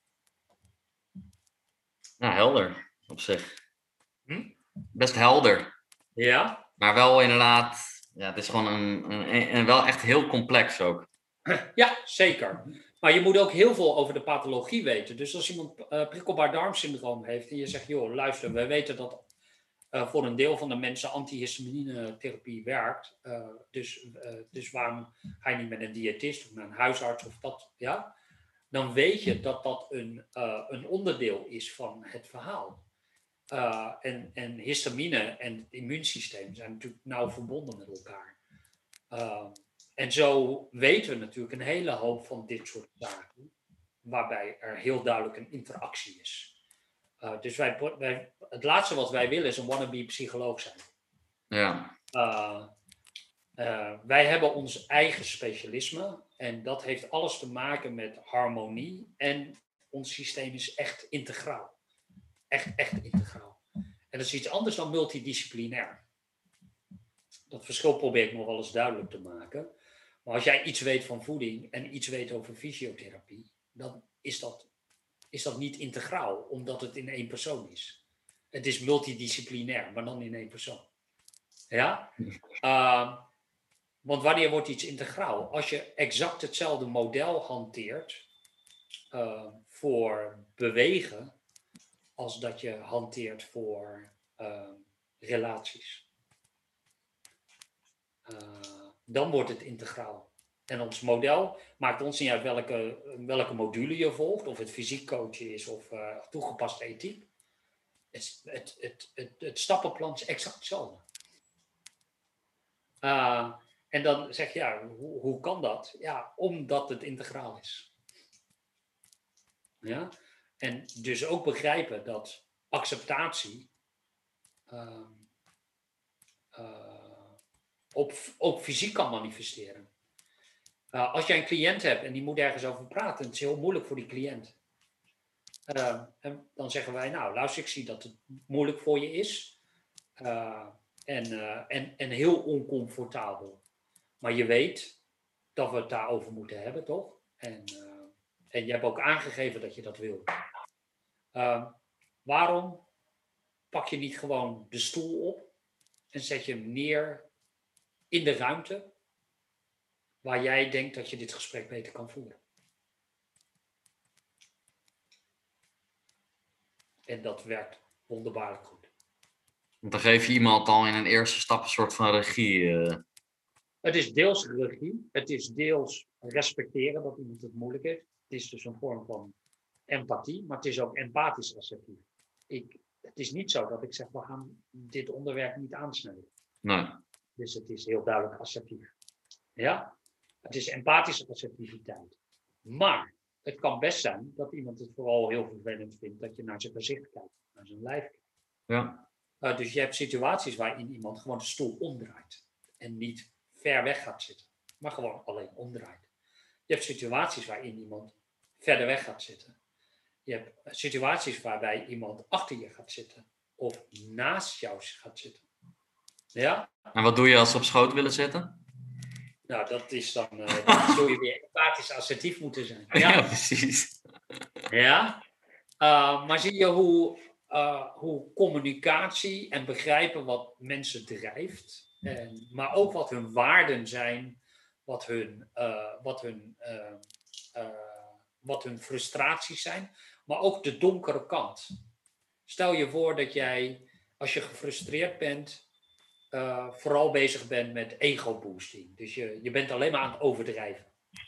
Nou, helder op zich. Hm? Best helder. Ja. Maar wel inderdaad, ja, het is gewoon een, een, een wel echt heel complex ook. Ja, zeker. Maar je moet ook heel veel over de pathologie weten. Dus als iemand uh, prikkelbaar darmsyndroom heeft en je zegt, joh, luister, we weten dat uh, voor een deel van de mensen antihistaminetherapie werkt. Uh, dus, uh, dus waarom ga je niet met een diëtist of naar een huisarts of dat, ja? Dan weet je dat dat een, uh, een onderdeel is van het verhaal. Uh, en, en histamine en het immuunsysteem zijn natuurlijk nauw verbonden met elkaar. Uh, en zo weten we natuurlijk een hele hoop van dit soort zaken, waarbij er heel duidelijk een interactie is. Uh, dus wij, wij, het laatste wat wij willen is een wannabe psycholoog zijn. Ja. Uh, uh, wij hebben ons eigen specialisme en dat heeft alles te maken met harmonie en ons systeem is echt integraal. Echt, echt integraal. En dat is iets anders dan multidisciplinair. Dat verschil probeer ik nog wel eens duidelijk te maken. Maar als jij iets weet van voeding en iets weet over fysiotherapie, dan is dat, is dat niet integraal, omdat het in één persoon is. Het is multidisciplinair, maar dan in één persoon. Ja? Uh, want wanneer wordt iets integraal? Als je exact hetzelfde model hanteert uh, voor bewegen, als dat je hanteert voor uh, relaties. Uh, dan wordt het integraal. En ons model maakt ons niet uit welke, welke module je volgt, of het fysiek coachen is of uh, toegepaste ethiek. Het, het, het, het, het stappenplan is exact hetzelfde. Uh, en dan zeg je, ja, hoe, hoe kan dat? Ja, omdat het integraal is. Ja? En dus ook begrijpen dat acceptatie uh, uh, op, ook fysiek kan manifesteren. Uh, als jij een cliënt hebt en die moet ergens over praten, het is heel moeilijk voor die cliënt. Uh, en dan zeggen wij, nou luister, ik zie dat het moeilijk voor je is. Uh, en, uh, en, en heel oncomfortabel. Maar je weet dat we het daarover moeten hebben, toch? En, uh, en je hebt ook aangegeven dat je dat wil. Uh, waarom pak je niet gewoon de stoel op en zet je hem neer in de ruimte waar jij denkt dat je dit gesprek beter kan voeren? En dat werkt wonderbaarlijk goed. Want dan geef je iemand al in een eerste stap een soort van regie. Uh... Het is deels regie, het is deels respecteren dat iemand het moeilijk heeft. Het is dus een vorm van empathie, maar het is ook empathisch assertief. Ik, het is niet zo dat ik zeg, we gaan dit onderwerp niet aansnijden. Nee. Dus het is heel duidelijk assertief. Ja? Het is empathische assertiviteit. Maar het kan best zijn dat iemand het vooral heel vervelend vindt dat je naar zijn gezicht kijkt, naar zijn lijf kijkt. Ja. Uh, dus je hebt situaties waarin iemand gewoon de stoel omdraait. En niet ver weg gaat zitten, maar gewoon alleen omdraait. Je hebt situaties waarin iemand verder weg gaat zitten. Je hebt situaties waarbij iemand achter je gaat zitten. Of naast jou gaat zitten. Ja? En wat doe je als ze op schoot willen zitten? Nou, dat is dan... Uh, dan zul je weer empathisch assertief moeten zijn. Ja, ja precies. Ja? Uh, maar zie je hoe, uh, hoe communicatie en begrijpen wat mensen drijft... En, maar ook wat hun waarden zijn... Wat hun, uh, wat hun, uh, uh, wat hun frustraties zijn... Maar ook de donkere kant. Stel je voor dat jij, als je gefrustreerd bent... Uh, vooral bezig bent met ego-boosting. Dus je, je bent alleen maar aan het overdrijven.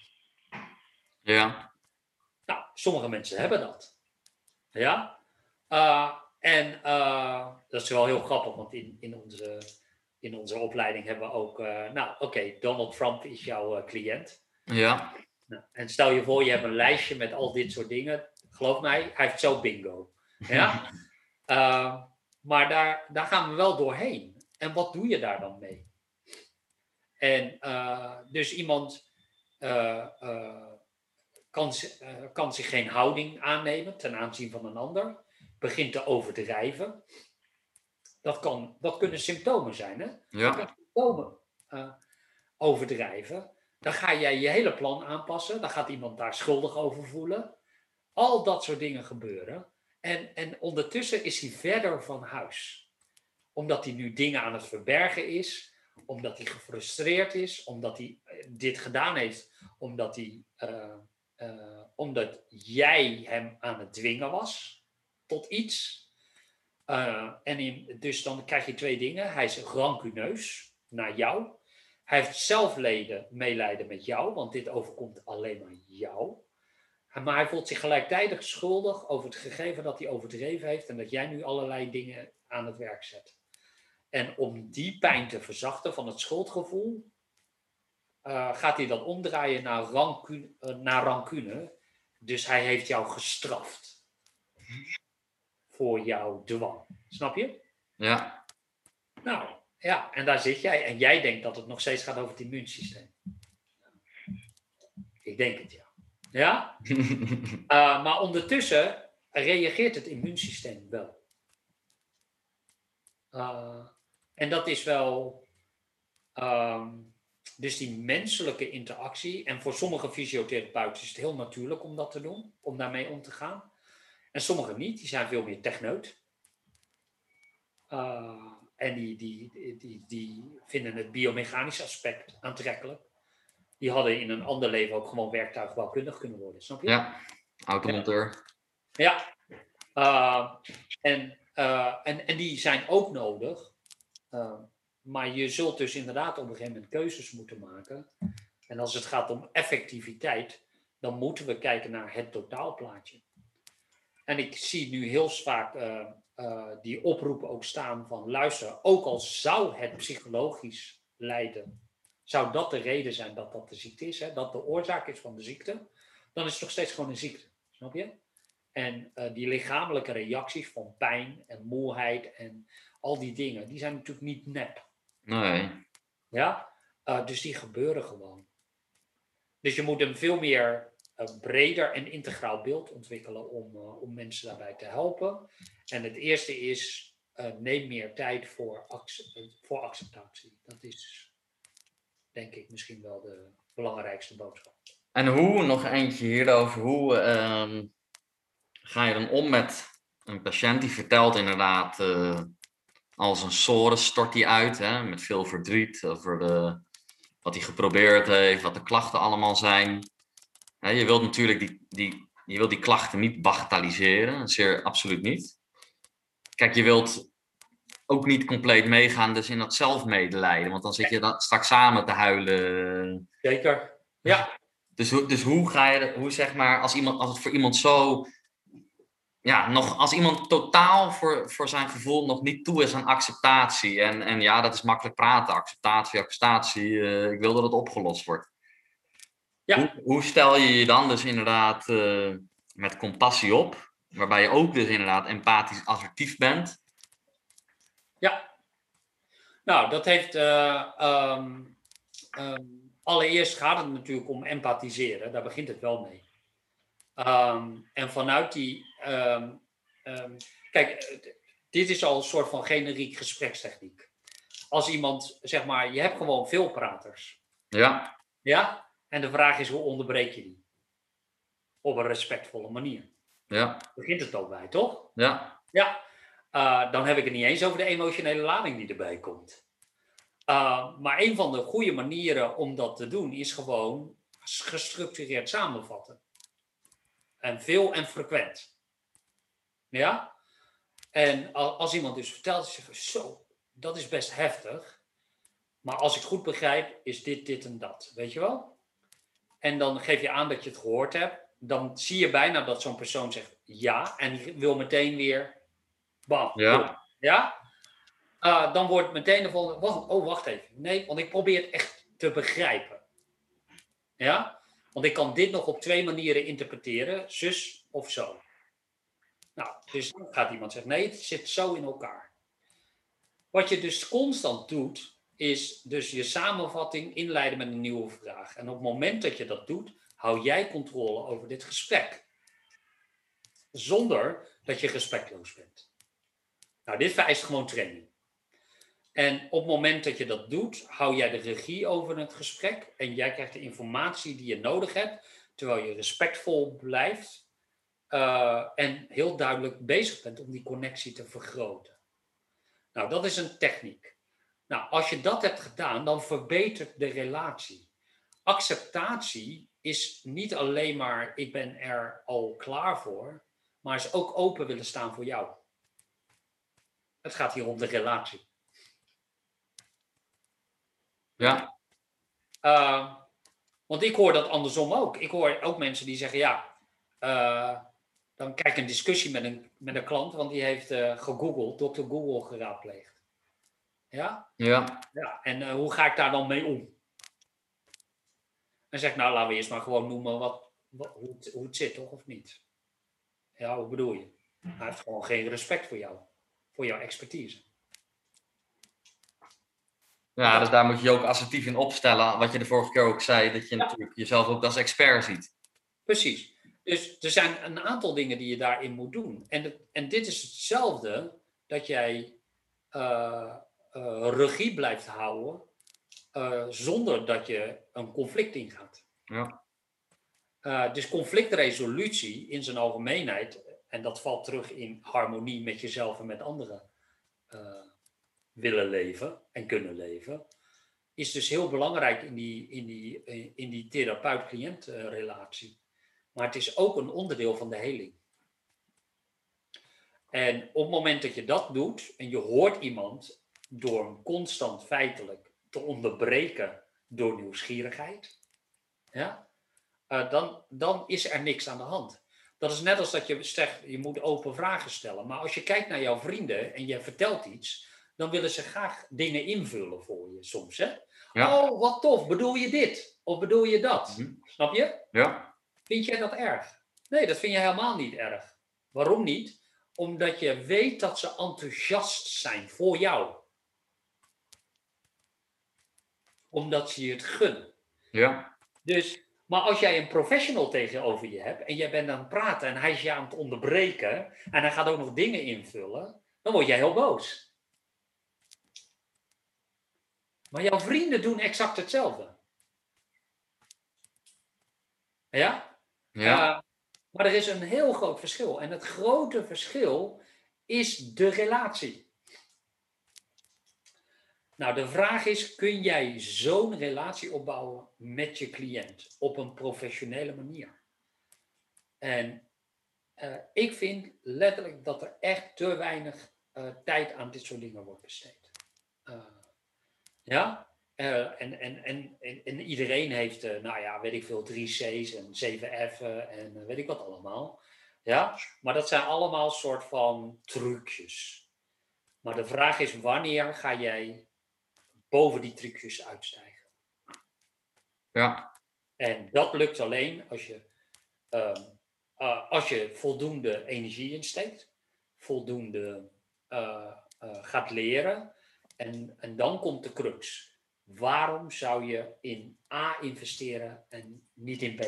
Ja. Nou, sommige mensen hebben dat. Ja? Uh, en uh, dat is wel heel grappig, want in, in, onze, in onze opleiding hebben we ook... Uh, nou, oké, okay, Donald Trump is jouw uh, cliënt. Ja. Nou, en stel je voor, je hebt een lijstje met al dit soort dingen. Geloof mij, hij heeft zo bingo. Ja? uh, maar daar, daar gaan we wel doorheen. En wat doe je daar dan mee? En uh, dus iemand uh, uh, kan, uh, kan zich geen houding aannemen ten aanzien van een ander. Begint te overdrijven. Dat, kan, dat kunnen symptomen zijn. Hè? Ja. Je kan symptomen uh, overdrijven. Dan ga jij je hele plan aanpassen. Dan gaat iemand daar schuldig over voelen. Al dat soort dingen gebeuren. En, en ondertussen is hij verder van huis. Omdat hij nu dingen aan het verbergen is. Omdat hij gefrustreerd is. Omdat hij dit gedaan heeft. Omdat, hij, uh, uh, omdat jij hem aan het dwingen was. Tot iets. Uh, en in, dus dan krijg je twee dingen. Hij is rancuneus naar jou. Hij heeft zelfleden, meelijden met jou. Want dit overkomt alleen maar jou. Maar hij voelt zich gelijktijdig schuldig over het gegeven dat hij overdreven heeft. En dat jij nu allerlei dingen aan het werk zet. En om die pijn te verzachten van het schuldgevoel, uh, gaat hij dat omdraaien naar rancune, uh, naar rancune. Dus hij heeft jou gestraft. Voor jouw dwang. Snap je? Ja. Nou, ja, en daar zit jij. En jij denkt dat het nog steeds gaat over het immuunsysteem. Ik denk het, ja. Ja? uh, maar ondertussen reageert het immuunsysteem wel. Uh, en dat is wel... Um, dus die menselijke interactie. En voor sommige fysiotherapeuten is het heel natuurlijk om dat te doen. Om daarmee om te gaan. En sommigen niet. Die zijn veel meer techneut. Uh, en die, die, die, die vinden het biomechanisch aspect aantrekkelijk. Die hadden in een ander leven ook gewoon werktuigbouwkundig kunnen worden. Snap je? Ja, automonteur. Ja. Uh, en, uh, en, en die zijn ook nodig. Uh, maar je zult dus inderdaad op een gegeven moment keuzes moeten maken. En als het gaat om effectiviteit, dan moeten we kijken naar het totaalplaatje. En ik zie nu heel vaak uh, uh, die oproepen ook staan van luister, ook al zou het psychologisch lijden, zou dat de reden zijn dat dat de ziekte is, hè, dat de oorzaak is van de ziekte, dan is het nog steeds gewoon een ziekte. Snap je? En uh, die lichamelijke reacties van pijn en moeheid en al die dingen, die zijn natuurlijk niet nep. Nee. Ja? Uh, dus die gebeuren gewoon. Dus je moet een veel meer uh, breder en integraal beeld ontwikkelen om, uh, om mensen daarbij te helpen. En het eerste is, uh, neem meer tijd voor, ac- voor acceptatie. Dat is, denk ik, misschien wel de belangrijkste boodschap. En hoe, nog eentje hierover, hoe uh, ga je dan om met een patiënt die vertelt inderdaad... Uh, als een sore stort hij uit, hè, met veel verdriet over de, wat hij geprobeerd heeft, wat de klachten allemaal zijn. Hè, je wilt natuurlijk die, die, je wilt die klachten niet bagatelliseren, zeer absoluut niet. Kijk, je wilt ook niet compleet meegaan dus in dat zelfmedelijden, want dan zit je dan straks samen te huilen. Zeker, ja. Dus, dus hoe ga je, hoe zeg maar, als, iemand, als het voor iemand zo... Ja, nog als iemand totaal voor, voor zijn gevoel nog niet toe is aan acceptatie. En, en ja, dat is makkelijk praten. Acceptatie, acceptatie. Uh, ik wil dat het opgelost wordt. Ja. Hoe, hoe stel je je dan dus inderdaad uh, met compassie op? Waarbij je ook dus inderdaad empathisch assertief bent. Ja. Nou, dat heeft... Uh, um, um, allereerst gaat het natuurlijk om empathiseren. Daar begint het wel mee. Um, en vanuit die... Um, um, kijk, dit is al een soort van generiek gesprekstechniek. Als iemand, zeg maar, je hebt gewoon veel praters. Ja. Ja? En de vraag is, hoe onderbreek je die? Op een respectvolle manier. Ja. Daar begint het ook bij, toch? Ja. Ja. Uh, dan heb ik het niet eens over de emotionele lading die erbij komt. Uh, maar een van de goede manieren om dat te doen is gewoon gestructureerd samenvatten. En veel en frequent. Ja? En als iemand dus vertelt, zegt zo, dat is best heftig. Maar als ik het goed begrijp, is dit, dit en dat. Weet je wel? En dan geef je aan dat je het gehoord hebt. Dan zie je bijna dat zo'n persoon zegt ja. En die wil meteen weer, bam. Ja. Ja? Uh, dan wordt meteen de volgende, wacht, oh wacht even. Nee, want ik probeer het echt te begrijpen. Ja? Want ik kan dit nog op twee manieren interpreteren. Zus of zo. Nou, dus dan gaat iemand zeggen, nee, het zit zo in elkaar. Wat je dus constant doet, is dus je samenvatting inleiden met een nieuwe vraag. En op het moment dat je dat doet, hou jij controle over dit gesprek. Zonder dat je respectloos bent. Nou, dit vereist gewoon training. En op het moment dat je dat doet, hou jij de regie over het gesprek. En jij krijgt de informatie die je nodig hebt, terwijl je respectvol blijft. Uh, en heel duidelijk bezig bent om die connectie te vergroten. Nou, dat is een techniek. Nou, als je dat hebt gedaan, dan verbetert de relatie. Acceptatie is niet alleen maar, ik ben er al klaar voor, maar is ook open willen staan voor jou. Het gaat hier om de relatie. Ja. Uh, want ik hoor dat andersom ook. Ik hoor ook mensen die zeggen, ja, uh, dan krijg ik een discussie met een, met een klant, want die heeft uh, gegoogeld, dokter Google geraadpleegd. Ja? Ja. Ja. En uh, hoe ga ik daar dan mee om? En zeg, nou, laten we eerst maar gewoon noemen wat, wat, hoe, het, hoe het zit, toch? Of niet? Ja, hoe bedoel je? Hij heeft gewoon geen respect voor jou. Voor jouw expertise. Ja, dus daar moet je je ook assertief in opstellen. Wat je de vorige keer ook zei, dat je Ja. natuurlijk jezelf ook als expert ziet. Precies. Dus er zijn een aantal dingen die je daarin moet doen. En, het, en dit is hetzelfde dat jij uh, uh, regie blijft houden uh, zonder dat je een conflict ingaat. Ja. Uh, dus conflictresolutie in zijn algemeenheid, en dat valt terug in harmonie met jezelf en met anderen uh, willen leven en kunnen leven, is dus heel belangrijk in die, in die, in die therapeut-cliënt uh, relatie. Maar het is ook een onderdeel van de heling. En op het moment dat je dat doet en je hoort iemand door hem constant feitelijk te onderbreken door nieuwsgierigheid, ja, uh, dan, dan is er niks aan de hand. Dat is net als dat je zegt, je moet open vragen stellen. Maar als je kijkt naar jouw vrienden en je vertelt iets, dan willen ze graag dingen invullen voor je soms. Hè? Ja. Oh, wat tof, bedoel je dit? Of bedoel je dat? Mm-hmm. Snap je? Ja. Vind jij dat erg? Nee, dat vind je helemaal niet erg. Waarom niet? Omdat je weet dat ze enthousiast zijn voor jou. Omdat ze je het gunnen. Ja. Dus, maar als jij een professional tegenover je hebt en jij bent aan het praten en hij is je aan het onderbreken en hij gaat ook nog dingen invullen, dan word jij heel boos. Maar jouw vrienden doen exact hetzelfde. Ja? Ja. Uh, maar er is een heel groot verschil. En het grote verschil is de relatie. Nou, de vraag is, kun jij zo'n relatie opbouwen met je cliënt op een professionele manier? En uh, ik vind letterlijk dat er echt te weinig uh, tijd aan dit soort dingen wordt besteed. Uh, ja? Uh, en, en, en, en, en iedereen heeft, uh, nou ja, weet ik veel, drie C's en zeven F'en en uh, weet ik wat allemaal. Ja? Maar dat zijn allemaal soort van trucjes. Maar de vraag is, wanneer ga jij boven die trucjes uitstijgen? Ja. En dat lukt alleen als je, uh, uh, als je voldoende energie insteekt, voldoende uh, uh, gaat leren. En, en dan komt de crux. Waarom zou je in A investeren en niet in B?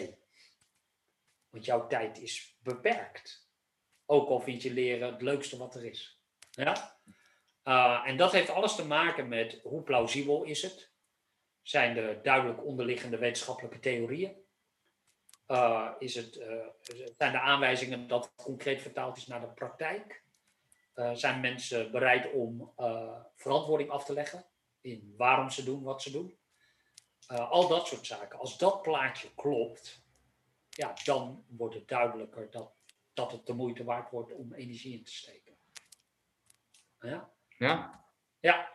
Want jouw tijd is beperkt. Ook al vind je leren het leukste wat er is. Ja? Uh, en dat heeft alles te maken met hoe plausibel is het? Zijn er duidelijk onderliggende wetenschappelijke theorieën? Uh, is het, uh, zijn de aanwijzingen dat het concreet vertaald is naar de praktijk? Uh, zijn mensen bereid om uh, verantwoording af te leggen in waarom ze doen wat ze doen? Uh, al dat soort zaken. Als dat plaatje klopt, ja, dan wordt het duidelijker dat, dat het de moeite waard wordt om energie in te steken. Ja? Ja. Ja.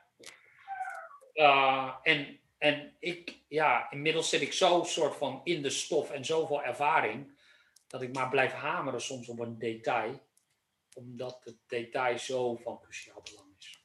Uh, en, en ik, ja, inmiddels zit ik zo soort van in de stof en zoveel ervaring, dat ik maar blijf hameren soms op een detail, omdat het detail zo van cruciaal belang is.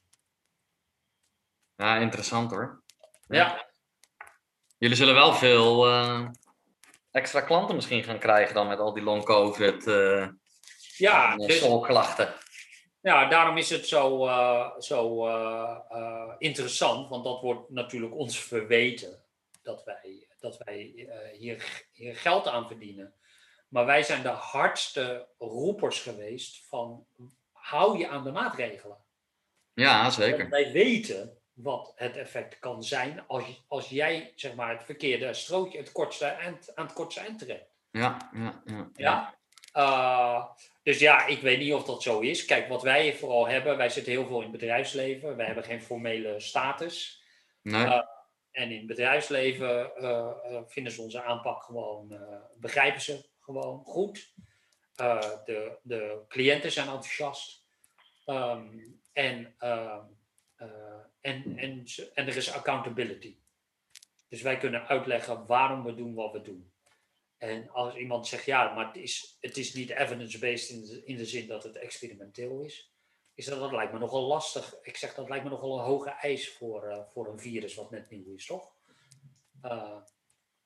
Ja, interessant hoor. Ja. ja. Jullie zullen wel veel uh, extra klanten misschien gaan krijgen dan met al die long covid uh, ja, uh, dus, solklachten. Ja, daarom is het zo, uh, zo uh, uh, interessant, want dat wordt natuurlijk ons verweten dat wij, dat wij uh, hier, hier geld aan verdienen. Maar wij zijn de hardste roepers geweest van hou je aan de maatregelen. Ja, zeker. Want wij weten wat het effect kan zijn als, als jij zeg maar, het verkeerde strootje het kortste eind, aan het kortste eind trekt. Ja, ja, ja. ja? Uh, dus ja, ik weet niet of dat zo is. Kijk, wat wij vooral hebben, wij zitten heel veel in het bedrijfsleven. Wij hebben geen formele status. Nee. Uh, en in het bedrijfsleven uh, uh, vinden ze onze aanpak gewoon, uh, begrijpen ze gewoon goed. Uh, de, de cliënten zijn enthousiast. Um, en, uh, uh, en, en, en er is accountability. Dus wij kunnen uitleggen waarom we doen wat we doen. En als iemand zegt, ja, maar het is, het is niet evidence-based in de, in de zin dat het experimenteel is. Is dat, dat lijkt me nogal lastig. Ik zeg, dat lijkt me nogal een hoge eis voor, uh, voor een virus wat net nieuw is, toch? Uh,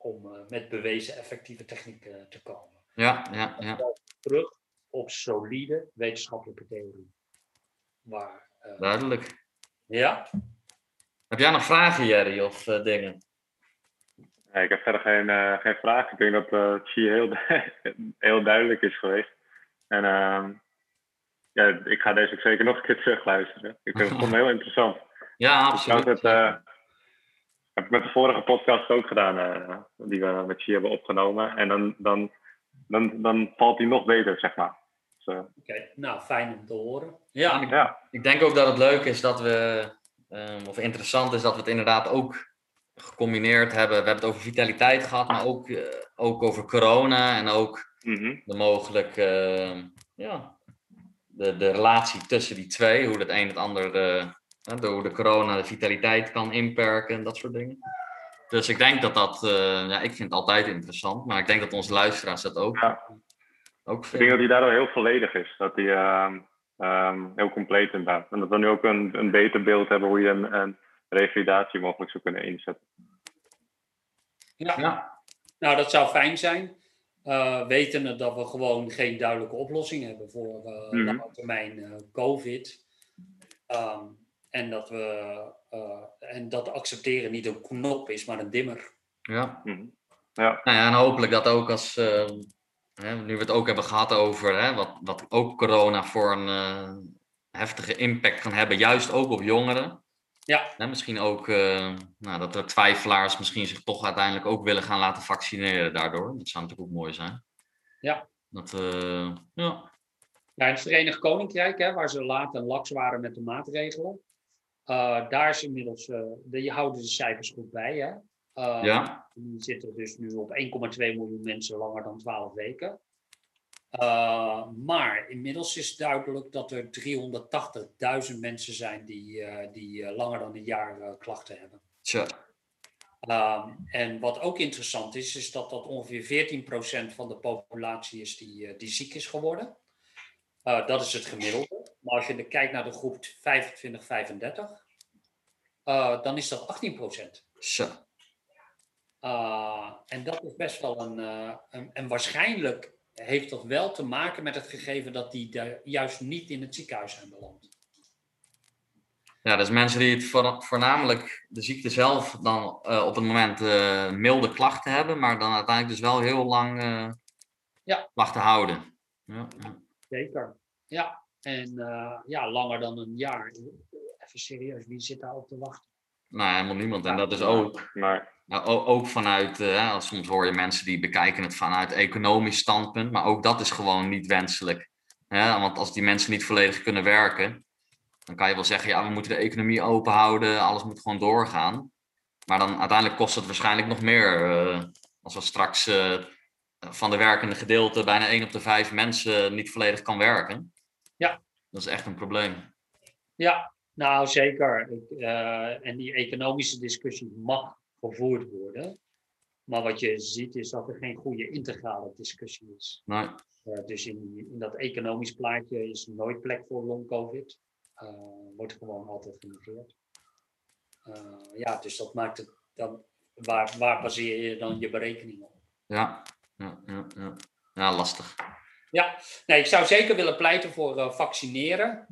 om uh, met bewezen effectieve technieken te komen. Ja, ja, ja. Terug op solide wetenschappelijke theorie. Waar, uh, Duidelijk. Ja? Heb jij nog vragen, Jerry, of uh, dingen? Nee, ik heb verder geen, uh, geen vraag. Ik denk dat uh, Chi heel, heel duidelijk is geweest. En uh, ja, ik ga deze ook zeker nog een keer terugluisteren. Ik vond het heel interessant. Ja, absoluut. Ik het, uh, heb ik met de vorige podcast ook gedaan, uh, die we met Chi hebben opgenomen. En dan, dan, dan, dan valt die nog beter, zeg maar. Dus, uh, Oké, okay, nou fijn om te horen. Ja, ik, ja, ik denk ook dat het leuk is dat we, um, of interessant is dat we het inderdaad ook gecombineerd hebben. We hebben het over vitaliteit gehad, maar ook, uh, ook over corona en ook mm-hmm. de mogelijke, uh, ja, de, de relatie tussen die twee. Hoe het een het ander, uh, door de corona de vitaliteit kan inperken en dat soort dingen. Dus ik denk dat dat, uh, ja, ik vind het altijd interessant, maar ik denk dat onze luisteraars dat ook, ja. ook vinden. Ik denk dat hij daardoor heel volledig is, dat hij uh, um, heel compleet inderdaad. En dat we nu ook een, een beter beeld hebben hoe je een, een revalidatie mogelijk zou kunnen inzetten. Ja, ja. Nou dat zou fijn zijn. Uh, wetende dat we gewoon geen duidelijke oplossing hebben voor uh, mm-hmm. lange termijn uh, COVID. Um, en dat we uh, en dat accepteren niet een knop is, maar een dimmer. Ja. Mm-hmm. Ja. Nou ja, en hopelijk dat ook als, uh, hè, nu we het ook hebben gehad over hè, wat, wat ook corona voor een uh, heftige impact kan hebben, juist ook op jongeren. Ja. Hè, misschien ook uh, nou, dat er twijfelaars misschien zich toch uiteindelijk ook willen gaan laten vaccineren daardoor. Dat zou natuurlijk ook mooi zijn. Ja. Dat, uh, ja. Ja, in het Verenigd Koninkrijk, hè, waar ze laat en laks waren met de maatregelen, uh, daar is inmiddels, uh, die houden de cijfers goed bij. Hè? Uh, ja. Die zitten dus nu op één komma twee miljoen mensen langer dan twaalf weken. Uh, maar inmiddels is duidelijk dat er driehonderdtachtigduizend mensen zijn die, uh, die uh, langer dan een jaar uh, klachten hebben. Tja. Um, en wat ook interessant is, is dat dat ongeveer veertien procent van de populatie is die, uh, die ziek is geworden. Uh, dat is het gemiddelde. Maar als je kijkt naar de groep vijfentwintig vijfendertig, uh, dan is dat achttien procent. Zo. Uh, en dat is best wel een, uh, een... En waarschijnlijk heeft dat wel te maken met het gegeven dat die de, juist niet in het ziekenhuis zijn beland. Ja, dus mensen die het voor, voornamelijk de ziekte zelf dan uh, op het moment uh, milde klachten hebben, maar dan uiteindelijk dus wel heel lang uh, ja. klachten houden. Ja, ja. Zeker, ja. En uh, ja, langer dan een jaar. Even serieus, wie zit daar op te wachten? Nou, helemaal niemand. En dat is ook, maar, nou, ook vanuit, uh, soms hoor je mensen die bekijken het vanuit economisch standpunt, maar ook dat is gewoon niet wenselijk. Ja, want als die mensen niet volledig kunnen werken, dan kan je wel zeggen, ja, we moeten de economie open houden, alles moet gewoon doorgaan. Maar dan uiteindelijk kost het waarschijnlijk nog meer. Uh, als we straks uh, van de werkende gedeelte bijna één op de vijf mensen niet volledig kan werken. Ja. Dat is echt een probleem. Ja, nou zeker. Ik, uh, en die economische discussie mag gevoerd worden. Maar wat je ziet is dat er geen goede integrale discussie is. Nee. Uh, dus in, in dat economisch plaatje is nooit plek voor long-covid. Uh, wordt gewoon altijd genegeerd. Uh, ja, dus dat maakt het dan, waar, waar baseer je dan je berekeningen op? Ja, ja, ja, ja. Ja, lastig. Ja, nee, ik zou zeker willen pleiten voor uh, vaccineren.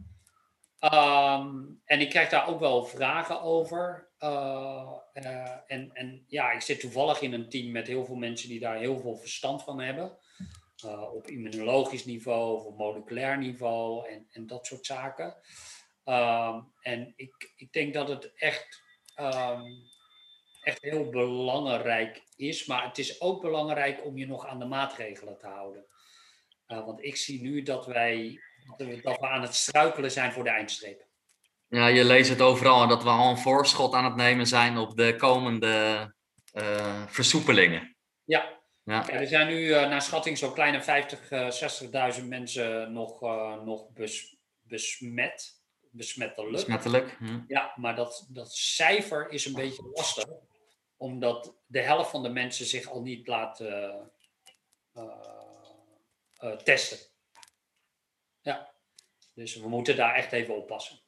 Um, en ik krijg daar ook wel vragen over. Uh, uh, en, en ja, ik zit toevallig in een team met heel veel mensen die daar heel veel verstand van hebben. Uh, op immunologisch niveau of op moleculair niveau en, en dat soort zaken. Um, en ik, ik denk dat het echt, um, echt heel belangrijk is. Maar het is ook belangrijk om je nog aan de maatregelen te houden. Uh, want ik zie nu dat wij, dat we, dat we aan het struikelen zijn voor de eindstreep. Ja, je leest het overal dat we al een voorschot aan het nemen zijn op de komende uh, versoepelingen. Ja. Ja. Ja, er zijn nu uh, naar schatting zo'n kleine vijftig, uh, zestigduizend mensen nog, uh, nog bes, besmet. Besmettelijk. Besmettelijk. Hm. Ja, maar dat, dat cijfer is een beetje lastig. Omdat de helft van de mensen zich al niet laat uh, uh, uh, testen. Ja, dus we moeten daar echt even oppassen.